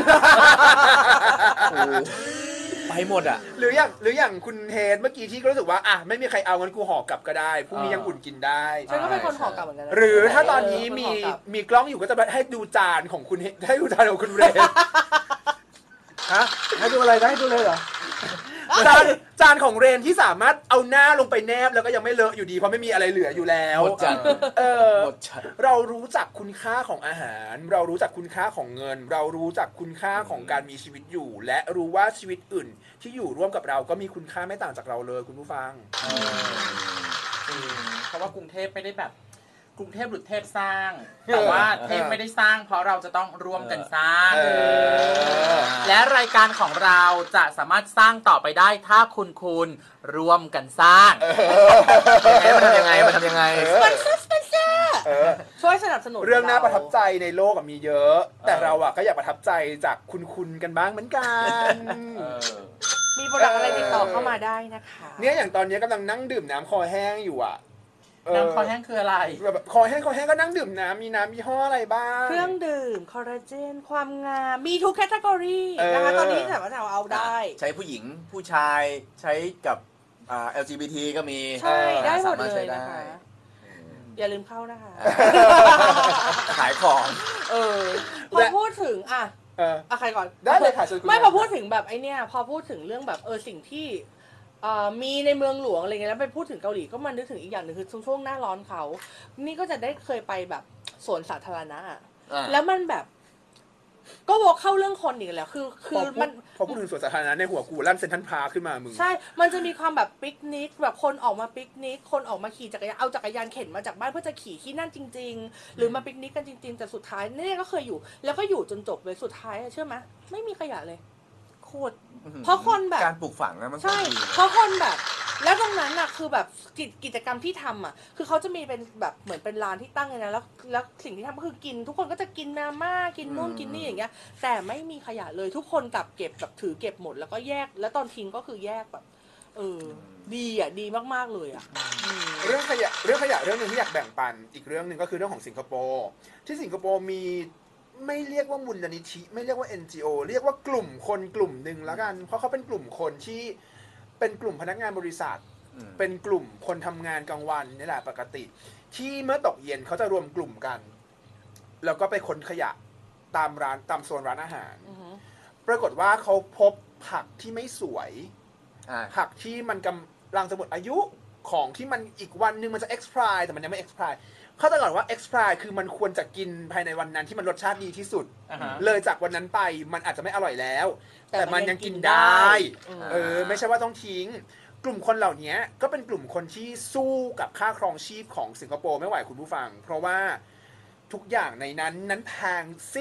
ไปหมดอ่ะหรืออย่างคุณเฮดเมื่อกี้ที่ก็รู้สึกว่าไม่มีใครเอางั้นกูห่อกลับก็ได้พรุ่งนี้ยังอุ่นกินได้ฉันก็เป็นคนห่อกลับเหมือนกันนะหรือถ้าตอนนี้มีกล้องอยู่ก็จะให้ดูจานของคุณให้ดูจานของคุณเรนฮะให้ดูอะไรนะให้ดูเลยเหรอจานของเรนที่สามารถเอาหน้าลงไปแนบแล้วก็ยังไม่เลอะอยู่ดีเพราะไม่มีอะไรเหลืออยู่แล้วหมดจานหมดจานเรารู้จักคุณค่าของอาหาร เรารู้จักคุณค่าของเงิน เรารู้จักคุณค่าของการมีชีวิตอยู่ และรู้ว่าชีวิตอื่นที่อยู่ร่วมกับเราก็มีคุณค่าไม่ต่างจากเราเลยคุณผู้ฟังเพราะว่ากรุงเทพไม่ได้แบบกรุงเทพหรือเทพสร้าง แต่ว่าเทพไม่ได้สร้างเพราะเราจะต้องร่วมกันสร้าง และรายการของเราจะสามารถสร้างต่อไปได้ถ้าคุณร่วมกันสร้างมันทำยังไงมันทำยังไงช่วยสนับสนุนเรื่องน่าประทับใจในโลกมีเยอะ แต่เราก็อยากประทับใจจากคุณกันบ้างเหมือนกันมีโปรดักต์อะไรติดต่อเข้ามาได้นะคะเนี่ยอย่างตอนนี้กำลังนั่งดื่มน้ำคอแห้งอยู่อ่ะน้ำคอแห้งคืออะไรแบบคอแห้งก็นั่งดื่มน้ำมีน้ำยี่ห้ออะไรบ้างเครื่องดื่มคอลลาเจนความงามมีทุกแคตตากรีนะคะตอนนี้สามารถเอาได้ใช้ผู้หญิงผู้ชายใช้กับLGBT ก็มีใช่ได้หมดสาารถเลใช้ยนะคะ อย่าลืมเข้านะคะขายของพอพูดถึงใครก่อนได้เลยค่ะไม่พอพูดถึงแบบไอเนี้ยพอพูดถึงเรื่องแบบสิ่งที่มีในเมืองหลวงอะไรเงี้ยแล้วไปพูดถึงเกาหลีก็มันนึกถึงอีกอย่างหนึ่งคือช่วงหน้าร้อนเขานี่ก็จะได้เคยไปแบบสวนสาธารณะแล้วมันแบบก็วกเข้าเรื่องคนอีกแล้วคือมันพอพูดถึงสวนสาธารณะในหัวกูลั่นเซนทรัลพาร์คขึ้นมามึงใช่มันจะมีความแบบปิกนิกแบบคนออกมาปิกนิกคนออกมาขี่จักรยานเอาจักรยานเข็นมาจากบ้านเพื่อจะขี่ที่นั่นจริงๆหรือมาปิกนิกกันจริงๆแต่สุดท้ายเนี่ยก็เคยอยู่แล้วก็อยู่จนจบเลยสุดท้ายเชื่อไหมไม่มีขยะเลยโคตรเพราะคนแบบการปลูกฝังนะมันก็ใช่ดีนะเพราะคนแบบแล้วตรงนั้นน่ะคือแบบกิจกรรมที่ทำอ่ะคือเขาจะมีเป็นแบบเหมือนเป็นร้านที่ตั้งเลยนะแล้วสิ่งที่ทำก็คือกินทุกคนก็จะกินมาม่ากินนู่นกินนี่อย่างเงี้ยแต่ไม่มีขยะเลยทุกคนกลับเก็บแบบถือเก็บหมดแล้วก็แยกแล้วตอนทิ้งก็คือแยกแบบดีอ่ะดีมากๆเลยอ่ะเรื่องขยะเรื่องนึงที่อยากแบ่งปันอีกเรื่องนึงก็คือเรื่องของสิงคโปร์ที่สิงคโปร์มีไม่เรียกว่ามูลนิธิไม่เรียกว่า NGO เรียกว่ากลุ่มคนกลุ่มหนึ่งแล้วกันเพราะเขาเป็นกลุ่มคนที่เป็นกลุ่มพนักงานบริษัทเป็นกลุ่มคนทำงานกลางวันนี่แหละปกติที่เมื่อตกเย็นเขาจะรวมกลุ่มกันแล้วก็ไปขนขยะตามโซนร้านอาหารปรากฏว่าเขาพบผักที่ไม่สวยผักที่มันกำลังจะหมดอายุของที่มันอีกวันนึงมันจะ expire แต่มันยังไม่ expire เข้าใจก่อนว่า expire คือมันควรจะกินภายในวันนั้นที่มันรสชาติดีที่สุดเลยจากวันนั้นไปมันอาจจะไม่อร่อยแล้วแต่มันยังกินได้ไม่ใช่ว่าต้องทิ้งกลุ่มคนเหล่านี้ก็เป็นกลุ่มคนที่สู้กับค่าครองชีพของสิงคโปร์ไม่ไหวคุณผู้ฟังเพราะว่าทุกอย่างในนั้นแพงสิ้น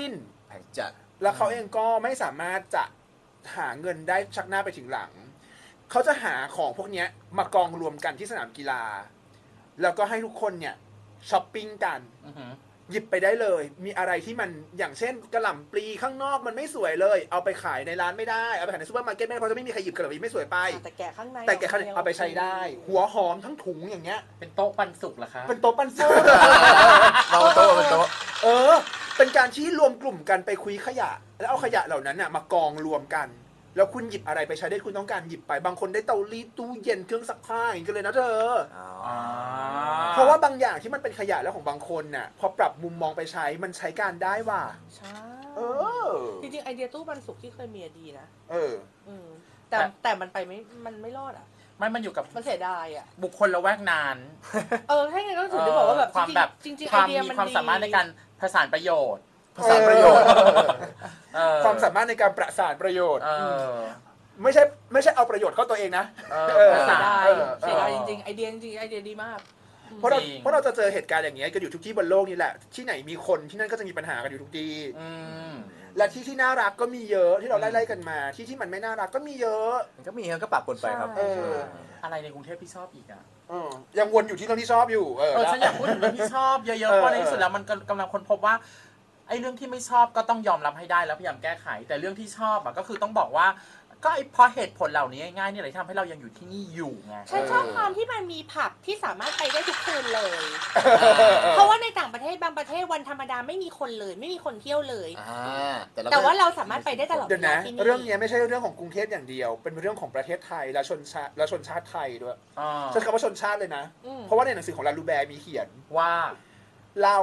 แพงจัดแล้วเขาเองก็ไม่สามารถจะหาเงินได้ชักหน้าไปถึงหลัง เขาจะหาของพวกเนี้ยมากองรวมกันที่สนามกีฬา แล้วก็ให้ทุกคนเนี่ยช้อปปิ้งกันอือหือหยิบไปได้เลย มีอะไรที่มันอย่างเช่นกระหล่ำปลีข้างนอกมันไม่สวยเลย เอาไปขายในร้านไม่ได้ เอาไปขายในซูเปอร์มาร์เก็ตไม่ได้เพราะจะไม่มีใครหยิบกระหล่ำปลีไม่สวยไปแต่แกะข้างในแต่แกะเอาไปใช้ได้ หัวหอมทั้งถุงอย่างเงี้ยเป็นโต๊ะปันสุกเหรอคะเป็นโต๊ะปันสุกเราโต๊ะเป็นโต๊ะเป็นการที่รวมกลุ่มกันไปคุยขยะ แล้วเอาขยะเหล่านั้นน่ะมากองรวมกัน แล้วคุณหยิบอะไรไปใช้ได้คุณต้องการหยิบไป บางคนได้เตารีดตู้เย็นเครื่องซักผ้าอย่างนี้กันเลยนะเธอ เพราะว่าบางอย่างที่มันเป็นขยะแล้วของบางคนน่ะพอปรับมุมมองไปใช้มันใช้การได้ว่ะใช่เออจริงๆไอเดียตู้ปันสุกที่เคยมีอะดีนะเออแต่มันไปมันไม่รอดอ่ะมันอยู่กับมันเสียดายอ่ะบุคคลละแวกนานใช่ไงก็ถึงได้บอกว่าแบบความแบบจริงๆคไอวามเดียมีมันความดีสามารถในการผสานประโยชน์ภาษาประโยชน์ความสามารถในการประสานประโยชน์เออไม่ใช่เอาประโยชน์เข้าตัวเองนะเสียดายเออเสียดายจริงๆไอเดียจริงๆไอเดียดีมากเพราะเราจะเจอเหตุการณ์อย่างเงี้ยกันอยู่ทุกที่บนโลกนี่แหละ ที่ไหนมีคนที่นั่นก็จะมีปัญหากันอยู่ทุกทีอืมและที่น่ารักก็มีเยอะที่เราไล่ๆกันมา ที่มันไม่น่ารักก็มีเยอะมันก็มีครับก็ปรับปนไปครับเอออะไรในกรุงเทพที่ชอบอีกอ่ะยังวนอยู่ที่เรื่องที่ชอบอยู่ฉันอยากพูดถึงเรื่องที่ชอบเยอะๆเพราะในที่สุดแล้วมันกำลังค้นพบว่าไอ้เรื่องที่ไม่ชอบก็ต้องยอมรับให้ได้แล้วพยายามแก้ไข แต่เรื่องที่ชอบอ่ะก็คือต้องบอกว่าก็ไอ้เพราะเหตุผลเหล่านี้ง่ายๆนี่แหละที่ทำให้เรายังอยู่ที่นี่อยู่ไงฉันชอบความที่มันมีผับที่สามารถไปได้ทุกคืนเลย เพราะว่าในต่างประเทศบางประเทศวันธรรมดาไม่มีคนเลย ไม่มีคนเที่ยวเลย แต่ว่าเราสามารถไปได้ตลอดเดี๋ยวเวลานะที่นี่เรื่องนี้ไม่ใช่เรื่องของกรุงเทพอย่างเดียว เป็นเรื่องของประเทศไทยและชนชาติไทยด้วย ใช้คำว่าชนชาติเลยนะ เพราะว่าในหนังสือของลาลูแบร์มีเขียนว่าเหล้า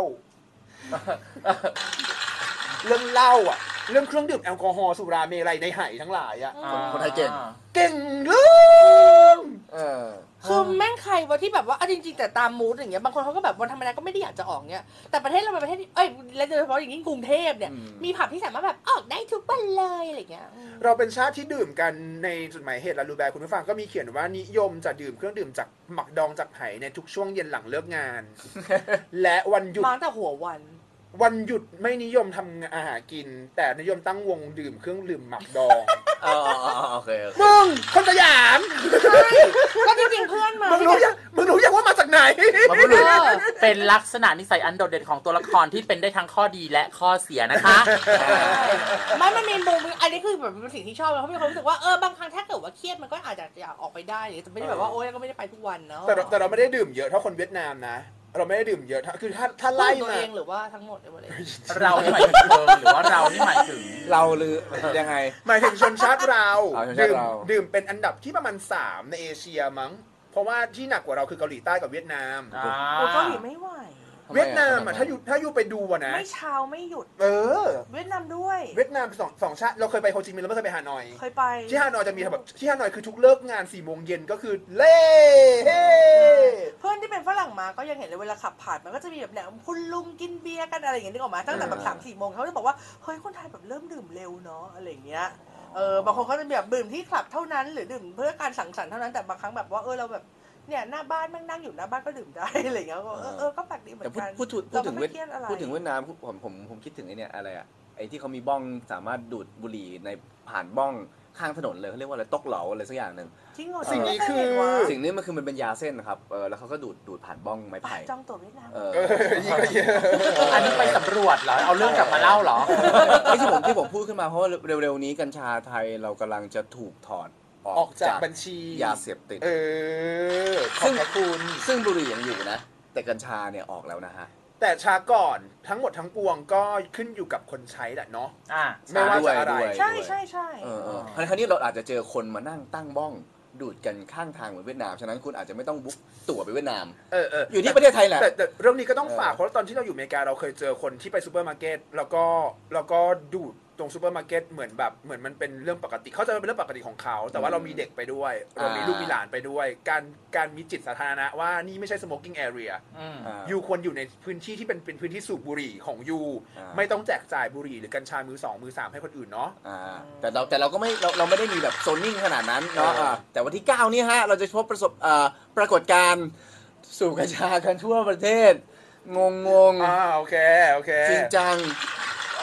เรื่องเหล้าอ่ะ เรื่องเครื่องดื่มแอลกอฮอล์สุราเมลัยในไหทั้งหลายอ่ะคนไทยเก่งเก่งลืมคือแม่งใครวะที่แบบว่าจริงๆแต่ตามมูดอย่างเงี้ยบางคนเขาก็แบบวันธรรมดาก็ไม่ได้อยากจะออกเงี้ยแต่ประเทศเราเป็นประเทศที่และโดยเฉพาะอย่างยิ่งกรุงเทพเนี่ยมีผับที่สามารถแบบออกได้ทุกวันเลยอะไรเงี้ยเราเป็นชาติที่ดื่มกันในจดหมายเหตุลาลูแบร์คุณผู้ฟังก็มีเขียนว่านิยมจะดื่มเครื่องดื่มจากหมักดองจากไหในทุกช่วงเย็นหลังเลิกงาน และวันหยุดมาตั้งแต่หัววันวันหยุดไม่นิยมทำอาหารกิน แต่นิยมตั้งวงดื่มเครื่องดื่มหมักดองโอเคมึงคนสยามก็จริงๆเพื่อนมามึงรู้ยังว่ามาจากไหนมาพูดถึงเป็นลักษณะนิสัยอันโดดเด่นของตัวละครที่เป็นได้ทั้งข้อดีและข้อเสียนะคะมันมีมุมอันนี้คือแบบเป็นสิ่งที่ชอบเพราะมีความรู้สึกว่าบางครั้งถ้าเกิดว่าเครียดมันก็อาจจะอยากออกไปได้หรือจะไม่ได้แบบว่าโอ๊ยก็ไม่ได้ไปทุกวันเนาะแต่เราไม่ได้ดื่มเยอะเท่าคนเวียดนามนะ เราไม่ได้ดื่มเยอะคือถ้าไล่ตัวมาเองหรือว่าทั้งหมดเลยเรานี่หมายถึงเธอหรือว่าเรานี่หมายถึงเราหรือยังไงหมายถึงชนชาติเราชนชาติเราดื่มเป็นอันดับที่ประมาณ3ในเอเชียมั้งเพราะว่าที่หนักกว่าเราคือเกาหลีใต้กับเวียดนามโอ้เกาหลีไม่ไหวเวียดนามอ่ะถ้าอยู่ไปดูอะนะไม่เช้าไม่หยุด เวียดนามด้วยเวียดนามสองชาติเราเคยไปโฮจิมินห์เราไม่เคยไปฮานอยเคยไปที่ฮานอยจะมีแบบที่ฮานอยคือทุกเลิกงาน4 โมงเย็นก็คือเล่เฮ้เพื่อนที่เป็นฝรั่งมาก็ยังเห็นเลยเวลาขับผ่านมันก็จะมีแบบเนี่ยคุณลุงกินเบียร์กันอะไรอย่างเงี้ยนึกออกมาตั้งแต่แบบ3-4 โมงเขาจะบอกว่าเฮ้ยคนไทยแบบเริ่มดื่มเร็วเนาะอะไรอย่างเงี้ยบางคนก็จะแบบดื่มที่คลับเท่านั้นหรือดื่มเพื่อการสังสรรค์เท่านั้นแต่บางครั้งแบบว่าเราแบบเนี่ยหน้าบ้านแม่งนั่งอยู่หน้าบ้านก็ดื่มได้อะไรอย่างเงี้ยก็แปลกดีเหมือแต่นกันพูดถึงเราก็ไม่เครียดอะไรพูดถึงเวียดนามผมคิดถึงไอ้เนี่ยอะไรอะไอ้ที่เขามีบ้องสามารถดูดบุหรี่ในผ่านบ้องข้างถนนเลยเขาเรียกว่าอะไรตกเหลาอะไรสักอย่างหนึ่งจริงเหรอสิ่งนี้คือสิ่งนี้มันคือมันเป็นยาเส้นนะครับแล้วเขาก็ดูดผ่านบ้องไม้ไผ่จ้องตัวเวียดนามยิ่งก็เยอะอันนี้ไปสำรวจเหรอเอาเรื่องกลับมาเล่าเหรอไม่ใช่ที่ผมพูดขึ้นมาเพราะว่าเร็วๆนี้กัญชาไทยเรากำลังจะถูกถอดออกจากบัญชียาเสพติดขอบพระคุณซึ่งบุหรี่ยังอยู่นะ แต่กัญชาเนี่ยออกแล้วนะฮะแต่ช้าก่อนทั้งหมดทั้งปวงก็ขึ้นอยู่กับคนใช้แหละเนาะ ไม่ว่าจะอะไรใช่คราวนี้เราอาจจะเจอคนมานั่งตั้งบ้องดูดกันข้างทางเหมือนเวียดนามฉะนั้นคุณอาจจะไม่ต้องบุ๊กตั๋วไปเวียดนามอยู่ที่ประเทศไทยแหละแต่เรื่องนี้ก็ต้องฝากเพราะตอนที่เราอยู่อเมริกาเราเคยเจอคนที่ไปซูเปอร์มาร์เก็ตแล้วก็ดูดตรงซูเปอร์มาร์เก็ตเหมือนมันเป็นเรื่องปกติเขาจะเป็นเรื่องปกติของเขาแต่ว่าเรามีเด็กไปด้วยเรามีลูกมีหลานไปด้วยการมีจิตสาธารณะว่านี่ไม่ใช่ smoking area ยูควรอยู่ในพื้นที่ที่เป็นพื้นที่สูบบุหรี่ของยูไม่ต้องแจกจ่ายบุหรี่หรือกัญชามือ2มือ3ให้คนอื่นเนาะแต่เราก็ไม่เราไม่ได้มีแบบโซนนิ่งขนาดนั้นเนาะแต่วันที่9นี้ฮะเราจะพบปรากฏการณ์สูบกัญชากันทั่วประเทศงงโอเคจริงจัง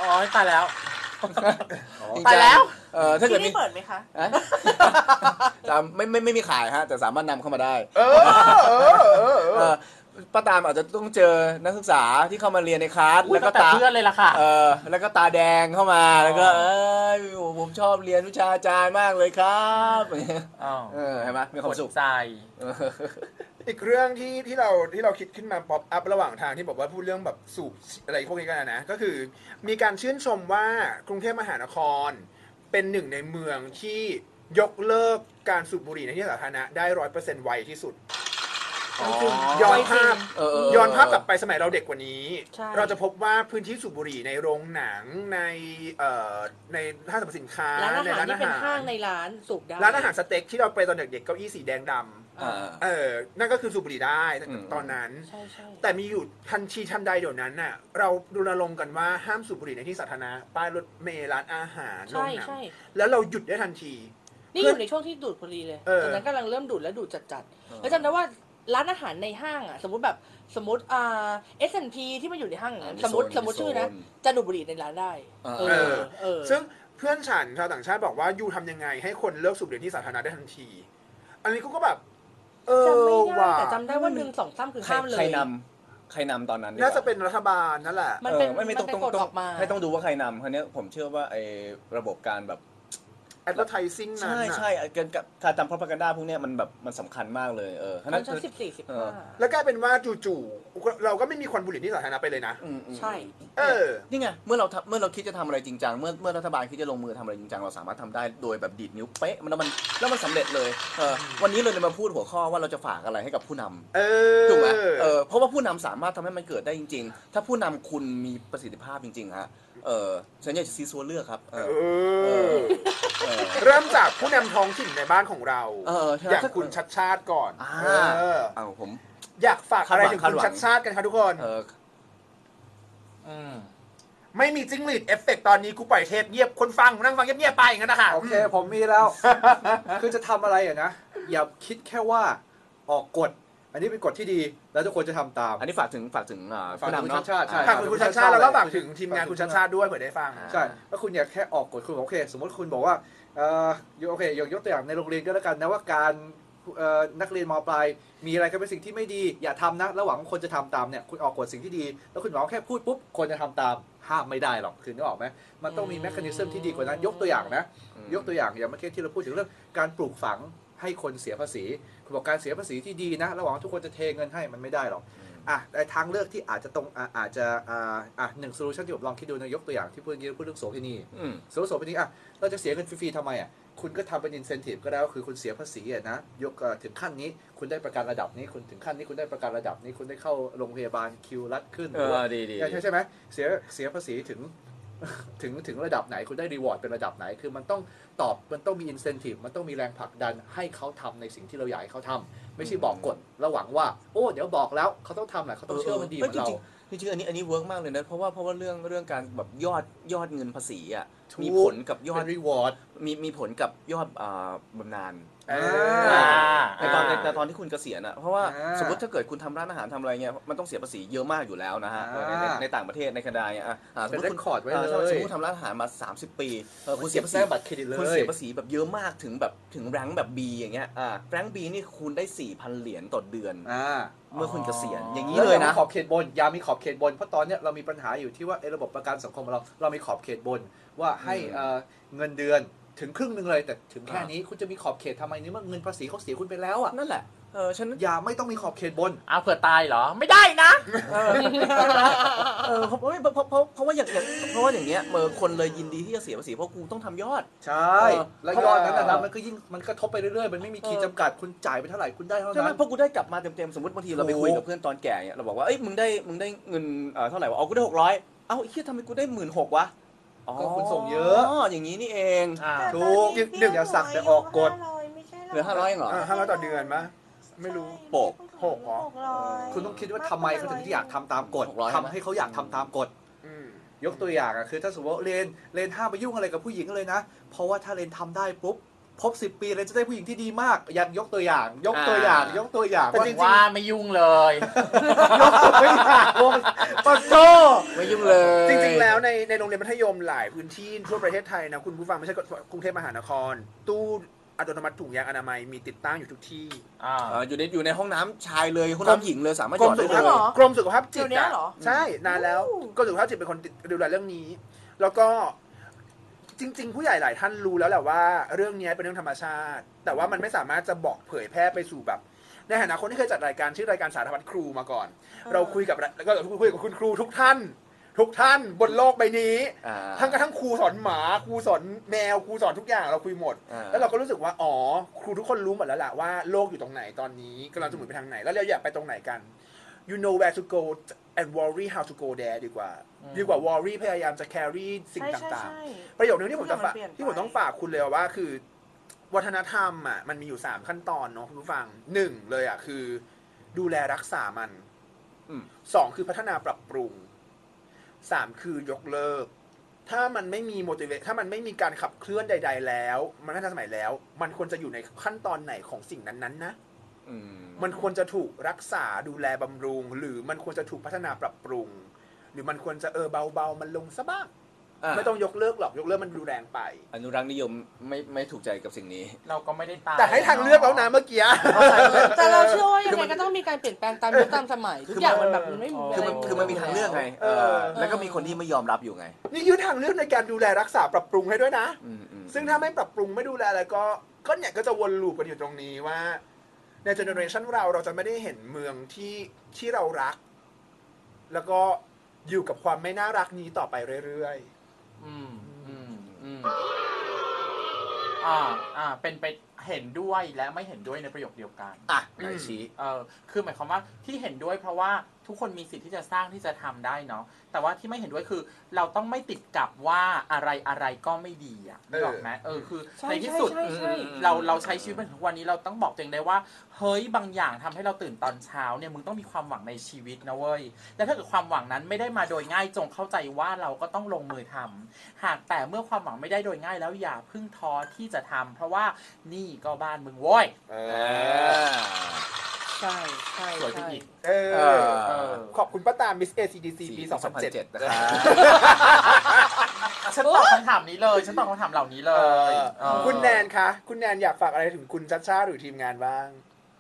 อ๋อตายแล้วจริงตายแล้วถ้าเกิดที่มีนี่เปิดไหมคะอะแต่ไม่มีขายฮะแต่สามารถนำเข้ามาได้ป้าตามอาจจะต้องเจอนักศึกษาที่เข้ามาเรียนในคลาสอุ๊ยแล้วก็แต่เพื่อนเลยล่ะค่ะแล้วก็ตาแดงเข้ามาแล้วก็โอ้ผมชอบเรียนวิชาอาจารย์มากเลยครับเห็นไหมมีความสุขใจอีกเรื่องที่เราคิดขึ้นมาป๊อปอัพระหว่างทางที่บอกว่าพูดเรื่องแบบสูบอะไรพวกนี้กันนะก็คือมีการชื่นชมว่ากรุงเทพมหานครเป็นหนึ่งในเมืองที่ยกเลิกการสูบบุหรี่ในที่สาธารณะได้ 100% ไวที่สุดย้อนภาพกลับไปสมัยเราเด็กกว่านี้ เราจะพบว่าพื้นที่สูบบุหรี่ในโรงหนังในห้างสรรพสินค้าร้านอาในหารร้านที่อาเป็นหารห้างในร้านสูบได้ร้านอาหารสเต็กที่เราไปตอนเด็กๆเก้าอี้สีแดงดำนั่นก็คือสูบบุหรี่ได้ตอนนั้นใช่ใช่แต่มีอยู่ทันใดเดี๋ยวนั้นน่ะเรารณรงค์กันว่าห้ามสูบบุหรี่ในที่สาธารณะป้ายรถเมล์ร้านอาหารโรงใช่หนังใช่แล้วเราหยุดได้ทันทีนี่อยู่ในช่วงที่ดูดพอดีเลยเออตอนนั้นกำลังเริ่มดูดแล้วดูดจัดๆแล้วจำได้ว่าร้านอาหารในห้างอ่ะสมมติS&P ที่มันอยู่ในห้างอย่างนั้นสมมติชื่อนะจะดูดบุหรี่ในร้านได้ซึ่งเพื่อนฉันชาวต่างชาติบอกว่ายูทำยังไงให้คนเลิกสูบบุหรี่ที่สาธารณะได้ทันที อันนี้ก็แบบจำไม่ได้ว่ะแต่จำได้ว่า1 2 3คือห้ามเลยใครนำตอนนั้นน่าจะเป็นรัฐบาลนั่นแหละมันเป็นไม่ต้องกฎออกมาไม่ต้องดูว่าใครนำคราวนี้ผมเชื่อว่าไอ้ระบบการแบบ advertising นั้นน่ะใช่การทำ propaganda พวกเนี้ยมันแบบมันสำคัญมากเลยตอนชั้น14-15 แล้วกลายเป็นว่าจู่ๆเราก็ไม่มีควันบุหรี่ที่สาธารณะไปเลยนะใช่นี่ไงเมื่อเราคิดจะทำอะไรจริงจังเมื่อรัฐบาลคิดจะลงมือทำอะไรจริงจังเราสามารถทำได้โดยแบบดีดนิ้วเป๊ะแล้วมันสำเร็จเลยวันนี้เราเลยมาพูดหัวข้อว่าเราจะฝากอะไรให้กับผู้นำถูกไหมเพราะว่าผู้นำสามารถทำให้มันเกิดได้จริงๆถ้าผู้นำคุณมีประสิทธิภาพจริงๆฮะฉันอยากจะซีซัวเลือกครับเริ่มจากผู้นำท้องถิ่นในบ้านของเรา อย่างคุณชัดชาติก่อนผมอยากฝากอะไรถึงคุณชัดชาติกันครับทุกคนไม่มีจิ้งหรีดเอฟเฟกต์ตอนนี้กูปล่อยเทปเงียบคนฟังนั่งฟังเงียบๆไปงั้นนะคะโอเคผมมีแล้ว คือจะทำอะไรอ่ะนะอย่าคิดแค่ว่าออกกฎอันนี้เป็นกฎที่ดีแล้วทุกคนจะทำตามอันนี้ฝากถึงผู้นำคุณเนาะชาติใช่ฝากถึงคุณชัดชาติแล้วก็ฝากถึงทีมงานคุณชัดชาติด้วยเผื่อได้ฟังใช่แล้วคุณอยากแค่ออกกฎคุณโอเคสมมติคุณบอกว่าโอเคยกตัวอย่างในโรงเรียนก็แล้วกันนะว่าการนักเรียนม.ปลายมีอะไรก็เป็นสิ่งที่ไม่ดีอย่าทำนะระหว่างคนจะทำตามเนี่ยคุณออกกฎสิ่งที่ดีแล้วคุณบอกแค่พูดปุ๊บคนจะทำตามห้ามไม่ได้หรอกคือนึกออกไหมมันต้องมีแมคคานิซึมที่ดีกว่านั้นยกตัวอย่างนะยกตัวอย่างอย่างเมื่อกี้ที่เราพูดถึงเรื่องการปลูกฝังให้คนเสียภาษีคุณบอกการเสียภาษีที่ดีนะระหว่างทุกคนจะเทเงินให้มันไม่ได้หรอกแต่ทางเลือกที่อาจจะตรงอาจจะหนึ่งโซลูชันที่ผมลองคิดดูนะยกตัวอย่างที่พูดเรื่องโสเภณีโสเภณีเราจะเสียเงินฟรีๆทำไมคุณก็ทำเป็นอินเซนティブก็ได้ก็คือคุณเสียภาษีนะยกถึงขั้นนี้คุณได้ประกันระดับนี้คุณถึงขั้นนี้คุณได้ประกันระดับนี้คุณได้เข้าโรงพยาบาลคิวรัดขึ้นดีใช่ไหมเสียภาษีถึงระดับไหนคุณได้รีวอร์ดเป็นระดับไหนคือมันต้องมีอินเซนティブมันต้องมีแรงผลักดันให้เขาทำในสิ่งที่เราอยากให้เขาทำไม่ใช่บอกกฎแล้วหวังว่าโอ้เดี๋ยวบอกแล้วเขาต้องทำแหละเขาต้องเชื่อมันดีเหมือนเราจริงๆอันนี้เวิร์กมากเลยนะเพราะว่าเรื่องการแบบยอดเงินภาษีมีผลกับยอดรีวอร์ดมีผลกับยอดบำนาญในตอนที่คุณเกษียณเพราะว่าสมมติถ้าเกิดคุณทำร้านอาหารทำอะไรเงี้ยมันต้องเสียภาษีเยอะมากอยู่แล้วนะฮะในต่างประเทศในแคนาดาเนี่ยสมมติคุณคอร์ดไว้เลยสมมติทำร้านอาหารมา30 ปีคุณเสียภาษีบัตรเครดิตเลยคุณเสียภาษีแบบเยอะมากถึงแรงแบบ B อย่างเงี้ยแรง B นี่คุณได้ 4,000 เหรียญต่อเดือนเมื่อคุณเกษียณอย่างนี้เลยนะขอบเขตบนยามีขอบเขตบนเพราะตอนนี้เรามีปัญหาอยู่ที่ว่าระบบประกันสังคมเรามีขอบเขตบนว่าให้เงินเดือนถึงครึ่งนึงเลยแต่ถึงแค่นี้คุณจะมีขอบเขตทำไมนี่เมื่อเงินภาษีเขาเสียคุณไปแล้วนั่นแหละฉันอย่าไม่ต้องมีขอบเขตบนเผื่อตายเหรอไม่ได้นะเพราะว่าอย่างเงี้ยคนเลยยินดีที่จะเสียภาษีเพราะกูต้องทำยอดใช่แล้วยอดนั้นนะมันก็ยิ่งมันก็ทบไปเรื่อยๆมันไม่มีขีดจำกัดคุณจ่ายไปเท่าไหร่คุณได้เท่านั้นใช่ไหมเพราะกูได้กลับมาเต็มๆสมมติบางทีเราไปคุยกับเพื่อนตอนแก่เนี่ยเราบอกว่าเอ้ยมึงได้เงินเท่าไหร่วะกูได้600เอ้าไอ้เหี้ยทำไมกูได้16,000วะก็คุณส่งเยอะอย่างนี้นี่เองถูกหนึ่งอย่าสักแต่ออกกฎเหลือ500เหรอ 500ต่อเดือนมั้ยไม่รู้6เหรอคุณต้องคิดว่าทำไมเขาถึงอยากทำตามกฎทำให้เขาอยากทำตามกฎยกตัวอย่างคือถ้าสมมติว่าเลนห้ามไปยุ่งอะไรกับผู้หญิงเลยนะเพราะว่าถ้าเลนทำได้ปุ๊บครบ10 ปีเลยจะได้ผู้หญิงที่ดีมากอยากยกตัวอย่างยกตัวอย่างแต่จริงว่าไม่ยุ่งเลยยกตัวอย่างปะโตไม่ยุ่งเลยจริงๆ แล้วในโรงเรียนมัธยมหลายพื้นที่ทั่วประเทศไทยนะคุณผู้ฟังไม่ใช่กรุงเทพมหานคร ตู้อัตโนมัติถุงยางอนามัยมีติดตั้งอยู่ทุกที่อยู่ในห้องน้ำชายเลยห้องน้ำหญิงเลยสามารถหกยรอมดสุได้ขเลภาพยกรมสุขภาพจิตเดี๋ยวนี้เหรอใช่นานแล้วกรมสุขภาพจิตเป็นคนดูแลเรื่องนี้ แล้วก็จริง ๆ ผู้ใหญ่หลายท่านรู้แล้วแหละว่าเรื่องนี้เป็นเรื่องธรรมชาติ แต่ว่ามันไม่สามารถจะบอกเผยแพร่ไปสู่แบบในฐานะคนที่เคยจัดรายการชื่อรายการสารพัดครูมาก่อน เราคุยกับแล้วก็คุยกับคุณครูทุกท่านบนโลกใบนี้ ทั้งกระทั่งครูสอนหมาครูสอนแมวครูสอนทุกอย่างเราคุยหมด แล้วเราก็รู้สึกว่าอ๋อครูทุกคนรู้หมดแล้วแหละว่าโลกอยู่ตรงไหนตอนนี้กำลังจะหมุนไปทางไหนแล้วเราอยากไปตรงไหนกัน you know where to go and worry how to go there ดีกว่า worry พยายามจะ carry สิ่งต่างๆประโยคนึงที่ผมต้องฝากคุณเลยว่าคือวัฒนธรรมอ่ะมันมีอยู่3ขั้นตอนเนาะคุณผู้ฟัง1เลยอ่ะคือดูแลรักษามัน2คือพัฒนาปรับปรุง3คือยกเลิกถ้ามันไม่มี motivate ถ้ามันไม่มีการขับเคลื่อนใดๆแล้วมันทันสมัยแล้วมันควรจะอยู่ในขั้นตอนไหนของสิ่งนั้นๆนะมันควรจะถูกรักษาดูแลบำรุงหรือมันควรจะถูกพัฒนาปรับปรุงหรือมันควรจะเบาๆมันลงซะบ้างไม่ต้องยกเลิกหรอกยกเลิกมันดูแรงไปอนุรักษ์นิยมไม่ถูกใจกับสิ่งนี้เราก็ไม่ได้ตามแต่ให้ทางเลือกแล้วนะเมื่อกี้แต่เราเชื่อว่ายังไงก็ต้องมีการเปลี่ยนแปลงตามยุคตามสมัยทุกอย่างมันแบบมันไม่มีคือมันมีทางเลือกไงแล้วก็มีคนที่ไม่ยอมรับอยู่ไงนี่คือทางเลือกในการดูแลรักษาปรับปรุงให้ด้วยนะซึ่งถ้าไม่ปรับปรุงไม่ดูแลอะไรก็เนี่ยก็จะวนลูปกันอยู่ตรงนี้ว่าในเจเนอเรชันเราจะไม่ได้เห็นเมืองที่เรารักแล้วก็อยู่กับความไม่น่ารักนี้ต่อไปเรื่อยๆเป็นไปเห็นด้วยและไม่เห็นด้วยในประโยคเดียวกันไหนชี้คือหมายความว่าที่เห็นด้วยเพราะว่าทุกคนมีสิทธิ์ที่จะสร้างที่จะทำได้เนาะแต่ว่าที่ไม่เห็นด้วยคือเราต้องไม่ติดกับว่าอะไรก็ไม่ดีอ่ะนึกออกไหมคือในที่สุดเราใช้ชีวิตมาถึงทุกวันนี้เราต้องบอกตัวเองได้ว่าเฮ้ยบางอย่างทำให้เราตื่นตอนเช้าเนี่ยมึงต้องมีความหวังในชีวิตนะเว้ยและถ้าเกิดความหวังนั้นไม่ได้มาโดยง่ายจงเข้าใจว่าเราก็ต้องลงมือทำหากแต่เมื่อความหวังไม่ได้โดยง่ายแล้วอย่าเพิ่งท้อที่จะทำเพราะว่านี่ก็บ้านมึงโว้ยใช่สวยไปอีกขอบคุณป้าตาม Miss ACDC ปี 2007 นะครับฉันตอบคำถามนี้เลยฉันตอบคำถามเหล่านี้เลยคุณแนนคะคุณแนนอยากฝากอะไรถึงคุณชัชชาหรือทีมงานบ้าง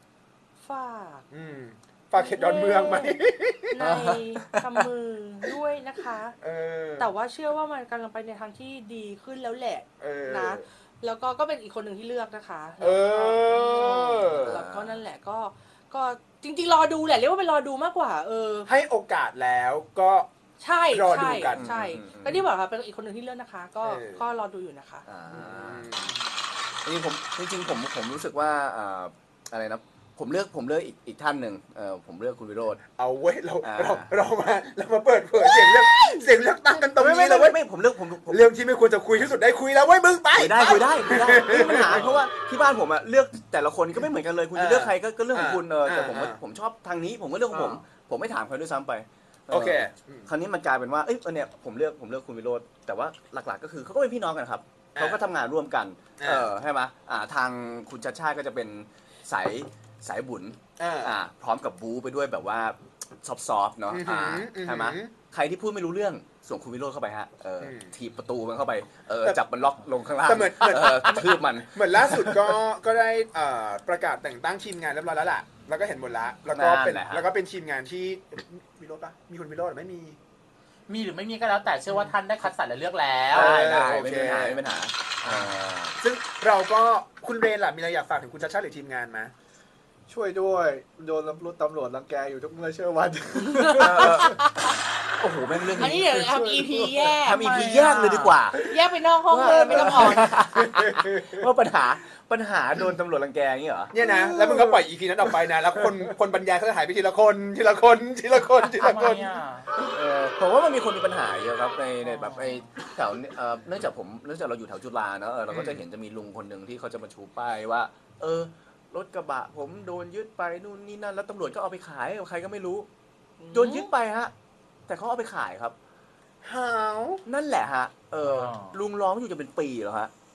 ฝากเขตดอนเมืองไหมในกำมือด้วยนะคะแต่ว่าเชื่อว่ามันกำลังไปในทางที่ดีขึ้นแล้วแหละนะแล้วก็เป็นอีกคนหนึ่งที่เลือกนะคะแล้วก็นั่นแหละก็จริงๆรอดูแหละเรียกว่าเป็นรอดูมากกว่าให้โอกาสแล้วก็ใช่รอดูกันใช่ก็ที่บอกค่ะเป็นอีกคนหนึ่งที่เลือกนะคะก็รอดูอยู่นะคะจริงๆผมรู้สึกว่าอะไรนะผมเลือกอีกท่านหนึ่งผมเลือกคุณวิโรจน์เอาเว้ยเรามาเปิดเผยเสียงเลือกตั้งกันตรงนี้เลยเว้ยไม่ผมเลือกเรื่องที่ไม่ควรจะคุยที่สุดได้คุยแล้วเว้ยมึงไปคุยได้ไม่มีปัญหาเพราะว่าที่บ้านผมเลือกแต่ละคนก็ไม่เหมือนกันเลยคุณจะเลือกใครก็เรื่องของคุณแต่ผมชอบทางนี้ผมก็เลือกของผมไม่ถามใครด้วยซ้ำไปโอเคคราวนี้มันกลายเป็นว่าเนี่ยผมเลือกคุณวิโรจน์แต่ว่าหลักๆก็คือเขาก็เป็นพี่น้องกันครับเขาก็ทำงานร่วมกันใช่ไหมทางคุณชัชชาติก็จะเป็นสายบุญพร้อมกับบู๊ไปด้วยแบบว่าซอฟๆเนาะใช่ไหมใครที่พูดไม่รู้เรื่องส่งคุณวิโรจน์เข้าไปฮะถีบประตูมันเข้าไปจับมันล็อกลงข้างล่างเหมือนกระทืบมันเหมือนล่าสุดก็ได้ประกาศแต่งตั้งทีมงานเรียบร้อยแล้วล่ะแล้วก็เห็นหมดละแล้วก็เป็นทีมงานที่วิโรจน์ปะมีคุณวิโรจน์หรือไม่มีหรือไม่มีก็แล้วแต่เชื่อว่าท่านได้คัดสรรและเลือกแล้วได้ไม่มีปัญหาซึ่งเราก็คุณเรนล่ะมีอะไรอยากฝากถึงคุณชัชชาติหรือทีมงานไหมช่วยด้วยโดนตำรวจรังแกอยู่ทุกเมื่อเชื่อวันโอ้โหแม่งเรื่องนี้อันนี้เดี๋ยวทำ EP แยกเลยดีกว่าแยกไปนอกห้องเลยไม่ต้องออกว่าปัญหาโดนตำรวจรังแกอย่างนี้เหรอเนี่ยนะแล้วมึงก็ปล่อย EP นั้นออกไปนะแล้วคนบรรยายเขาจะหายไปทีละคนผมว่ามันมีคนมีปัญหาเยอะครับในแบบไอ้แถวเนื่องจากเราอยู่แถวจุฬาเนอะเราก็จะเห็นจะมีลุงคนหนึ่งที่เขาจะมาชูป้ายว่ารถกระบะผมโดนยึดไปนู่นนี่นั่นแล้วตำรวจก็เอาไปขายใครก็ไม่รู้โดนยึดไปฮะแต่เขาเอาไปขายครับหาวนั่นแหละฮะลุงร้องอยู่จะเป็นปีแล้วฮะ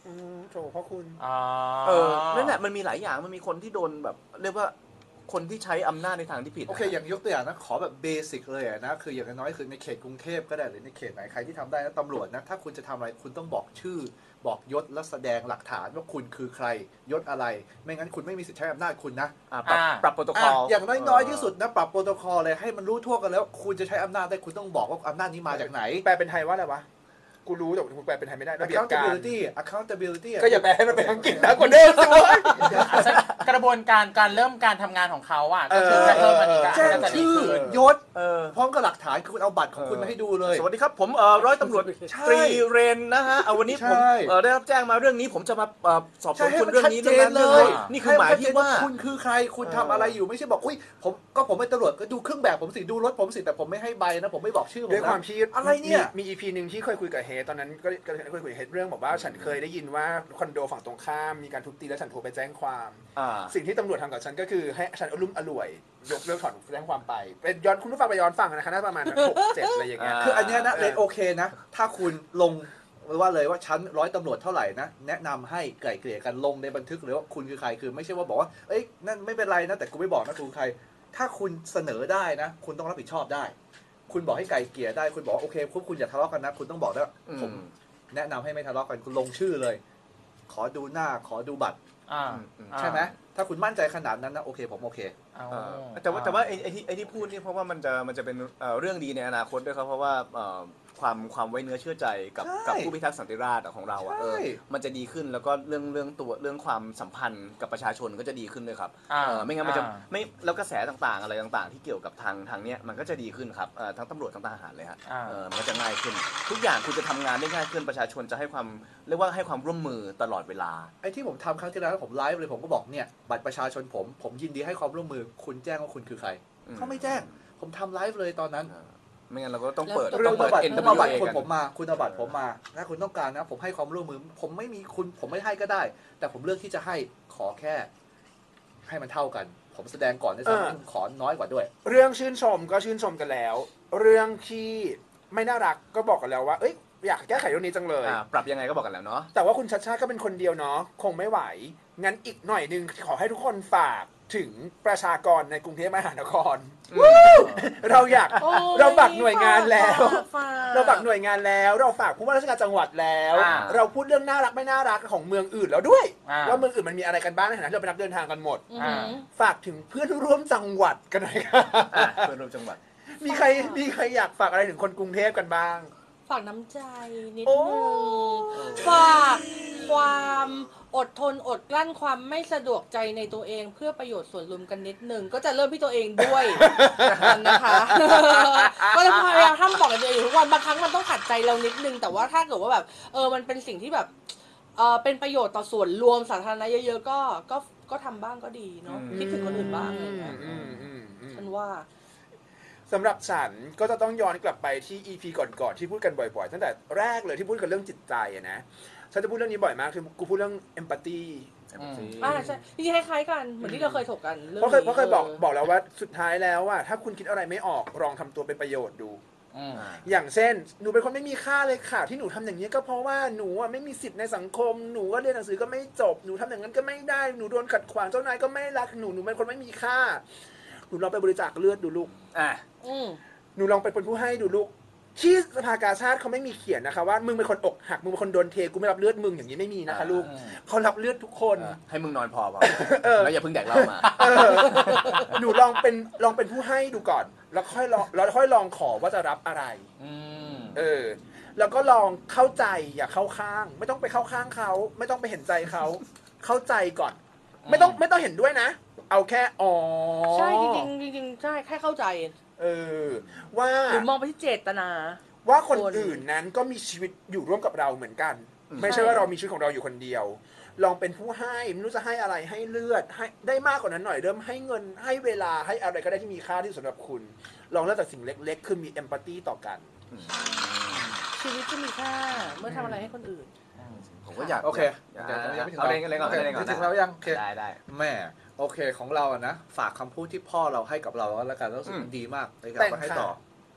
โถพ่อคุณนั่นแหละมันมีหลายอย่างมันมีคนที่โดนแบบเรียกว่าคนที่ใช้อำนาจในทางที่ผิดโอเคอย่างยกตัวอย่างนะขอแบบเบสิกเลยนะคืออย่างน้อยคือในเขตกรุงเทพก็ได้หรือในเขตไหนใครที่ทำได้นะตำรวจนะถ้าคุณจะทำอะไรคุณต้องบอกชื่อบอกยศและแสดงหลักฐานว่าคุณคือใครยศอะไรไม่งั้นคุณไม่มีสิทธิ์ใช้อำนาจคุณนะปรับโปรโตคอลอย่างน้อยๆที่สุดนะปรับโปรโตคอลเลยให้มันรู้ทั่วกันแล้วคุณจะใช้อำนาจได้คุณต้องบอกว่าอำนาจนี้มาจากไหนแปลเป็นไทยว่าอะไรวะกูรู้แต่กูแปลเป็นไทยไม่ได้ระเบียบการ accountability ก็อย่าแปลให้มันเป็นอังกฤษนะคนเดิมสิวะกระบวนการการเริ่มการทำงานของเขาอ่ะก็คือจะเริ่มมันการแจ้งจะดีชื่อขึ้นยศพร้อมกับหลักฐานคือคุณเอาบัตรของคุณมาให้ดูเลยสวัสดีครับผมร้อยตำรวจใช่ตรีเรนนะฮะวันนี้ผมใช่ได้รับแจ้งมาเรื่องนี้ผมจะมาสอบสใช่วนให้คุณมันเรื่องชัดนี้เจเรื่องนนั้นเลเรื่องยนี้นี่คือหมายที่ว่าคุณคือใครคุณทำอะไรอยู่ไม่ใช่บอกอุ้ยผมเป็นตำรวจก็ดูเครื่องแบบผมสิดูรถผมสิแต่ผมไม่ให้ใบนะผมไม่บอกชื่อผมด้วยนะความที่อะไรเนี่ยมี EP หนึ่งที่เคยคุยกับเฮดตอนนั้นก็เคยคุยกับเฮดเรื่องบอกว่าฉันเคยได้ยินว่าคอนโดฝั่งตรงข้ามมีการทุบตีแล้วฉันโทรไปแจ้งความ สิ่งที่ตำรวจทำกับฉันก็คือให้ฉันอลุ่มอล่วยยกเลิกถอนแจ้งความไปเป็นย้อนคุณผู้ฟังไปย้อนฟังนะคะน่าประมาณ6-7อะไรอย่างเงี้ยคืออันเนี้ยนะเลยโอเคนะ ถ้าคุณลงว่าเลยว่าชั้นร้อยตำรวจเท่าไหร่นะแนะนำให้ไกล่เกลี่ยกันลงในบันทึกเลยว่าคุณคือใครคือไม่ใช่ว่าบอกว่าเอ้ยนั่นไม่เป็นไรนะแต่กูไม่บอกนะคุณคือใคร ถ้าคุณเสนอได้นะ คุณต้องรับผิดชอบได้ คุณบอกให้ไกล่เกลี่ยได้คุณบอกว่าโอเคคุณอย่าทะเลาะกันนะ คุณต้องบอกได้ว่าผมแนะนำให้ไม่ทะเลาะกันคุณลงชื่อเลย ขอดูหน้าขอดูบัตรใช่ไหมถ้าคุณมั่นใจขนาดนั้นนะโอเคผมโอเคแต่ว่าไอ้ที่พูดนี่เพราะว่ามันจะเป็นเรื่องดีในอนาคตด้วยครับเพราะว่าความไว้เนื้อเชื่อใจกับผู้พิทักษ์สันติราษฎร์ของเรามันจะดีขึ้นแล้วก็เรื่องความสัมพันธ์กับประชาชนก็จะดีขึ้นด้วยครับไม่งั้นมันจะไม่แล้วกระแสต่างๆอะไรต่างๆ ที่เกี่ยวกับทางเนี้ยมันก็จะดีขึ้นครับทั้งตำรวจทั้งทหารเลยฮะมันก็จะง่ายขึ้นทุกอย่างคุณจะทำงานได้ง่ายขึ้นประชาชนจะให้ความเรียกว่าให้ความร่วมมือตลอดเวลาไอ้ที่ผมทำครั้งที่แล้วผมไลฟ์เลยผมก็บอกเนี่ยบัตรประชาชนผมยินดีให้ความร่วมมือคุณแจ้งว่าคุณคือใครเขาไม่แจ้งผมทำไลฟ์เลยตอนนั้นไม่งั้นเราก็ต้องเปิดเรื่องบัตร NWA ต้องเอาบัตรคนผมมาคุณเอาบัตรผมมาถ้าคุณต้องการนะผมให้ความร่วมมือผมไม่มีคุณผมไม่ให้ก็ได้ แต่ผมเลือกที่จะให้ขอแค่ให้มันเท่ากันผมแสดงก่อนในสมัยขอน้อยกว่าด้วยเรื่องชื่นชมก็ชื่นชมกันแล้ว เรื่องที่ไม่น่ารักก็บอกกันแล้วว่าเอ้ยอยากแก้ไขเรื่องนี้จังเลยปรับยังไงก็บอกกันแล้วเนาะแต่ว่าคุณชัชชาติก็เป็นคนเดียวเนาะคงไม่ไหวงั้นอีกหน่อยนึงขอให้ทุกคนฝากถึงประชากรในกรุงเทพมหานครเราอยากเราฝากหน่วยงานแล้วเราฝากหน่วยงานแล้วเราฝากผู้ว่าราชการจังหวัดแล้วเราพูดเรื่องน่ารักไม่น่ารักของเมืองอื่นแล้วด้วยว่าเมืองอื่นมันมีอะไรกันบ้างในฐานะที่เราเป็นนักเดินทางกันหมดฝากถึงเพื่อนร่วมจังหวัดกันหน่อยครับเพื่อนร่วมจังหวัดมีใครอยากฝากอะไรถึงคนกรุงเทพกันบ้างฝากน้ำใจนิดนึงฝากความอดทนอดกลั้นความไม่สะดวกใจในตัวเองเพื่อประโยชน์ส่วนรวมกันนิดนึงก็จะเริ่มที่ตัวเองด้วยนะคะก็จะพยายามทำบอกกับตัวเองทุกวันบางครั้งมันต้องขัดใจเรานิดนึงแต่ว่าถ้าเกิดว่าแบบมันเป็นสิ่งที่แบบเป็นประโยชน์ต่อส่วนรวมสาธารณะเยอะๆก็ทำบ้างก็ดีเนาะคิดถึงคนอื่นบ้างอะไรเงี้ยฉันว่าสำหรับฉันก็จะต้องย้อนกลับไปที่ EP ก่อนๆที่พูดกันบ่อยๆตั้งแต่แรกเลยที่พูดกันเรื่องจิตใจนะฉันจะพูดเรื่องนี้บ่อยมากคือกูพูดเรื่อง empathy ใช่จริงๆคล้ายๆกันเหมือนที่เราเคยถกกันเพราะเคยบอกแล้วว่าสุดท้ายแล้วว่าถ้าคุณคิดอะไรไม่ออกลองทำตัวเป็นประโยชน์ดูอย่างเช่นหนูเป็นคนไม่มีค่าเลยค่ะที่หนูทำอย่างนี้ก็เพราะว่าหนูไม่มีสิทธิ์ในสังคมหนูก็เรียนหนังสือก็ไม่จบหนูทำอย่างนั้นก็ไม่ได้หนูโดนขัดขวางเจ้านายก็ไม่รักหนูเป็นคนไม่มีค่าหนูลองไปบริจาคเลือดดูลูกหนูลองไปเป็นผู้ให้ดูลูกที่สภากาชาติเขาไม่มีเขียนนะคะว่ามึงเป็นคนอกหักมึงเป็นคนโดนเทกูไม่รับเลือดมึงอย่างนี้ไม่มีนะคะลูกเขารับเลือดทุกคนให้มึงนอนพอแล้วอย่าเพิ่งแดกเหล้ามาหนูลองเป็นผู้ให้ดูก่อนแล้วค่อยลองขอว่าจะรับอะไรแล้วก็ลองเข้าใจอย่าเข้าข้างไม่ต้องไปเข้าข้างเขาไม่ต้องไปเห็นใจเขาเข้าใจก่อนไม่ต้องเห็นด้วยนะเอาแค่ใช่จริงใช่แค่เข้าใจว่าหรือมองไปที่เจตนาว่าคนอื่นนั้นก็มีชีวิตอยู่ร่วมกับเราเหมือนกันไม่ใช่ว่าเรามีชีวิตของเราอยู่คนเดียวลองเป็นผู้ให้ไม่รู้จะให้อะไรให้เลือดให้ได้มากกว่านั้นหน่อยเริ่มให้เงินให้เวลาให้อะไรก็ได้ที่มีค่าที่สำหรับคุณลองเริ่มจากสิ่งเล็กๆคือมีเอมพัตตีต่อกันชีวิตจะมีค่าเมื่อทำอะไรให้คนอื่นผมก็อยากโอเคยังไม่ถึงเราถึงแล้วยังโอเคได้แม่โอเคของเราอะนะฝากคำพูดที่พ่อเราให้กับเราแล้วกันรู้สึกมันดีมากในการให้ต่อ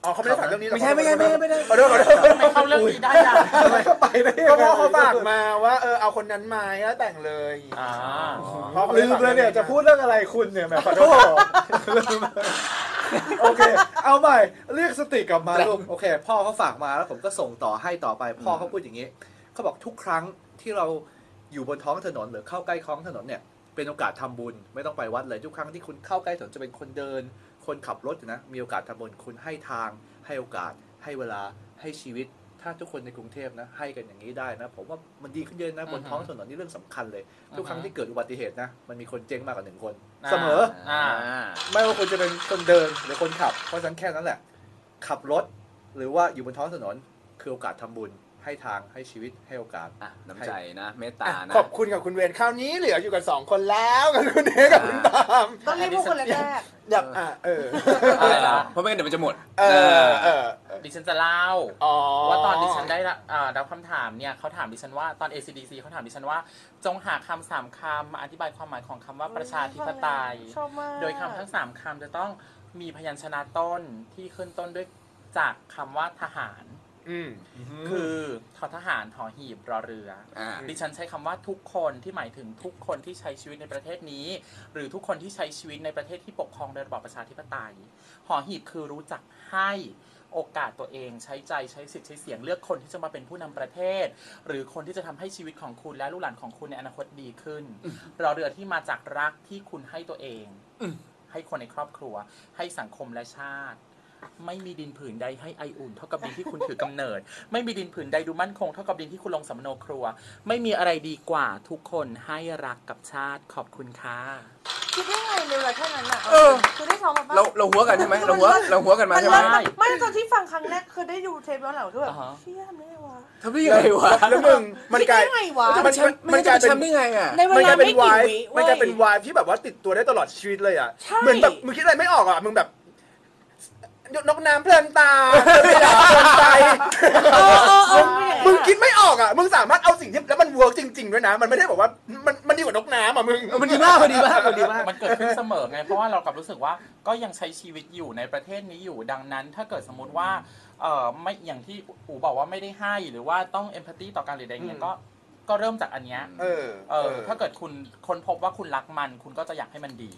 อ๋อเขาไม่ได้ฝากเรื่องนี้หรอไม่ใช่ขอโทษทำไมเข้าเรื่องนี้ได้อะทำไมก็ไปได้ก็เพราะเขาฝากมาว่าเอาคนนั้นมาแล้วแต่งเลยอ่าเพราะเขาลืไม่มฝากเลยเนี่ยจะพูดเรื่องอะไรคุณเนี่ยแหมขอโทษลืมโอเค เอาใหม่เรียกสติกลับมาลูกโอเค พ่อเขาฝากมาแล้วผมก็ส่งต่อให้ต่อไปพ่อเขาพูดอย่างนี้เขาบอกทุกครั้งที่เราอยู่บนท้องถนนหรือเข้าใกล้ท้องถนนเนี่ยเป็นโอกาสทำบุญไม่ต้องไปวัดเลยทุกครั้งที่คุณเข้าใกล้ถนนจะเป็นคนเดิน คนขับรถนะมีโอกาสทำบุญคุณให้ทางให้โอกาสให้เวลาให้ชีวิตถ้าทุกคนในกรุงเทพนะให้กันอย่างนี้ได้นะผมว่ามันดีขึ้นเยอะนะบนท้องถนนนี่เรื่องสำคัญเลยทุกครั้งที่เกิดอุบัติเหตุนะมันมีคนเจ๊งมากกว่า1 คนเสมอ ไม่ว่าคุณจะเป็นคนเดินหรือคนขับเพราะฉะนั้นแค่นั้นแหละขับรถหรือว่าอยู่บนท้องถนนคือโอกาสทำบุญให้ทางให้ชีวิตให้โอกาสน้ำใจนะเมตตานะขอบคุณกับคุณเวรคราวนี้เหลืออยู่กัน2 คนแล้วกับคุณเอกกับคุณตามต้องรีบพูดคนแรกอยากอะไรนะเพราะไม่งั้นเดี๋ยวมันจะหมดดิฉันจะเล่า ว่าตอนดิฉันได้รับคำถามเนี่ยเขาถามดิฉันว่าตอน ACDC เขาถามดิฉันว่าจงหาคำ3 คำมาอธิบายความหมายของคำว่าประชาธิปไตยชอบมากโดยคำทั้ง3 คำจะต้องมีพยัญชนะต้นที่ขึ้นต้นด้วยจากคำว่าทหารคือทอทหารหอหีบรอเรือดิฉันใช้คำว่าทุกคนที่หมายถึงทุกคนที่ใช้ชีวิตในประเทศนี้หรือทุกคนที่ใช้ชีวิตในประเทศที่ปกครองโดยระบอบประชาธิปไตยหอหีบคือรู้จักให้โอกาสตัวเองใช้ใจใช้สิทธิ์ใช้เสียงเลือกคนที่จะมาเป็นผู้นำประเทศหรือคนที่จะทำให้ชีวิตของคุณและลูกหลานของคุณในอนาคตดีขึ้นรอเรือที่มาจากรักที่คุณให้ตัวเองให้คนในครอบครัวให้สังคมและชาติไม่มีดินผืนใดให้ไออุ่นเท่ากับดินที่คุณถือกำเนิดไม่มีดินผืนใดดูมั่นคงเท่ากับดินที่คุณลงสำโนครัวไม่มีอะไรดีกว่าทุกคนให้รักกับชาติขอบคุณค่ะคิดได้ไงเลยแค่นั้นอ่ะคือได้ซ้อมมาบ้างเราหัวกันใช่ไหมเราหัวกันมาใช่ไหมไม่ตอนที่ฟังครั้งแรกคือได้ดูเทปย้อนหลังคือแบบเชี่ยไม่ได้วะทำได้ยังไงวะแล้วมึงมันกลายคิดได้ไงวะมันกลายเป็นได้ไงอ่ะในเวมันกลาลายเป็ไม่นวากี่ยวิมันกลายเป็นวายที่แบบว่าติดตัวได้ตลอดชีวิตเลยอ่ะเหมือนแบบมึงคิดอะไรไม่ออกอ่ะมึงแบบนกน้ำเพลินตาเพลินใจมึงคิดไม่ออกอ่ะมึงสามารถเอาสิ่งที่แล้วมันเวิร์กจริงๆด้วยนะมันไม่ได้บอกว่ามันดีกว่านกน้ำอ่ะมึงมันดีมากมันดีมากมันเกิดขึ้นเสมอไงเพราะว่าเรากลับรู้สึกว่าก็ยังใช้ชีวิตอยู่ในประเทศนี้อยู่ดังนั้นถ้าเกิดสมมติว่าไม่อย่างที่อู๋บอกว่าไม่ได้ให้หรือว่าต้องเอมพัตตีต่อการหรืออะไรเงี้ยก็เริ่มจากอันเนี้ยถ้าเกิดคุณค้นพบว่าคุณรักมันคุณก็จะอยากให้มันดี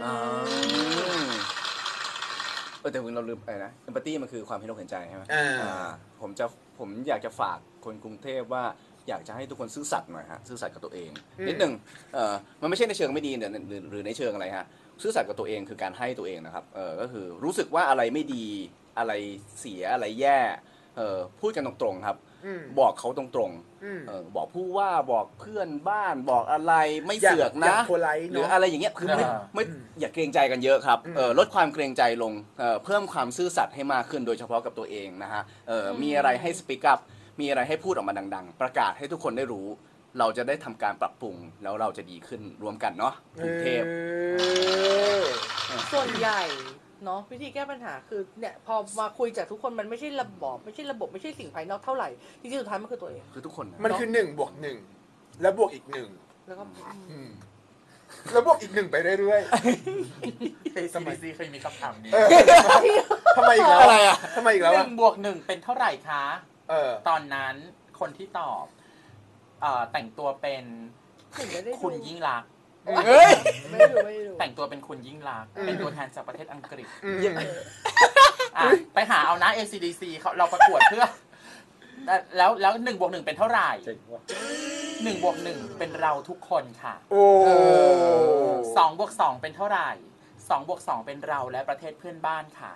แต่เราลืมไปนะเอมพัตตี้มันคือความเห็นอกเห็นใจใช่ไหมผมอยากจะฝากคนกรุงเทพว่าอยากจะให้ทุกคนซื่อสัตย์หน่อยฮะซื่อสัตย์กับตัวเองนิดนึงมันไม่ใช่ในเชิงไม่ดีหรือในเชิงอะไรฮะซื่อสัตย์กับตัวเองคือการให้ตัวเองนะครับก็คือรู้สึกว่าอะไรไม่ดีอะไรเสียอะไรแย่พูดกันตรงๆครับบอกเขาตรงๆบอกผู้ว่าบอกเพื่อนบ้านบอกอะไรไม่เสือกนะหรืออะไรอย่างเงี้ยคือไม่อย่าเกรงใจกันเยอะครับลดความเกรงใจลงเพิ่มความซื่อสัตย์ให้มากขึ้นโดยเฉพาะกับตัวเองนะฮะมีอะไรให้สปีกอัพมีอะไรให้พูดออกมาดังๆประกาศให้ทุกคนได้รู้เราจะได้ทำการปรับปรุงแล้วเราจะดีขึ้นรวมกันเนาะกรุงเทพส่วนใหญ่เนาะวิธีแก้ปัญหาคือเนี่ยพอมาคุยจากทุกคนมันไม่ใช่ระบบไม่ใช่สิ่งภายนอกเท่าไหร่จริงๆสุดท้ายมันคือตัวเองคือทุกคนมันคือ1+1แล้วบวกอีก1 แล้วก็แล้วบวกอีก1ไปเรื่อยๆ ACDC เคยมีคำถามนี้ทำไมอีกแล้วอะไรอ่ะทำไมอีกแล้ว 1+1เป็นเท่าไหร่คะตอนนั้นคนที่ตอบแต่งตัวเป็นคุณยิ่งรักไม่ดูแต่งตัวเป็นคุณยิ่งรักเป็นตัวแทนจากประเทศอังกฤษไปหาเอานะ ACDC เราประกวดเพื่อแล้ว1+1เป็นเท่าไหร่1+1เป็นเราทุกคนค่ะ2+2เป็นเท่าไหร่2+2เป็นเราและประเทศเพื่อนบ้านค่ะ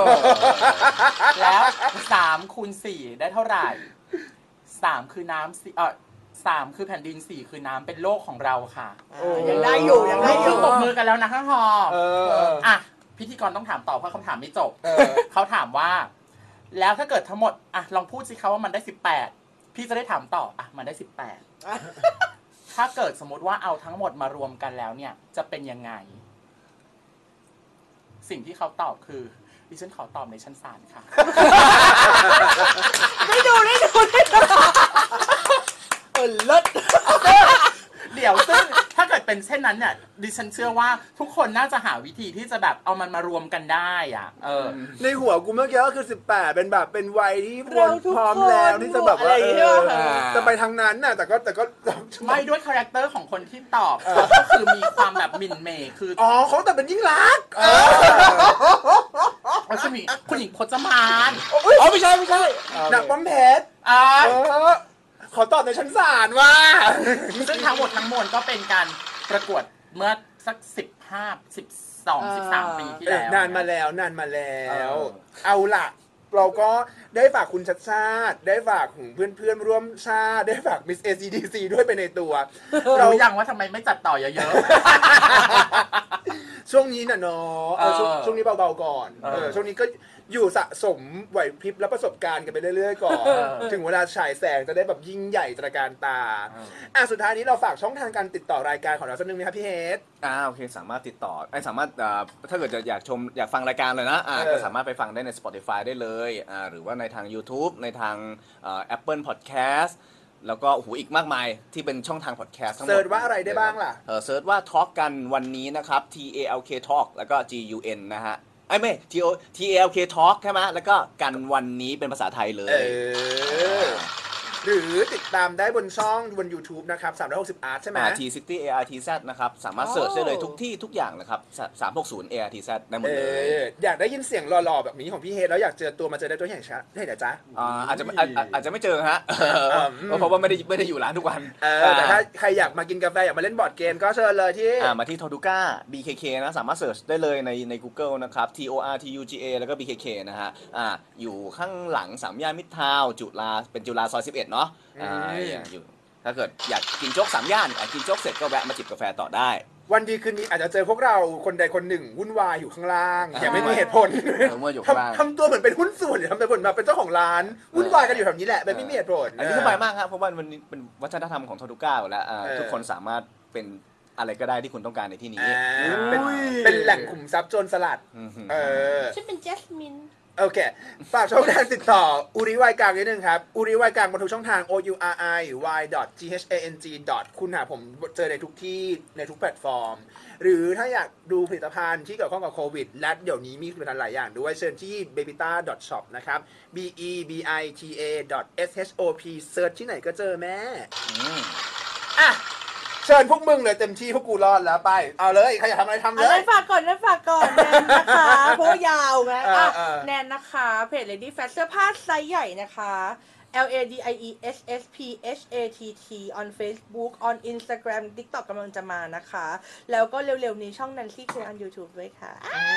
แล้ว3 คูณ 4ได้เท่าไหร่3คือน้ำ3คือแผ่นดิน4คือน้ำเป็นโลกของเราค่ะยังได้อยู่ตบมือกันแล้วนะข้างหอพิธีกรต้องถามต่อเพราะคำถามไม่จบเขาถามว่าแล้วถ้าเกิดทั้งหมดลองพูดสิคะว่ามันได้18พี่จะได้ถามต่อมันได้18ถ้าเกิดสมมติว่าเอาทั้งหมดมารวมกันแล้วเนี่ยจะเป็นยังไงสิ่งที่เขาตอบคือดิฉันขอตอบในชั้นศาลค่ะได้ดูเลิศเดี๋ยวซึ่งถ้าเกิดกิดเป็นเช่นนั้นเนี่ยดิฉันเชื่อว่าทุกคนน่าจะหาวิธีที่จะแบบเอามันมารวมกันได้อ่ะในหัวกูเมื่อกี้ก็คือ18เป็นแบบเป็นวัยที่พร้เราทุกอมคนแล้วที่จะแบบว่าอะไรอย่างเงี้ยจะไปทางนั้นน่ะแต่ก็ไม่ด้วยคาแรคเตอร์ของคนที่ตอบก็คือมีความแบบหมินเหมย์คืออ๋อเขาแต่เป็นยิ่งรักษณ์แล้วจะมีคุณหญิงพจมานอ๋อไม่ใช่หนักป้อมเพชรอ่าขอตอบในชั้นศาลว่าซึ่งทั้งหมดทั้งมวลก็เป็นการประกวดเมื่อสัก12-13 ปีที่แล้วนานมาแล้วเอาล่ะ เราก็ได้ฝากคุณชัดชาติ ได้ฝากของเพื่อนๆร่วมชาติ ได้ฝากมิส ACDC ด้วยไปในตัวรู้ยังว่าทำไมไม่จัดต่อเยอะช่วงนี้น่ะเนาะช่วงนี้เบาๆก่อนช่วงนี้ก็อยู่สะสมไหวพริบและประสบการณ์กันไปเรื่อยๆก่อน ถึงเวลาฉายแสงจะได้แบบยิ่งใหญ่ตระการตาสุดท้ายนี้เราฝากช่องทางการติดต่อรายการของเราสักนึงไหมครับพี่เฮดโอเคสามารถติดต่อสามารถถ้าเกิดจะอยากฟังรายการเลยนะก็สามารถไปฟังได้ใน Spotify ได้เลยหรือว่าในทาง YouTube ในทางApple Podcast แล้วก็อีกมากมายที่เป็นช่องทางพอดแคสต์ทั้งหมดเสิร์ชว่าอะไรได้บ้างล่ะเสิร์ชว่าทอล์กกันวันนี้นะครับ TALK Talk แล้วก็ GUN นะฮะไม่ TALK Talk ใช่ไหมแล้วก็กันวันนี้เป็นภาษาไทยเลยหรือติดตามได้บนช่องบน YouTube นะครับ360 Art ใช่ไหม T60 ARTZ นะครับสามารถเสิร์ชได้เลยทุกที่ทุกอย่างนะครับ360 ARTZ ได้หมดเลยอยากได้ยินเสียงหล่อๆแบบนี้ของพี่เฮดแล้วอยากเจอตัวมาเจอได้ตัวอย่างชัดได้เหรอจ๊ะอาจจะไม่เจอฮะเพราะว่าไม่ได้อยู่ร้านทุกวันแต่ถ้าใครอยากมากินกาแฟอยากมาเล่นบอร์ดเกมก็เชิญเลยที่มาที่ Toduga BKK นะสามารถเสิร์ชได้เลยใน Google นะครับ TORTUGA แล้วก็ BKK นะฮะอยู่ข้างหลัง3 ย่านมิตรทาวน์เป็นจุฬาซอย11เนาะอยู่ถ้าเกิดอยากกินโจ๊ก3 ย่านกินโจ๊กเสร็จก็แวะมาจิบกาแฟต่อได้วันดีคืนนี้อาจจะเจอพวกเราคนใดคนหนึ่งวุ่นวายอยู่ข้างล่างอย่างไม่มีเหตุผลทำตัวเหมือนเป็นหุ้นส่วนหรือทำตัวเหมือนมาเป็นเจ้าของร้านวุ่นวายกันอยู่แบบนี้แหละแบบไม่มีเหตุผลอันนี้สบายมากครับเพราะว่ามันเป็นวัฒนธรรมของTodugaอยู่แล้วทุกคนสามารถเป็นอะไรก็ได้ที่คุณต้องการในที่นี้เป็นแหล่งขุมทรัพย์โจรสลัดฉันเป็นเจสมินโอเคฝากช่องทางติดต่ออุริวายกลางนิดนึงครับอุริวายกลางบนทุกช่องทาง ouriy.ghang คุณหาผมเจอในทุกที่ในทุกแพลตฟอร์มหรือถ้าอยากดูผลิตภัณฑ์ที่เกี่ยวข้องกับโควิดและเดี๋ยวนี้มีผลิตภัณฑ์หลายอย่างด้วยเชิญที่ bebita.shop นะครับ bebita.shop เซิร์ชที่ไหนก็เจอแม่เชิญพวกมึงเลยเต็มที่พวกกูรอดแล้วไปเอาเลยใครอยากทำอะไรทำเลยฝากก่อนแนนนะคะเพราะยาวไงแนนนะคะเพจ Lady Fat เสื้อผ้าไซส์ใหญ่นะคะ LADIESSPHATT on Facebook on Instagram TikTok กำลังจะมานะคะแล้วก็เร็วๆนี้ช่อง Nancy K on YouTube ด้วยค่ะ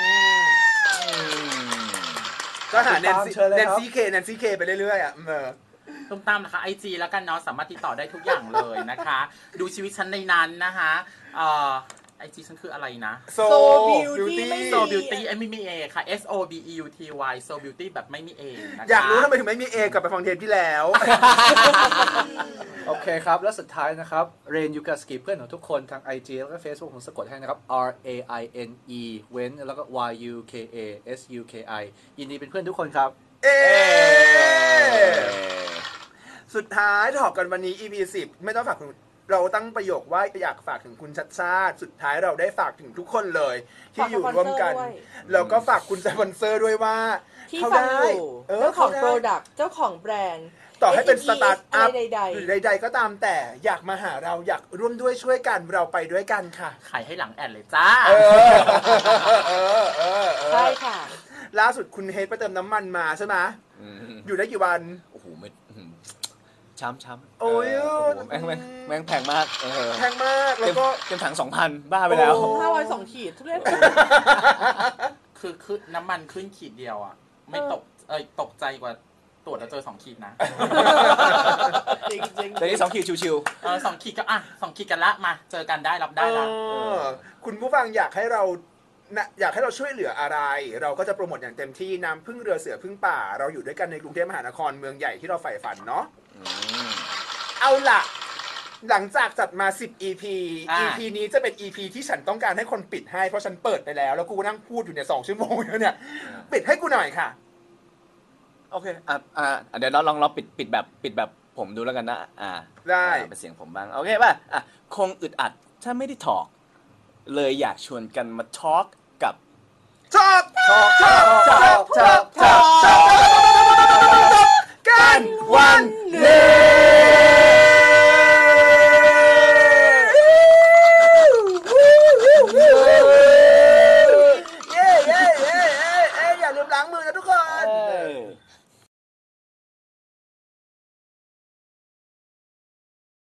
ก็หา Nancy K ไปเรื่อยๆตุ้มตามนะคะ IG แล้วกันเนาะสามารถติดต่อได้ทุกอย่างเลยนะคะดูชีวิตฉันในนั้นนะคะIG ฉันคืออะไรนะ So Beauty So Beautyไม่มี A ค่ะ SOBEUTY So Beauty แบบไม่มี A นะคะอยากรู้ทำไมถึงไม่มี A กลับไปฟังเทปที่แล้วโอเคครับและสุดท้ายนะครับเรนยูกาสกีเพื่อนของทุกคนทาง IG แล้วก็ Facebook ผมสะกดให้นะครับ RAINE เว้นแล้วก็ YUKASUKI ยินดีเป็นเพื่อนทุกคนครับสุดท้ายถอกกันวันนี้ EP 10ไม่ต้องฝากเราตั้งประโยคว่าอยากฝากถึงคุณชัดชาติสุดท้ายเราได้ฝากถึงทุกคนเลยที่อยู่ร่วมกันแล้วก็ฝากคุณสปอนเซอร์ด้วยว่าที่ฟังอยู่เจ้าของ Product เจ้าของแบรนด์ต่อให้เป็นสตาร์ทอัพหรือใดๆก็ตามแต่อยากมาหาเราอยากร่วมด้วยช่วยกันเราไปด้วยกันค่ะขายให้หลังแอดเลยจ้าใช่ค่ะล่าสุดคุณเฮดไปเติมน้ำมันมาใช่ไหมอยู่ได้กี่วันโอ้โหไม่ช้ำโอ้ยแม่งแพงมากแพงมากแล้วก็เต็มถัง 2,000 บ้าไปแล้ว 502 ขีดทุเรศคือน้ำมันขึ้นขีดเดียวอ่ะไม่ตกใจกว่าตรวจแล้วเจอ2 ขีดนะจริงๆแต่นี่2 ขีดชิวๆ2 ขีดก็2 ขีดกันละมาเจอกันได้รับได้ละคุณผู้ฟังอยากให้เราช่วยเหลืออะไรเราก็จะโปรโมทอย่างเต็มที่น้ำพึ่งเรือเสือพึ่งป่าเราอยู่ด้วยกันในกรุงเทพมหานครเมืองใหญ่ที่เราใฝ่ฝันเนาะเอาล่ะหลังจากจัดมา10 EP นี้จะเป็น EP ที่ฉันต้องการให้คนปิดให้เพราะฉันเปิดไปแล้วกูนั่งพูดอยู่เนี่ย2 ชั่วโมงแล้วเนี่ยปิดให้กูหน่อยค่ะโอเคเดี๋ยวเราลองปิดแบบผมดูแล้วกันนะได้เป็นเสียงผมบ้างโอเคป่ะคงอึดอัดถ้าไม่ได้ talk เลยอยากชวนกันมา talk กับชอบกันวันนี้อย่าลืมล้างมือนะทุกคน